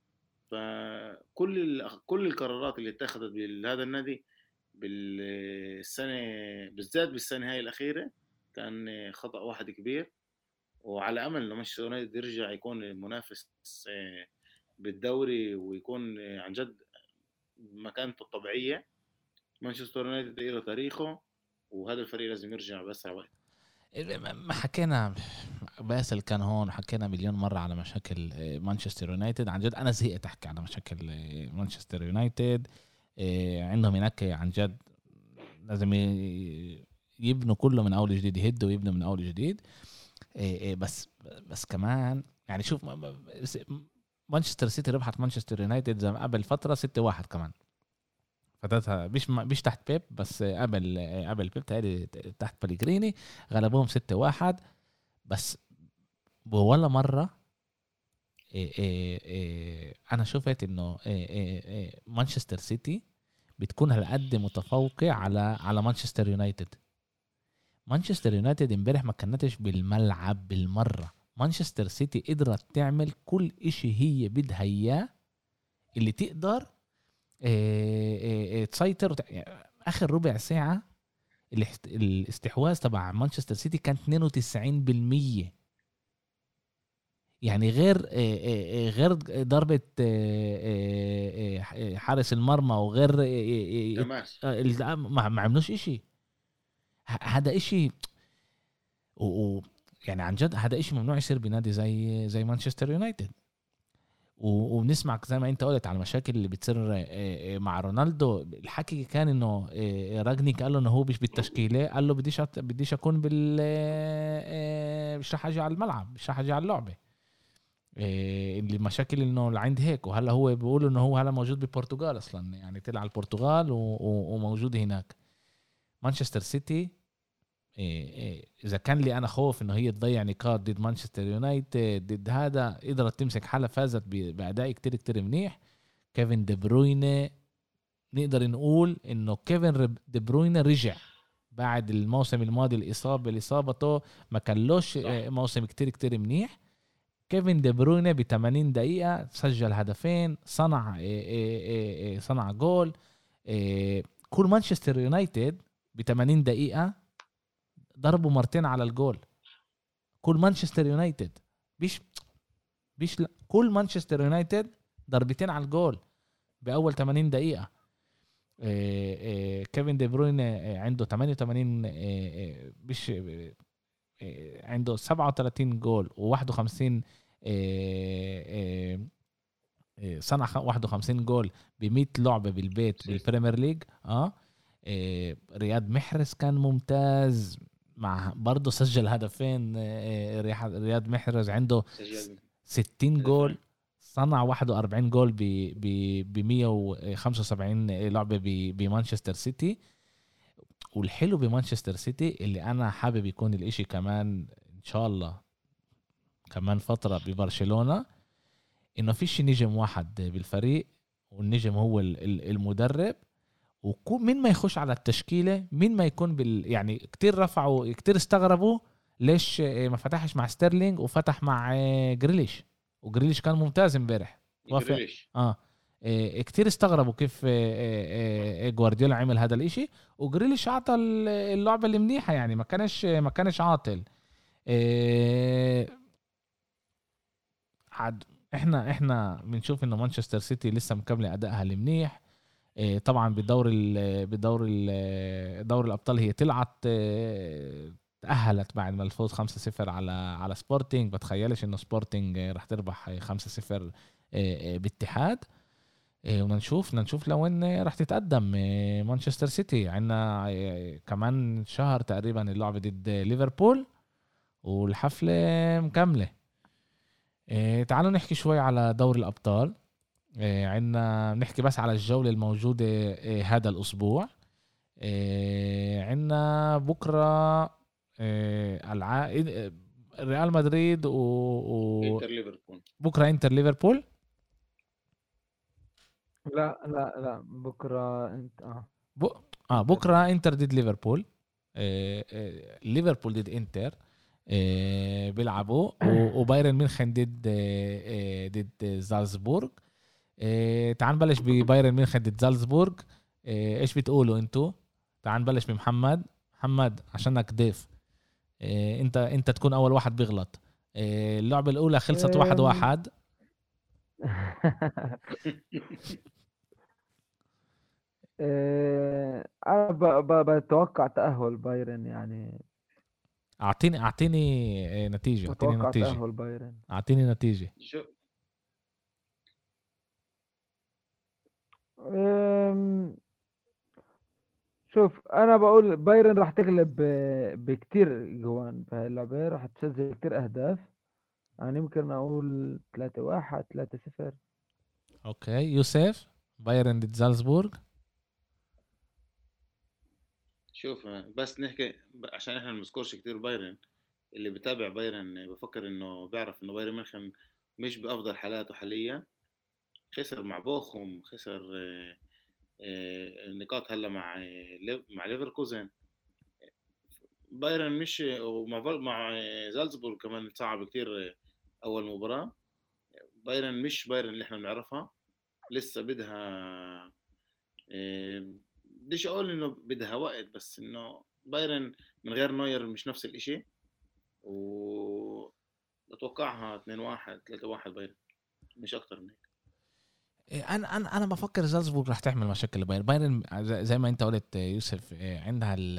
فكل كل القرارات اللي اتخذت بهذا النادي بالسنه بالذات بالسنه هاي الاخيره كان خطا واحد كبير. وعلى امل انه مانشستر يونايتد يرجع يكون منافس بالدوري ويكون عن جد مكانته الطبيعيه. مانشستر يونايتد له تاريخه، وهذا الفريق لازم يرجع بأسرع وقت. ما حكينا باسل كان هون، حكينا مليون مرة على مشاكل مانشستر يونايتد. عن جد أنا زهقت أحكي على مشاكل مانشستر يونايتد. عندهم هناك عن جد لازم يبنوا كله من أول جديد، يهدوا ويبنوا من أول جديد. بس بس كمان يعني شوف مانشستر سيتي ربحت مانشستر يونايتد زي قبل فترة ستة واحد كمان، فتاتها مش مش تحت بيب بس قبل قبل بيب تاني تحت بليغريني غلبوهم ستة واحد. بس ولا مرة إيه إيه إيه أنا شفت إنه إيه إيه إيه مانشستر سيتي بتكون هالقد متفوقة على على مانشستر يونايتد. مانشستر يونايتد امبارح ما كانتش بالملعب بالمرة. مانشستر سيتي قدرت تعمل كل إشي هي بدها إياه اللي تقدر إيه إيه تسيطر وت... آخر ربع ساعة الاستحواذ تبع مانشستر سيتي كان اثنين وتسعين بالمية. يعني غير غير ضربة حارس المرمى وغير ما عملوش إشي. هذا إشي و يعني عن جد هذا إشي ممنوع يصير بنادي زي زي مانشستر يونايتد. وبنسمع زي ما انت قلت على المشاكل اللي بتصير مع رونالدو. الحكي كان انه راجنيك قال له انه هو مش بالتشكيله، قال له بديش بديش اكون بال مش رح اجي على الملعب، مش رح اجي على اللعبه. اللي مشاكل انه اللي عند هيك. وهلا هو بيقولوا انه هو هلا موجود بالبرتغال اصلا، يعني طلع على البرتغال وموجود هناك. مانشستر سيتي إذا كان لي أنا خوف إنه هي تضيع نقاط ضد مانشستر يونايتد ضد هذا، قدرت تمسك حالها، فازت بأداء كتير كتير منيح. كيفن دي بروينة نقدر نقول إنه كيفن دي بروينة رجع بعد الموسم الماضي الإصابة الإصابته ما كانلوش موسم كتير كتير منيح. كيفن دي بروينة بثمانين دقيقة سجل هدفين، صنع صنع جول. كل مانشستر يونايتد بثمانين دقيقة ضربوا مرتين على الجول. كل مانشستر يونايتد بيش بيش لا. كل مانشستر يونايتد ضربتين على الجول بأول ثمانين دقيقة. إيه إيه كيفن دي بروين عنده ثمانية وثمانين إيه بيش إيه عنده سبعة وثلاثين جول وواحد وخمسين إيه إيه صنع واحد وخمسين جول بمية لعبة بالبيت بالبريمير ليج. اه إيه رياض محرز كان ممتاز مع برضه سجل هدفين. رياض محرز عنده ستين جول، صنع واحد وأربعين جول ب مية وخمسة وسبعين لعبة بمانشستر سيتي. والحلو بمانشستر سيتي اللي أنا حابب يكون الاشي كمان إن شاء الله كمان فترة ببرشلونة، إنه فيش نجم واحد بالفريق والنجم هو المدرب. ومين ما يخش على التشكيلة مين ما يكون بال يعني كتير رفعوا كتير استغربوا ليش ما فتحش مع ستيرلينج وفتح مع جريليش، وجريليش كان ممتاز امبارح. اه كتير استغربوا كيف جوارديولا عمل هذا الاشي، وجريليش عطى اللعبة اللي منيحة، يعني ما كانش ما كانش عاطل. عاد احنا احنا بنشوف انه مانشستر سيتي لسه مكمله ادائها المنيح. طبعا بدور ال بدور ال دور الابطال هي طلعت تأهلت بعد ما الفوز خمسة صفر على على سبورتينج. بتخيلش انه سبورتينج راح تربح خمسة صفر باتحاد. إيه بدنا نشوف بدنا نشوف لوين راح تتقدم إيه مانشستر سيتي. عندنا إيه كمان شهر تقريبا اللعبة ضد ليفربول والحفلة مكملة. إيه تعالوا نحكي شوي على دوري الأبطال. إيه عندنا نحكي بس على الجولة الموجودة إيه هذا الأسبوع. إيه عندنا بكرة إيه الع... إيه ريال مدريد و... و... انتر ليفربول. بكرة انتر ليفربول. لا لا لا بكره انت اه ب... اه انتر بكره انتر ضد ليفربول. آه آه ليفربول ضد انتر آه بيلعبوا و- وبايرن ميونخن ضد آه آه ضد زالزبورغ. آه تعال نبلش ببايرن ميونخن ضد زالزبورغ. آه ايش بتقولوا انتوا؟ تعال نبلش بمحمد. محمد عشانك ضيف. آه انت انت تكون اول واحد بيغلط. آه اللعبة الاولى خلصت واحد أم، واحد. آه، انا ب- ب- بتوقع تأهل بايرن يعني. اعطيني اعطيني آه، نتيجة اعطيني بتوقع نتيجة تأهل بايرن. اعطيني نتيجة. شو أم، شوف انا بقول بايرن راح تغلب ب- بكتير جوان في اللعبة، راح تسجل كتير اهداف. يعني يمكن اقول ثلاثة واحد ثلاثة صفر. اوكي يوسف. بايرن ضد زالزبورغ. شوف بس نحكي عشان احنا ما بنذكرش كتير بايرن. اللي بتابع بايرن بفكر انه بيعرف انه بايرن ميونخ مش بافضل حالاته حاليا. خسر مع بوخم، خسر آه، آه، النقاط هلا مع آه، ليف- مع ليفركوزن. بايرن مش ومع فال- مع آه، زالزبورغ كمان صعب كتير. آه، اول مباراة بايرن مش بايرن اللي احنا بنعرفها. لسه بدها آه، بديش اقول انه بدها وقت، بس انه بايرن من غير نوير مش نفس الاشي. و بتوقعها اثنين واحد ثلاثة واحد بايرن، مش اكتر من هيك. إيه، انا انا انا بفكر زالزبورغ راح تعمل مشاكل لبايرن. بايرن زي زي ما انت قلت آه، يوسف آه، عندها ال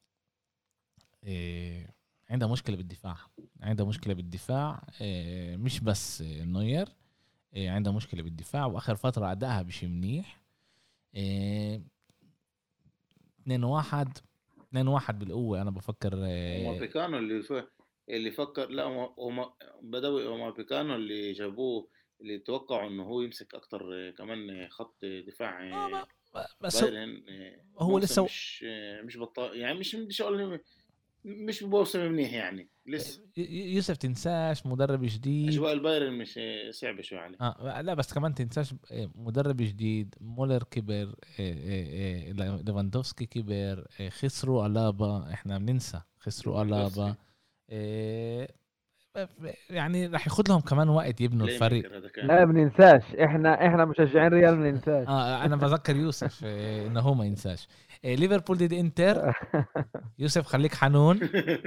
آه، عندها مشكله بالدفاع. عندها مشكله بالدفاع آه، مش بس آه، نوير. آه، عندها مشكله بالدفاع واخر فتره ادائها مش منيح. آه، اتنين واحد اتنين واحد بالقوه انا بفكر. وما آه، بيكانو اللي ف... اللي فكر، لا هما هما- بدوي وما بيكانو اللي جابوه، اللي توقعوا انه هو يمسك اكتر كمان خط دفاع آه، ما- بس هو بايرن. هو موسم لسه مش مش بطال يعني، مش بدي اقول مش بموسم منيح يعني لسه. يوسف تنساش مدرب جديد. اجواء البايرن مش صعبه شوي عليه. آه لا بس كمان تنساش مدرب جديد. مولر كبر. آه، آه، آه، ليفاندوفسكي كبر. آه، خسروا ألابا. احنا بننسى خسروا ألابا. ليفاندوفسكي آه، يعني راح ياخد لهم كمان وقت يبنوا بلاي الفريق. ميكر هذا كان. لا بننساش، احنا احنا مشجعين ريال ما ننساش. اه انا بذكر يوسف آه، انه هو ما ينساش. آه، ليفربول ضد انتر. يوسف خليك حنون.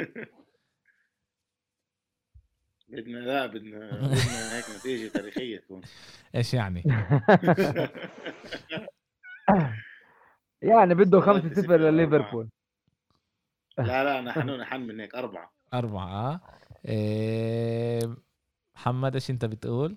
بدنا لا بدنا بدنا هيك نتيجة تاريخية تكون. ايش يعني؟ يعني بده خمسة ثلاثة صفر صفر أربعة. لليفربول. لا لا أنا حنون أحن من هيك أربعة. أربعة. آه، محمد ايش انت بتقول؟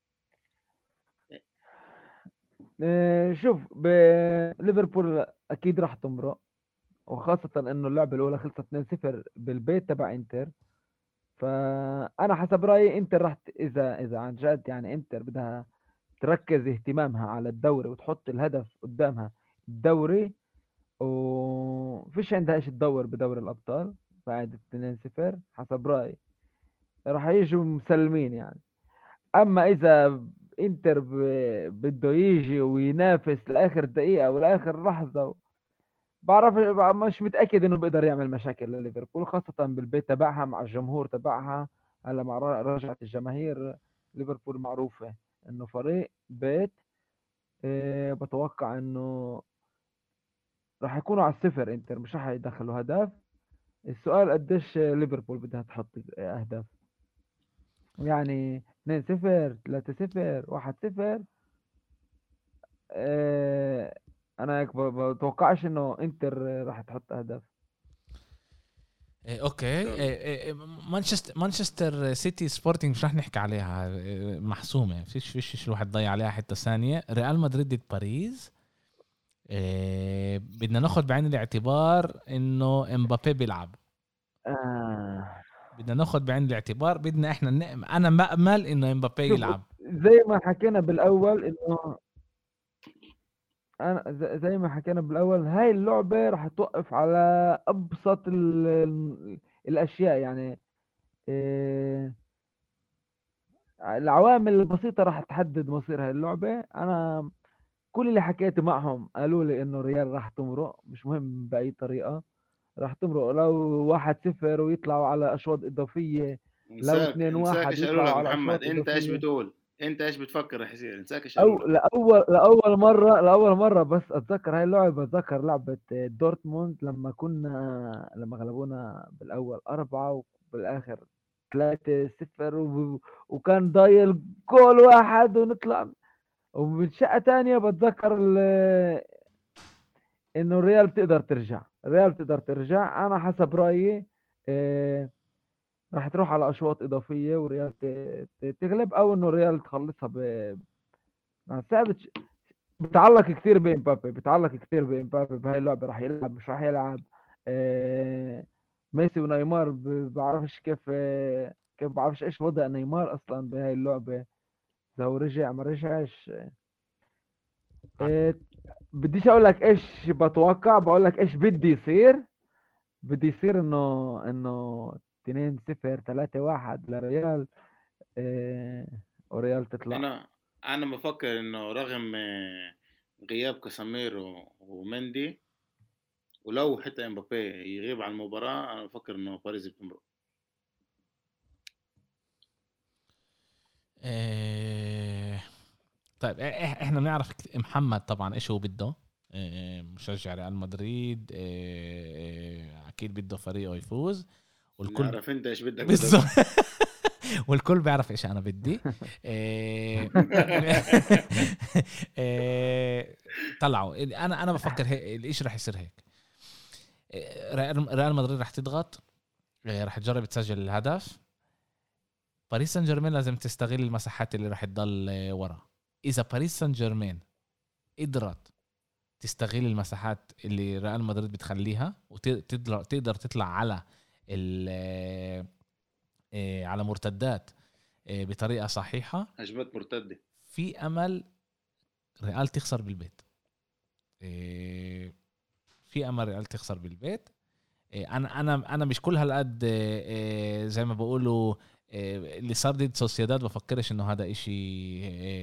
آه، شوف ب- ليفربول اكيد راح تمرق، وخاصة انه اللعبة الاولى خلصت اثنين صفر بالبيت تبع انتر. فانا حسب رايي انتر راح ت- اذا اذا عن جد يعني انتر بدها تركز اهتمامها على الدوري وتحط الهدف قدامها الدوري، وفيش عندها ايش تدور بدوري الابطال بعد اثنين صفر حسب رايي. راح يجوا مسلمين يعني. اما اذا انتر ب- بده يجي وينافس لاخر دقيقة ولاخر لحظة، بعرف مش متأكد انه بيقدر يعمل مشاكل لليفربول، خاصة بالبيت تبعها مع الجمهور تبعها. هلا مع ر- رجعة الجماهير، ليفربول معروفة انه فريق بيت. إيه، بتوقع انه راح يكونوا على الصفر، انتر مش راح يدخلوا هدف. السؤال قديش ليفربول بدها تحط اهداف؟ يعني اثنين صفر ثلاثة صفر واحد صفر. إيه، انا هيك ب- بتوقعش انه انتر راح تحط اهداف. إيه اوكي إيه إيه مانشستر مانشستر سيتي سبورتينج مش رح نحكي عليها إيه محسومه فيش فيش فيش الواحد ضيع عليها حتى ثانيه. ريال مدريد ضد باريس إيه بدنا ناخد بعين الاعتبار انه امبابي بيلعب آه. بدنا ناخد بعين الاعتبار بدنا احنا ن... انا مأمل انه امبابي يلعب زي ما حكينا بالاول انه انا زي ما حكينا بالاول هاي اللعبه راح توقف على ابسط ال... ال... الاشياء يعني إيه... العوامل البسيطه راح تحدد مصير هاي اللعبه. انا كل اللي حكيت معهم قالوا لي انه ريال راح تمرق مش مهم باي طريقه راح تمرق لو واحد صفر ويطلعوا على اشواط اضافيه لو انساك اتنين انساك واحد ايش قالوا يطلعوا لك على محمد؟ اشواط انت ايش اضافيه. بتقول؟ انت ايش بتفكر رح يصير؟ انساك ايش او قالوا لك؟ لاول لاول مره لاول مره بس اتذكر هاي اللعبه بتذكر لعبه دورتموند لما كنا لما غلبونا بالاول اربعه وبالاخر ثلاثة صفر و... وكان ضايل جول واحد ونطلع. ومن شقه تانية بتذكر ال... انه الريال بتقدر ترجع الريال بتقدر ترجع. انا حسب رايي إيه... راح تروح على اشواط اضافيه وريال ت... ت- تغلب او انه الريال تخلصها ب صعب. بتعلق كتير بإمبابي بتعلق كتير بإمبابي بهاي اللعبة راح يلعب مش راح يلعب. آه، ميسي ونيمار ب- بعرفش كيف آه، كيف بعرفش ايش وضع نيمار اصلا بهاي اللعبة اذا هو رجع ما رجعش. آه، بديش اقول لك ايش بتوقع بقول لك ايش بدي يصير. بدي يصير انه انه اتنين صفر ثلاثة واحد لريال آه، وريال تطلع. انا انا بفكر انه رغم آه، غياب كاساميرو ومندي، ولو حتى امبابي يغيب عن المباراة، انا بفكر انه باريس بتمرق. إيه... طيب إح- احنا بنعرف كت- محمد طبعا ايش هو بده. إيه، مشجع ريال مدريد. إيه، اكيد بده فريقه يفوز والكل نعرف انت ايش بدك بالظبط بدك والكل بيعرف ايش انا بدي. إيه... إيه... طلعوا انا انا بفكر هيك الاشي رح يصير هيك. إيه، ريال ريال مدريد رح تضغط. إيه، رح تجرب تسجل الهدف. باريس سان جيرمان لازم تستغل المساحات اللي رح تضل إيه، ورا. اذا باريس سان جيرمان قدرت تستغل المساحات اللي ريال مدريد بتخليها وتقدر تقدر تطلع على ال على مرتدات بطريقة صحيحة، هجمات مرتدة، في أمل ريال تخسر بالبيت. في أمل ريال تخسر بالبيت. أنا أنا أنا مش كل هالقد زي ما بقولوا اللي صار ضد سوسيداد بفكرش إنه هذا إشي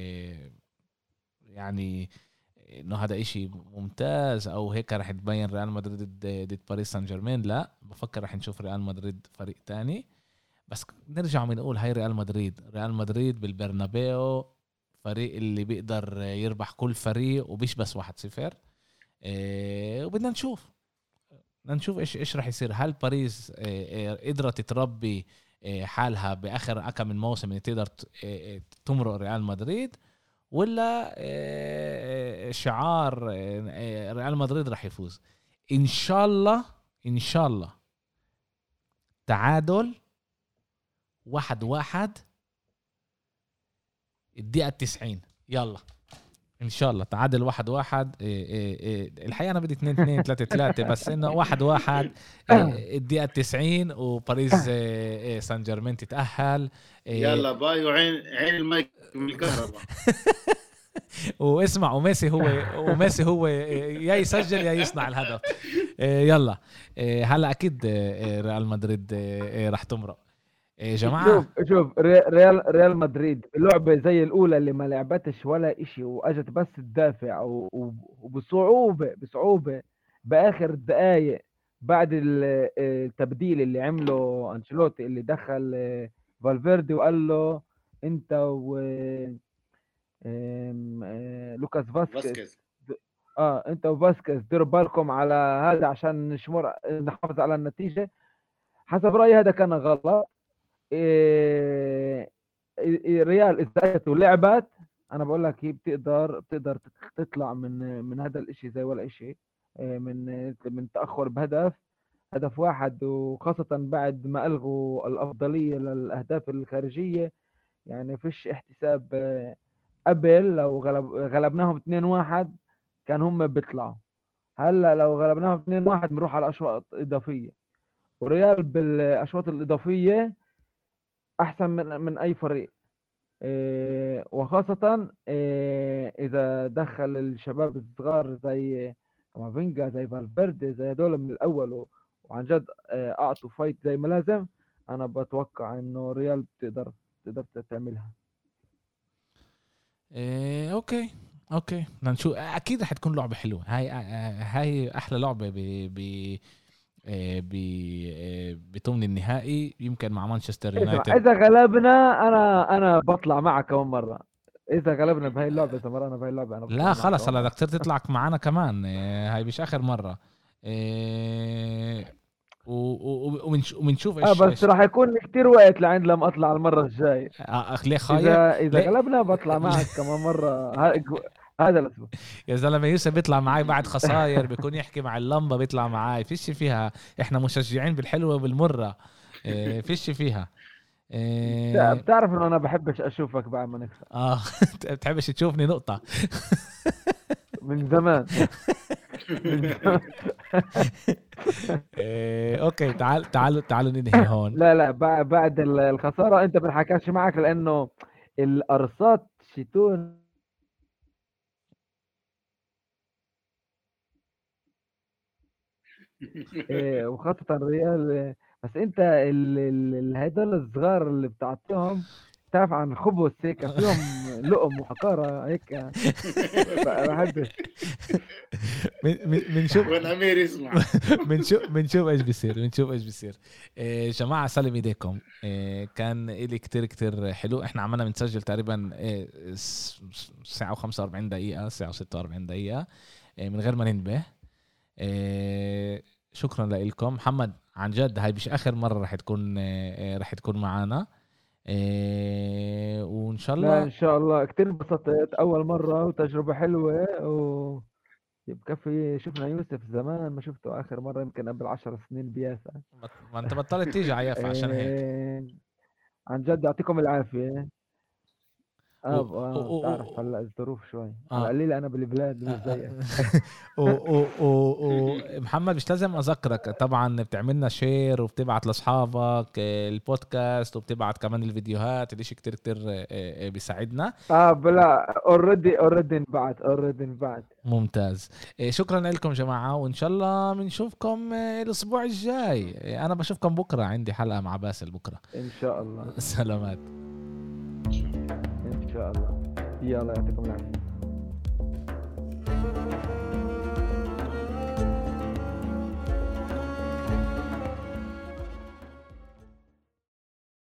يعني انه هذا اشي ممتاز او هيك رح تبين ريال مدريد ضد ضد باريس سان جيرمان. لا، بفكر رح نشوف ريال مدريد فريق تاني. بس نرجع بنقول هاي ريال مدريد ريال مدريد بالبرنابيو فريق اللي بيقدر يربح كل فريق وبيش بس واحد صفر. إيه وبدنا نشوف بدنا نشوف ايش ايش رح يصير. هل باريس إيه قدرت تربي إيه حالها باخر كم من موسم ان تقدر إيه تمرق ريال مدريد، ولا شعار ريال مدريد راح يفوز؟ ان شاء الله ان شاء الله تعادل واحد واحد الدقيقة التسعين. يلا ان شاء الله تعادل واحد واحد. الحقيقة انا بدي اثنين اثنين ثلاثة ثلاثة بس انه واحد واحد الدقيقة التسعين وباريس سان جيرمان تتأهل. يلا باي وعين عين المايك من الكهرباء. واسمع وميسي هو وميسي هو يا يسجل يا يصنع الهدف. يلا هلا اكيد ريال مدريد راح تمرق يا جماعه. شوف شوف ريال ريال مدريد اللعبه زي الاولى اللي ما لعبتش ولا إشي واجت بس تدافع وبصعوبه بصعوبه باخر الدقائق بعد التبديل اللي عمله انشيلوتي اللي دخل فالفيردي وقال له انت و لوكاس فاسكيز اه انت وفاسكيز ديروا بالكم على هذا عشان نشمر نحافظ على النتيجه. حسب رايي هذا كان غلط. إيه إيه ريال اذا ولعبت انا بقول لك هي بتقدر بتقدر تطلع من من هذا الاشي زي ولا اشي. إيه من من تاخر بهدف هدف واحد، وخاصة بعد ما ألغوا الأفضلية للأهداف الخارجية. يعني فيش احتساب. آه، قبل لو غلب غلبناهم اثنين واحد كان هم بيطلعوا. هلا لو غلبناهم اثنين واحد بنروح على أشواط إضافية، وريال بالأشواط الإضافية أحسن من من أي فريق. إيه، وخاصة إيه، إذا دخل الشباب الصغار زي كامافينجا زي فالفيردي زي هدول من الأول و- وعن جد إيه، أعطوا فايت زي ما لازم. أنا بتوقع إنه ريال بتقدر تقدر تعملها. إيه اوكي اوكي بدنا نشوف. اكيد رح تكون لعبه حلوه. هاي هاي احلى لعبه ب ب إيه، ب إيه، بتمن النهائي يمكن مع مانشستر اسمع، يونايتد. إذا غلبنا أنا أنا بطلع معك كمان مرة. إذا غلبنا بهاي اللعبة، إذا مرقنا بهاي اللعبة أنا لا بطلع معك خلص كمان هلا مرة. بدك تصير تطلع معنا كمان. إيه، هاي مش اخر مره. إيه، و- و- وبنش- وبنشوف اه ايش بس ايش راح يكون كتير وقت لعند لما اطلع المرة الجاي. اخ ليه خايف؟ اذا اذا ليه؟ غلبنا بطلع معك كمان مرة ه- هذا الاسبوع. يا زلمه يوسف بيطلع معي بعد خساير، بيكون يحكي مع اللمبه بيطلع معي، فيش فيها. احنا مشجعين بالحلوه وبالمره. إيه، فيش فيها. بتع- إيه، بتعرف انه انا بحبش اشوفك بعد ما نخسر اه بتحبش تشوفني نقطه. من زمان. من زمان. إيه، اوكي تعال تعالوا تعالوا ننهي هون. لا لا، بع- بعد ال- الخسارة انت بنحكاش معك لانه الارصات شتون. إيه، وخاصة الريال. إيه، بس انت ال- ال- ال- هيدول الصغار اللي بتعطيهم تعرف عن خبز هيك فيهم لقم وحقارة هيك. ب- بحبش. من من بنشوف والامير يسمع. بنشوف بنشوف ايش بيصير بنشوف ايش بيصير. إيه جماعه سلم ايديكم. إيه كان إلي كتير كتير حلو. احنا عملنا بنسجل تقريبا إيه س- ساعه وخمسة وأربعين دقيقه، ساعه وستة وأربعين دقيقه، إيه من غير ما ننبه. إيه شكرا لكم. محمد عن جد هاي مش اخر مره رح تكون إيه رح تكون معنا. إيه وان شاء لا الله. ان شاء الله كتير انبسطت اول مرة وتجربة حلوة. و بكفي شفنا يوسف زمان ما شفته، اخر مرة يمكن قبل عشر سنين بياسة. ما ما انت بطلت تيجي على يافا عشان هيك. إيه، عن جد يعطيكم العافية. و... اه و... آه، و... بتعرف هلا الظروف شوي على اه قليل، انا بالبلاد مش زيك. و... و... و... ومحمد مش لازم اذكرك طبعا بتعملنا شير وبتبعت لاصحابك البودكاست وبتبعت كمان الفيديوهات. الاشي كتير كتير آه، بيساعدنا. اه بلا اوريدي اوريدي انبعت اوريدي انبعت. ممتاز. آه، شكرا لكم جماعة، وان شاء الله بنشوفكم آه، الاسبوع الجاي. آه، انا بشوفكم بكرة، عندي حلقة مع باسل بكرة. ان شاء الله سلامات. ان شاء الله. يلا يعطيكم العافية.